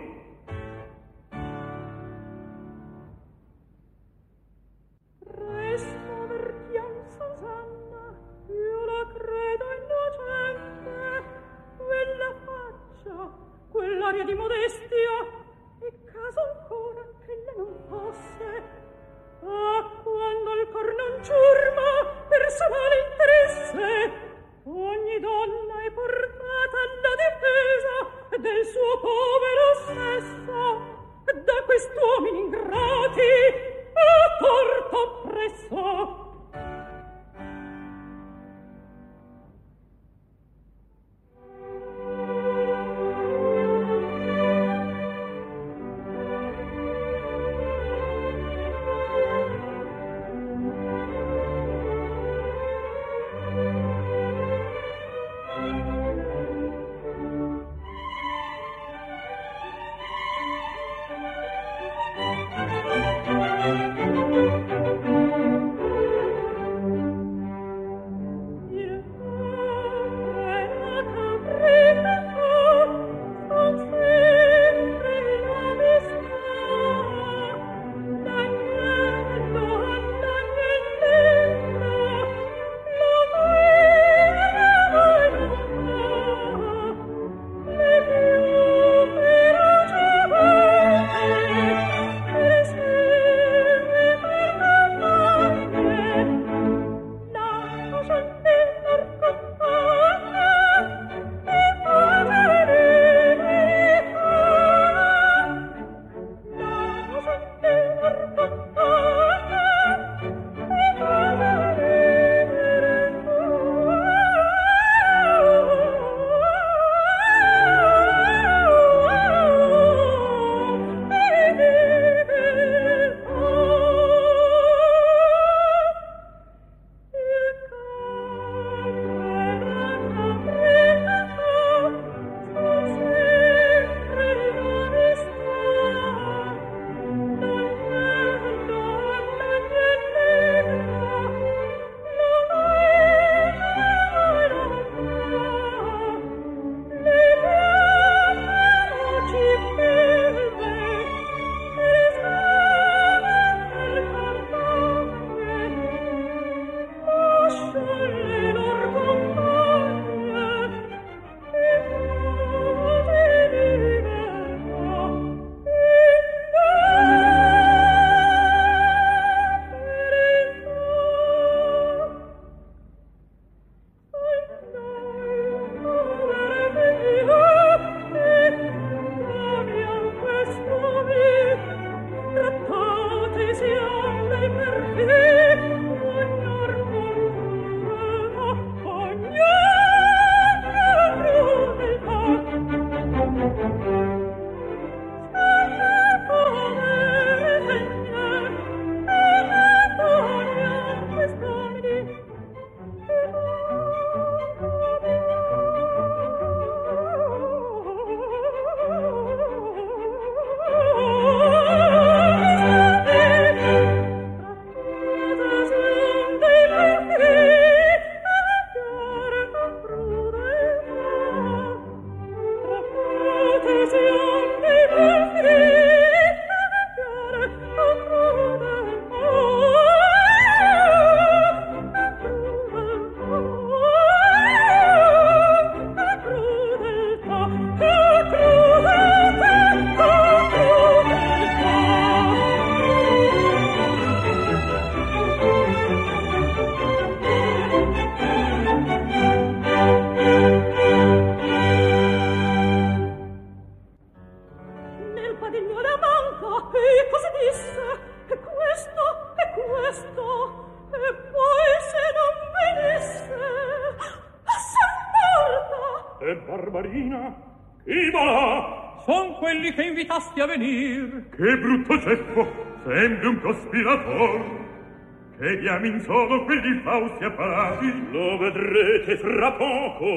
Presto avvertiam Susanna, io la credo innocente. Quella faccia, quell'aria di modestia, e caso ancora che le non fosse. Ah, quando il cor non ciurma personale interesse, ogni donna è portata alla difesa del suo povero sesso, da quest'uomini ingrati a torto presso. Barbarina, chi va là? Son quelli che invitasti a venir. Che brutto ceppo, sembri un cospirator. Che diamin sono quelli fausti apparati? Lo vedrete fra poco.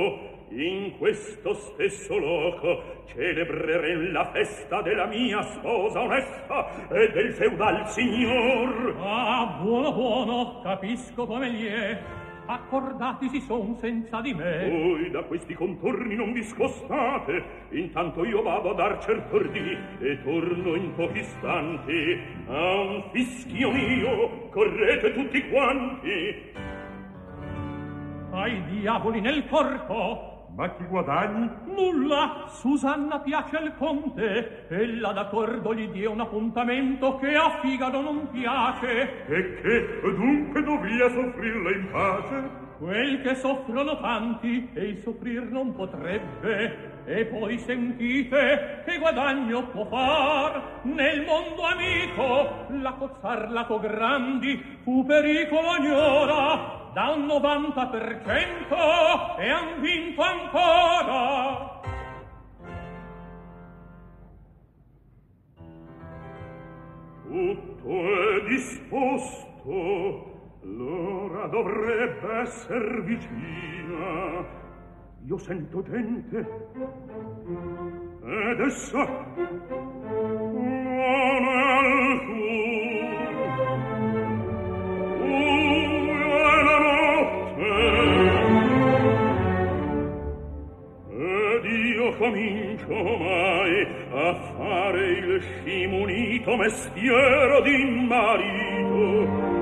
in questo stesso loco celebrerem la festa della mia sposa onesta e del feudal signor. Ah, buono, buono, capisco come gli è. Accordati si son senza di me. Voi da questi contorni non vi scostate, intanto io vado a dar certo ordini e torno in pochi istanti. A un fischio mio correte tutti quanti. Ai diavoli nel corpo. Ma chi guadagni? Nulla, Susanna piace al conte. Ella d'accordo gli dia un appuntamento che a Figaro non piace. E che dunque dovria soffrirla in pace? Quel che soffrono tanti e il soffrir non potrebbe. E poi sentite che guadagno può far nel mondo amico. La cozzarla co grandi fu pericolo ignora. Da un 90% e han vinto ancora. Tutto è disposto, l'ora dovrebbe esser vicina. Io sento gente ed essa non è comincio mai a fare il scimunito mestiero di marito.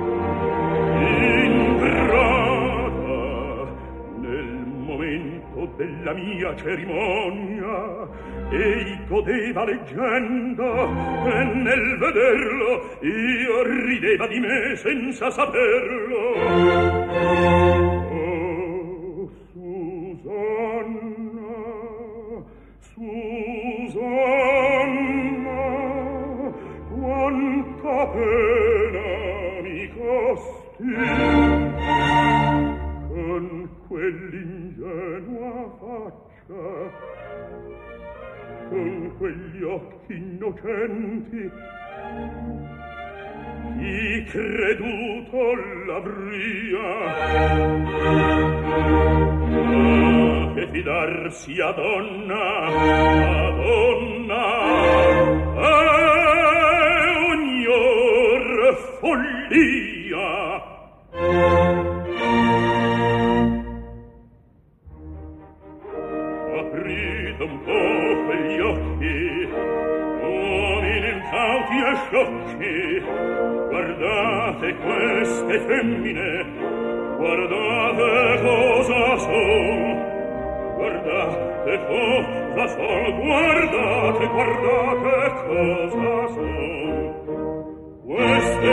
Ingrata nel momento della mia cerimonia ei godeva leggenda e nel vederlo io rideva di me senza saperlo. Susanna, quanta pena mi costi con quell'ingenua faccia, con quegli occhi innocenti. Chi creduto l'avria che fidarsi a donna è ognor follia. Aprite un po' quegli occhi, uomini incauti e sciocchi, guardate queste femmine, guardate cosa son, guardate cosa son, guardate, guardate cosa son. Queste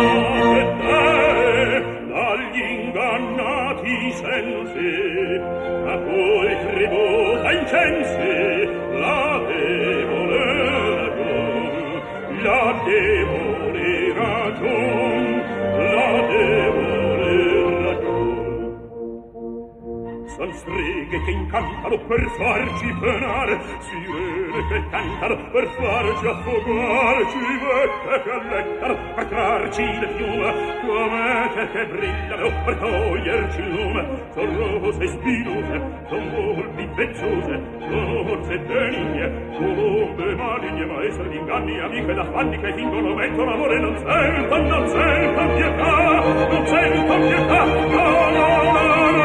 piante dagli ingannati sensi, a cui tributa incensi la debole ragion, la debole ragion, la debole ragion. Son streghe che incantano per farci penare, sirene che cantano per farci affogare, civette che allettano per trarci le fiume, comete che brillano per toglierci il lume. Son rose spinose, son volpi vezzose, son orse benigne, colombe maligne, maestre d'inganni, amiche d'affanni che fingono mettono amore. Non senton pietà, non senton pietà, no, no, no, no.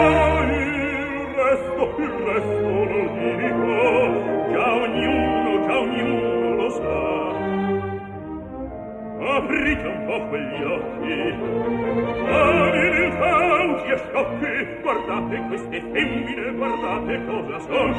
Il resto non dico, già ognuno lo sa. Aprite un po' quegli occhi, uomini incauti e sciocchi, guardate queste femmine, guardate cosa son,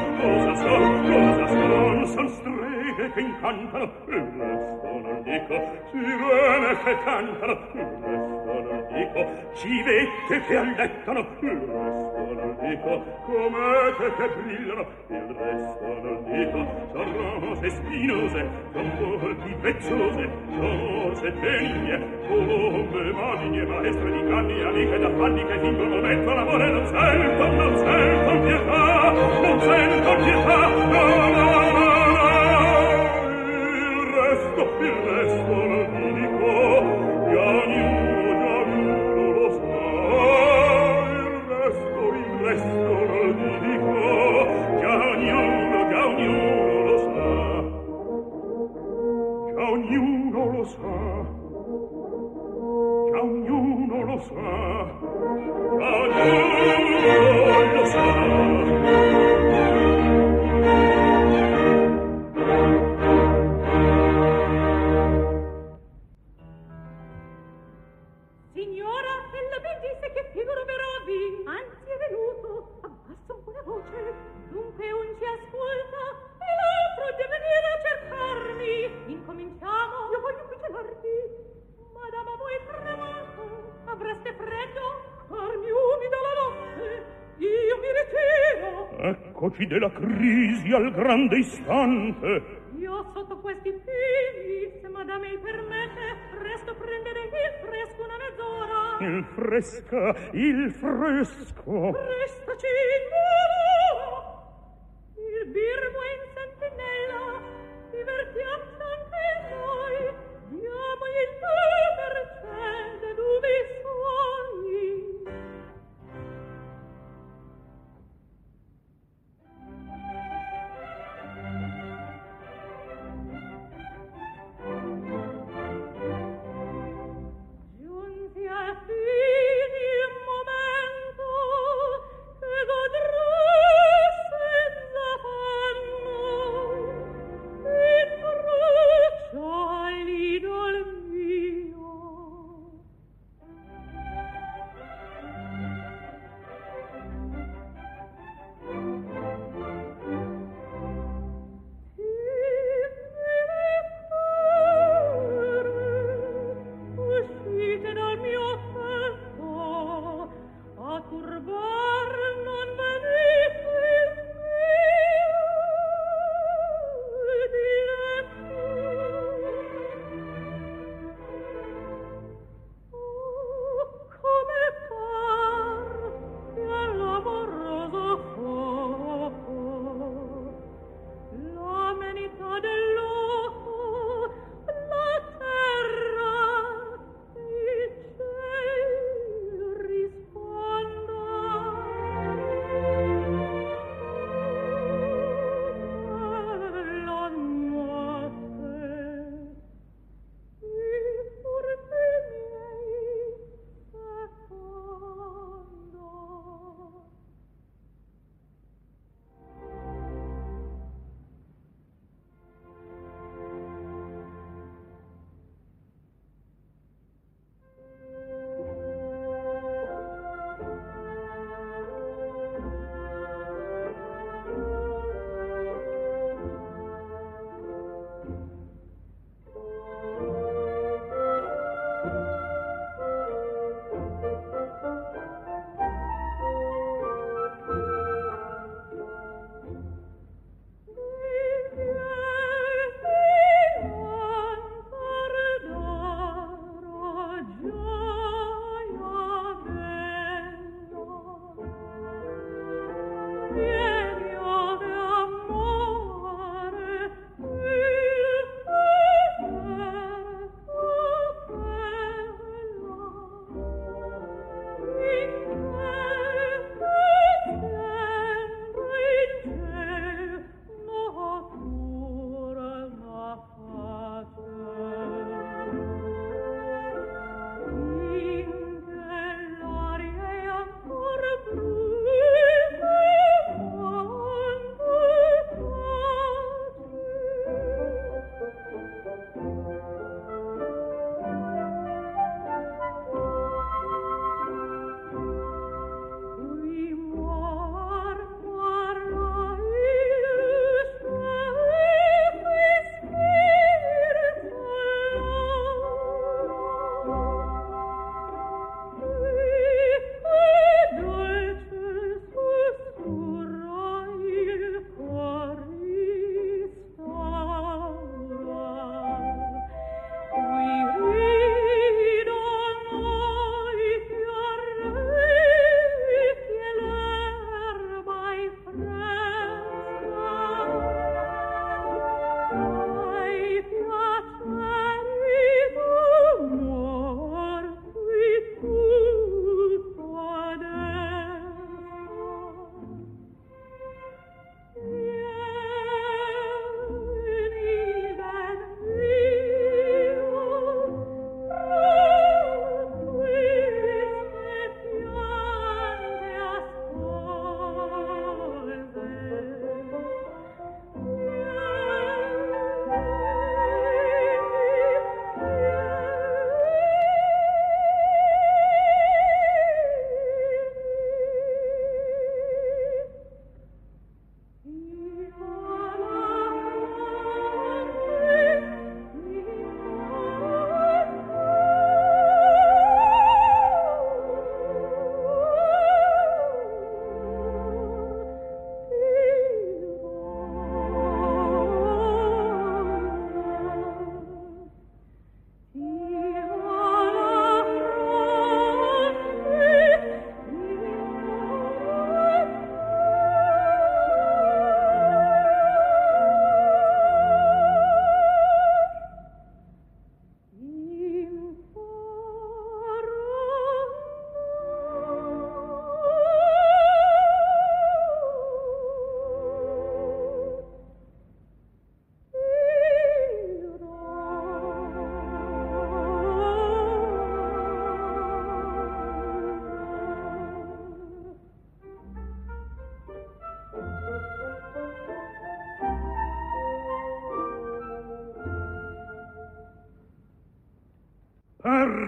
son streghe che incantano, il resto non dico, sirene che cantano, il resto non dico, civette che allettano, il resto non dico, comete che brillano, il resto non dico, son rose spinose, son volpi vezzose, son orse benigne, colombe maligne, maestre d'inganni, amiche d'affanni che fingono mettono amore. Non senton pietà, non senton pietà, no, no, no, no. Il resto non dico, già ognuno lo sa. Il resto non dico, lo sa, Giacomo lo sa. Signora, ella ben disse che figuro merovi, anzi è venuto, abbassa un po' la voce, dunque un ci ascolta e l'altro deve venire a cercarmi. Incominciamo. Io voglio qui celarmi. Madama, voi tremato, avreste freddo? Farmi umida la notte, io mi ritiro. Eccoci della crisi al grande istante. Io sotto questi piedi, se madame mi permette, resto a prendere il fresco una mezz'ora. Il fresco. Restaci in volo. Il birmo è in sentinella, divertiamoci anche noi. Diamogli il tuo mercede, nubi suoi. Giunti a fine momento che godrò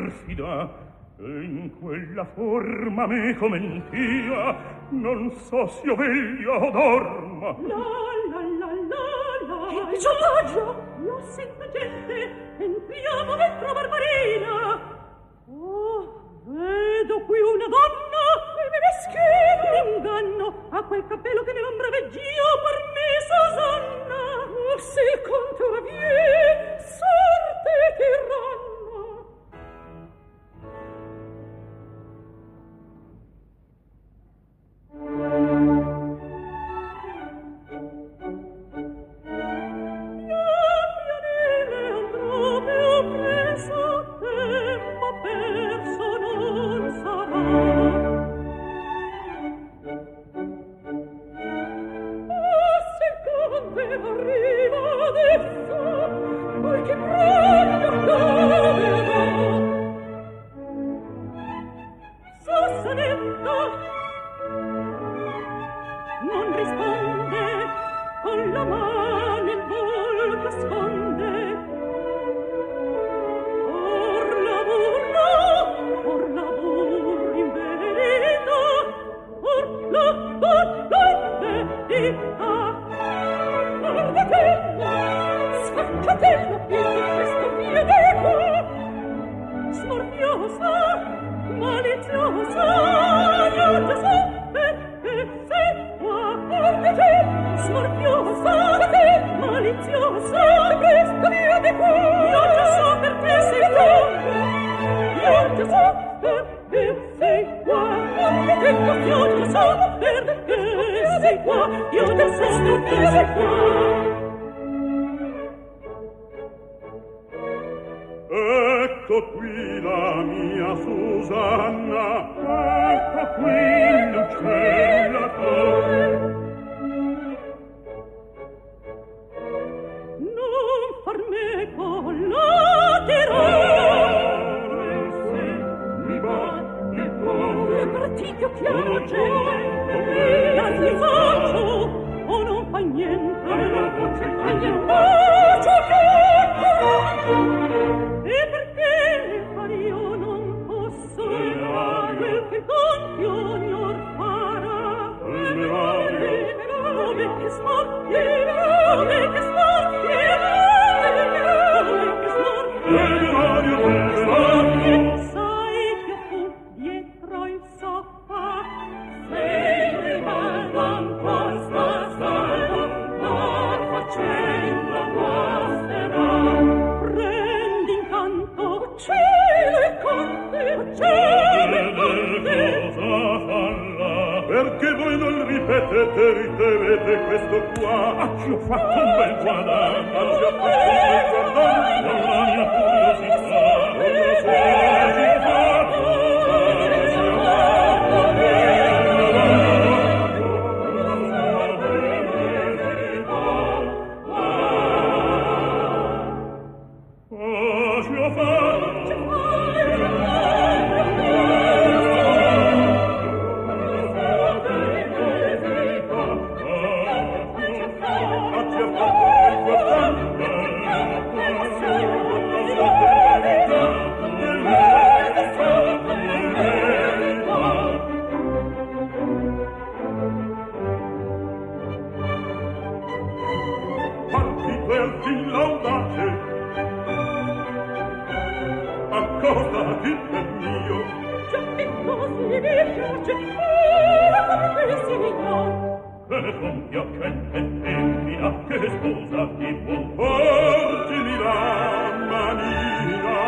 perfida, e in quella forma me comentia, non so se io veglia o dorma. Giorgio, io sento gente, entriamo dentro Barbarina. Oh, vedo qui una donna, e mi meschino inganno, a quel cappello che nell'ombra vegg'io per me Susanna. Oh, se il conte ora vie, sorte tiranna. Ecco qui la mia Susanna, ecco qui l'uccellatore. Non far meco laterale, se mi batte il cuore, partito piange, la ti faccio, o non fa niente, alla voce agli bacio che e perché far io non posso quel che compio ognor farà come che smorti come che smorti sai che fu dietro il soffa sempre vanno costa salvo non facendo guasterà. Prendi intanto cielo e conte, cielo e conte. perché voi non ripetete, ritenete questo qua. Ci ho fatto un bel guadagno, Ci ho fatto un bel guadagno. la mia curiosità, partito e al fin laudate, accordati per mio. Già che così mi piace, ora come pensiamo. e compia che femmina che sposa ti può. Portimi la manina,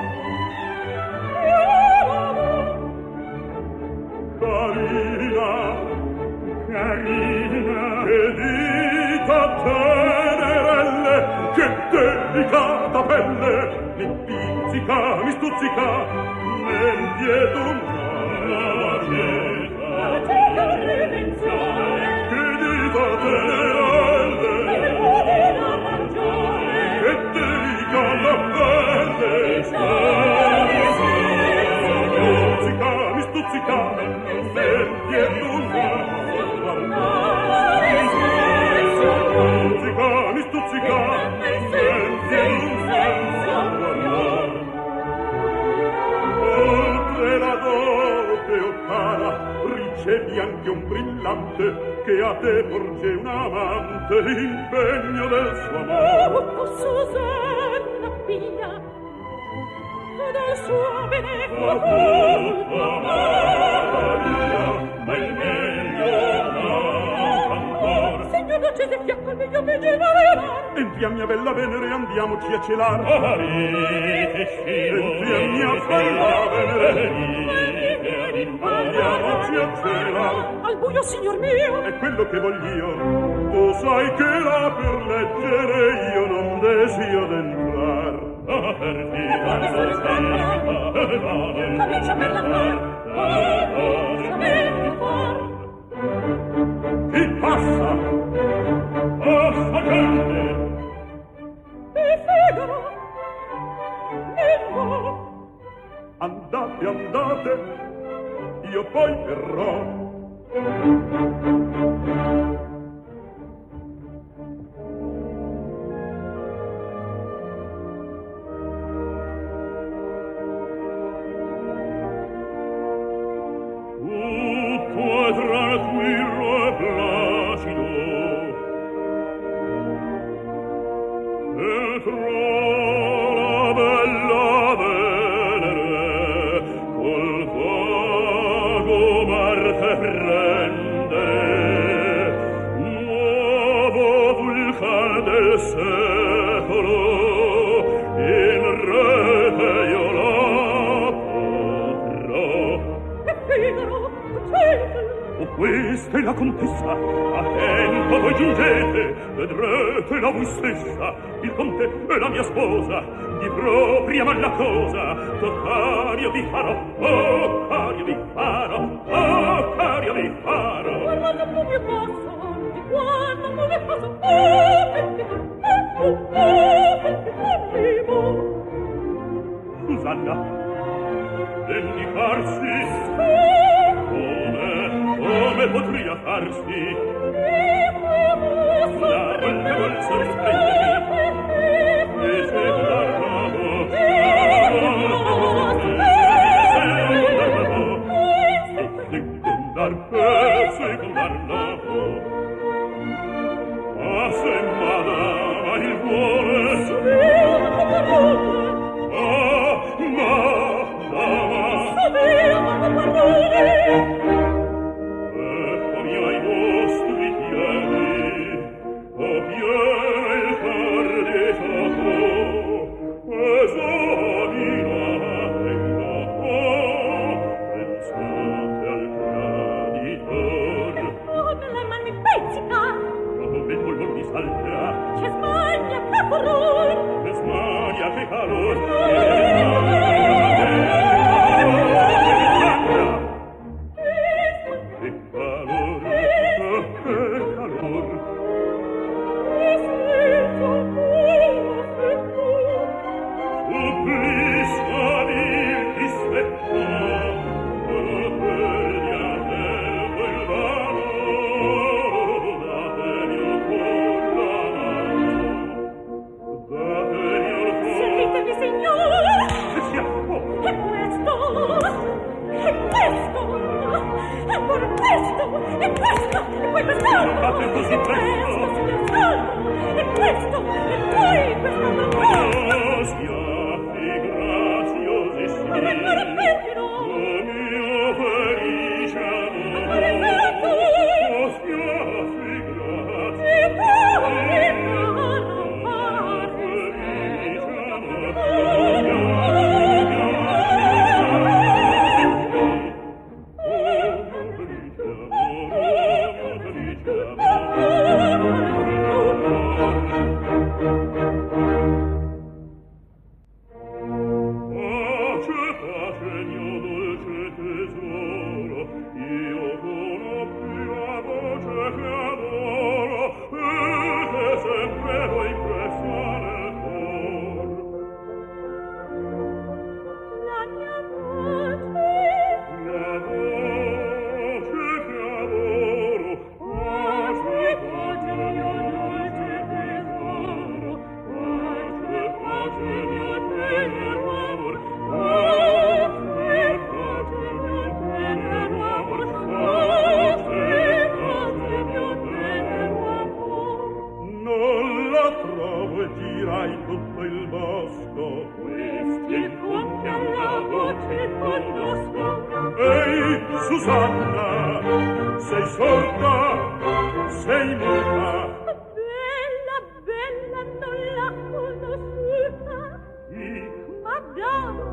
carina, Carina, che dita tenerelle, che delicata pelle, mi pizzica, mi stuzzica, nel piedum la Cieca redenzione, che dita tenerelle, la maggiore, che delicata pelle, mi stuzzica, nel piedum mi stuzzica, nel piedum voce bianca un brillante che a te porge un amante l'impegno del suo amore. Susanna piglia del suo beneficio ma il meglio non ancor. Signor Docese fiacco il meglio vegemalera. Entriam mia bella Venere, andiamoci a celar. Entriam mia bella Venere, Andiamoci a celar. al buio, signor mio. È quello che voglio. Tu sai che là per leggere io non desio d'entrar. Comincia per la Chi passa? Passa gente! E Figaro Nemo. Andate, andate, io poi verrò. Tutto è tranquillo e placido. Dentro la bella Venere col vago Marte prendere nuovo vulcan del secolo in rete io la potrò. E Figaro Docese. Questa è la contessa, a tempo voi giungete, vedrete la voi stessa, il conte è la mia sposa, di propria mala cosa, tocario vi farò, oh cario vi farò, oh cario vi farò. Guarda un po' mio passo, di quando non le passo, Susanna, vendicarsi, come potria farsi? La bella bolsa risplendere, e se guardarlo, secondarlo, ma se madama il vuole, eccomi ai vostri piedi, o piede il cor di gioco, esaminate il loco, pensate al traditor. la man mi pezzica, Come il color mi salterà, che smania, che horror. che smania, che calor, Sentitevi, signor. che sia, E questo, e questo, e ancora questo, e questo, e poi quest'altro, fate così e presto. signor Salvo, e questo, e poi quest'altro ancora. Siate graziosissimi, Ma ancora pettino, o mio felice amore, esatto, o siate grazie, e poi, Ehi, Susanna, sei sorda, sei muta. Bella, bella, non l'ha conosciuta. Madama.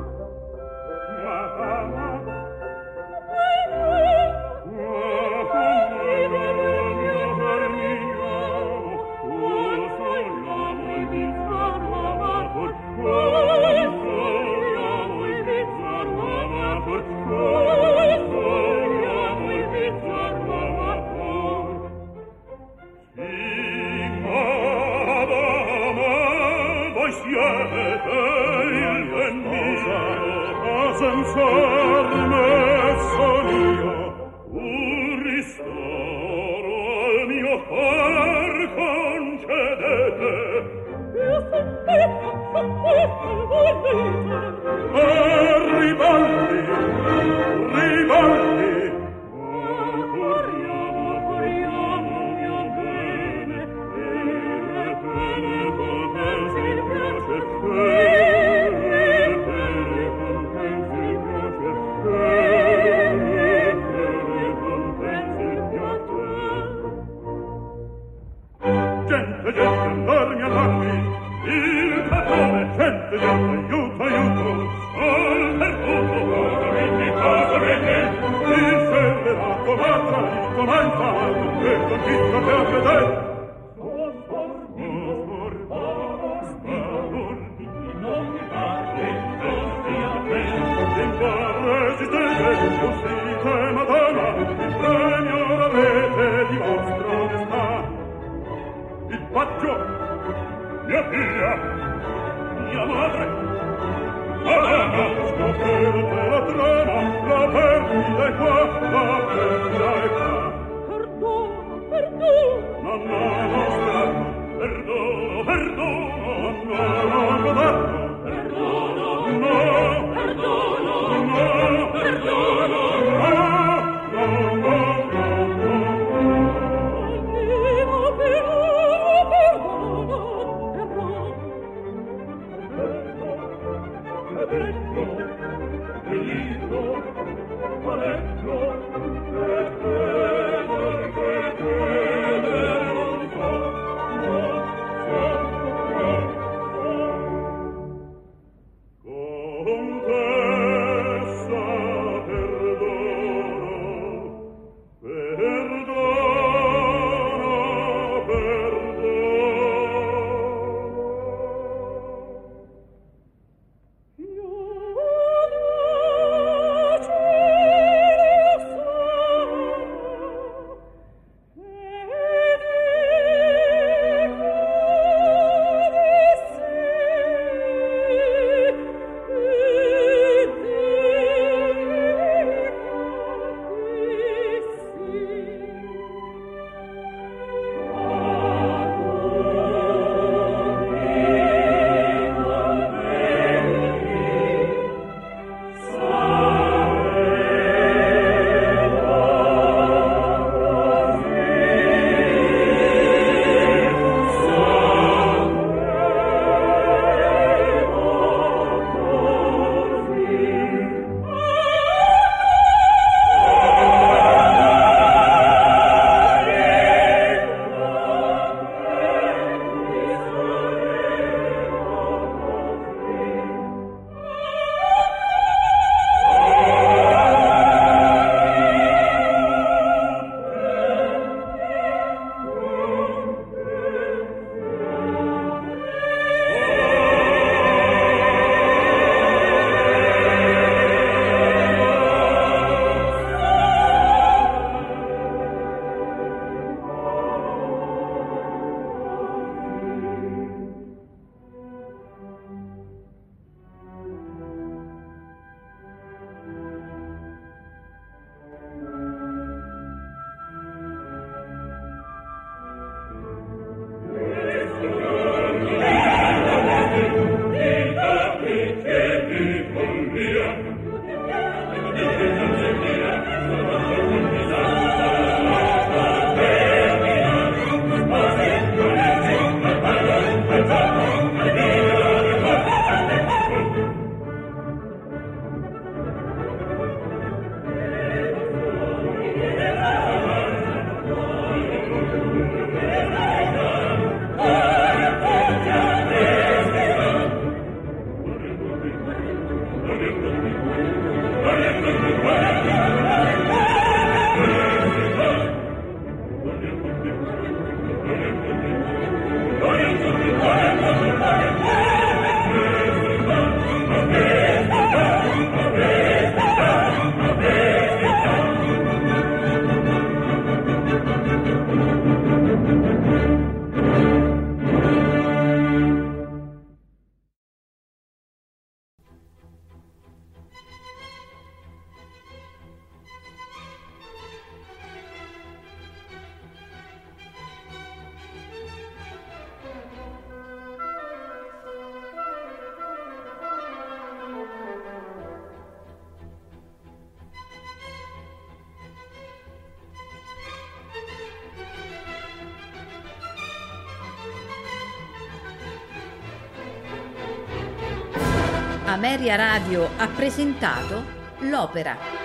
Ameria Radio ha presentato l'opera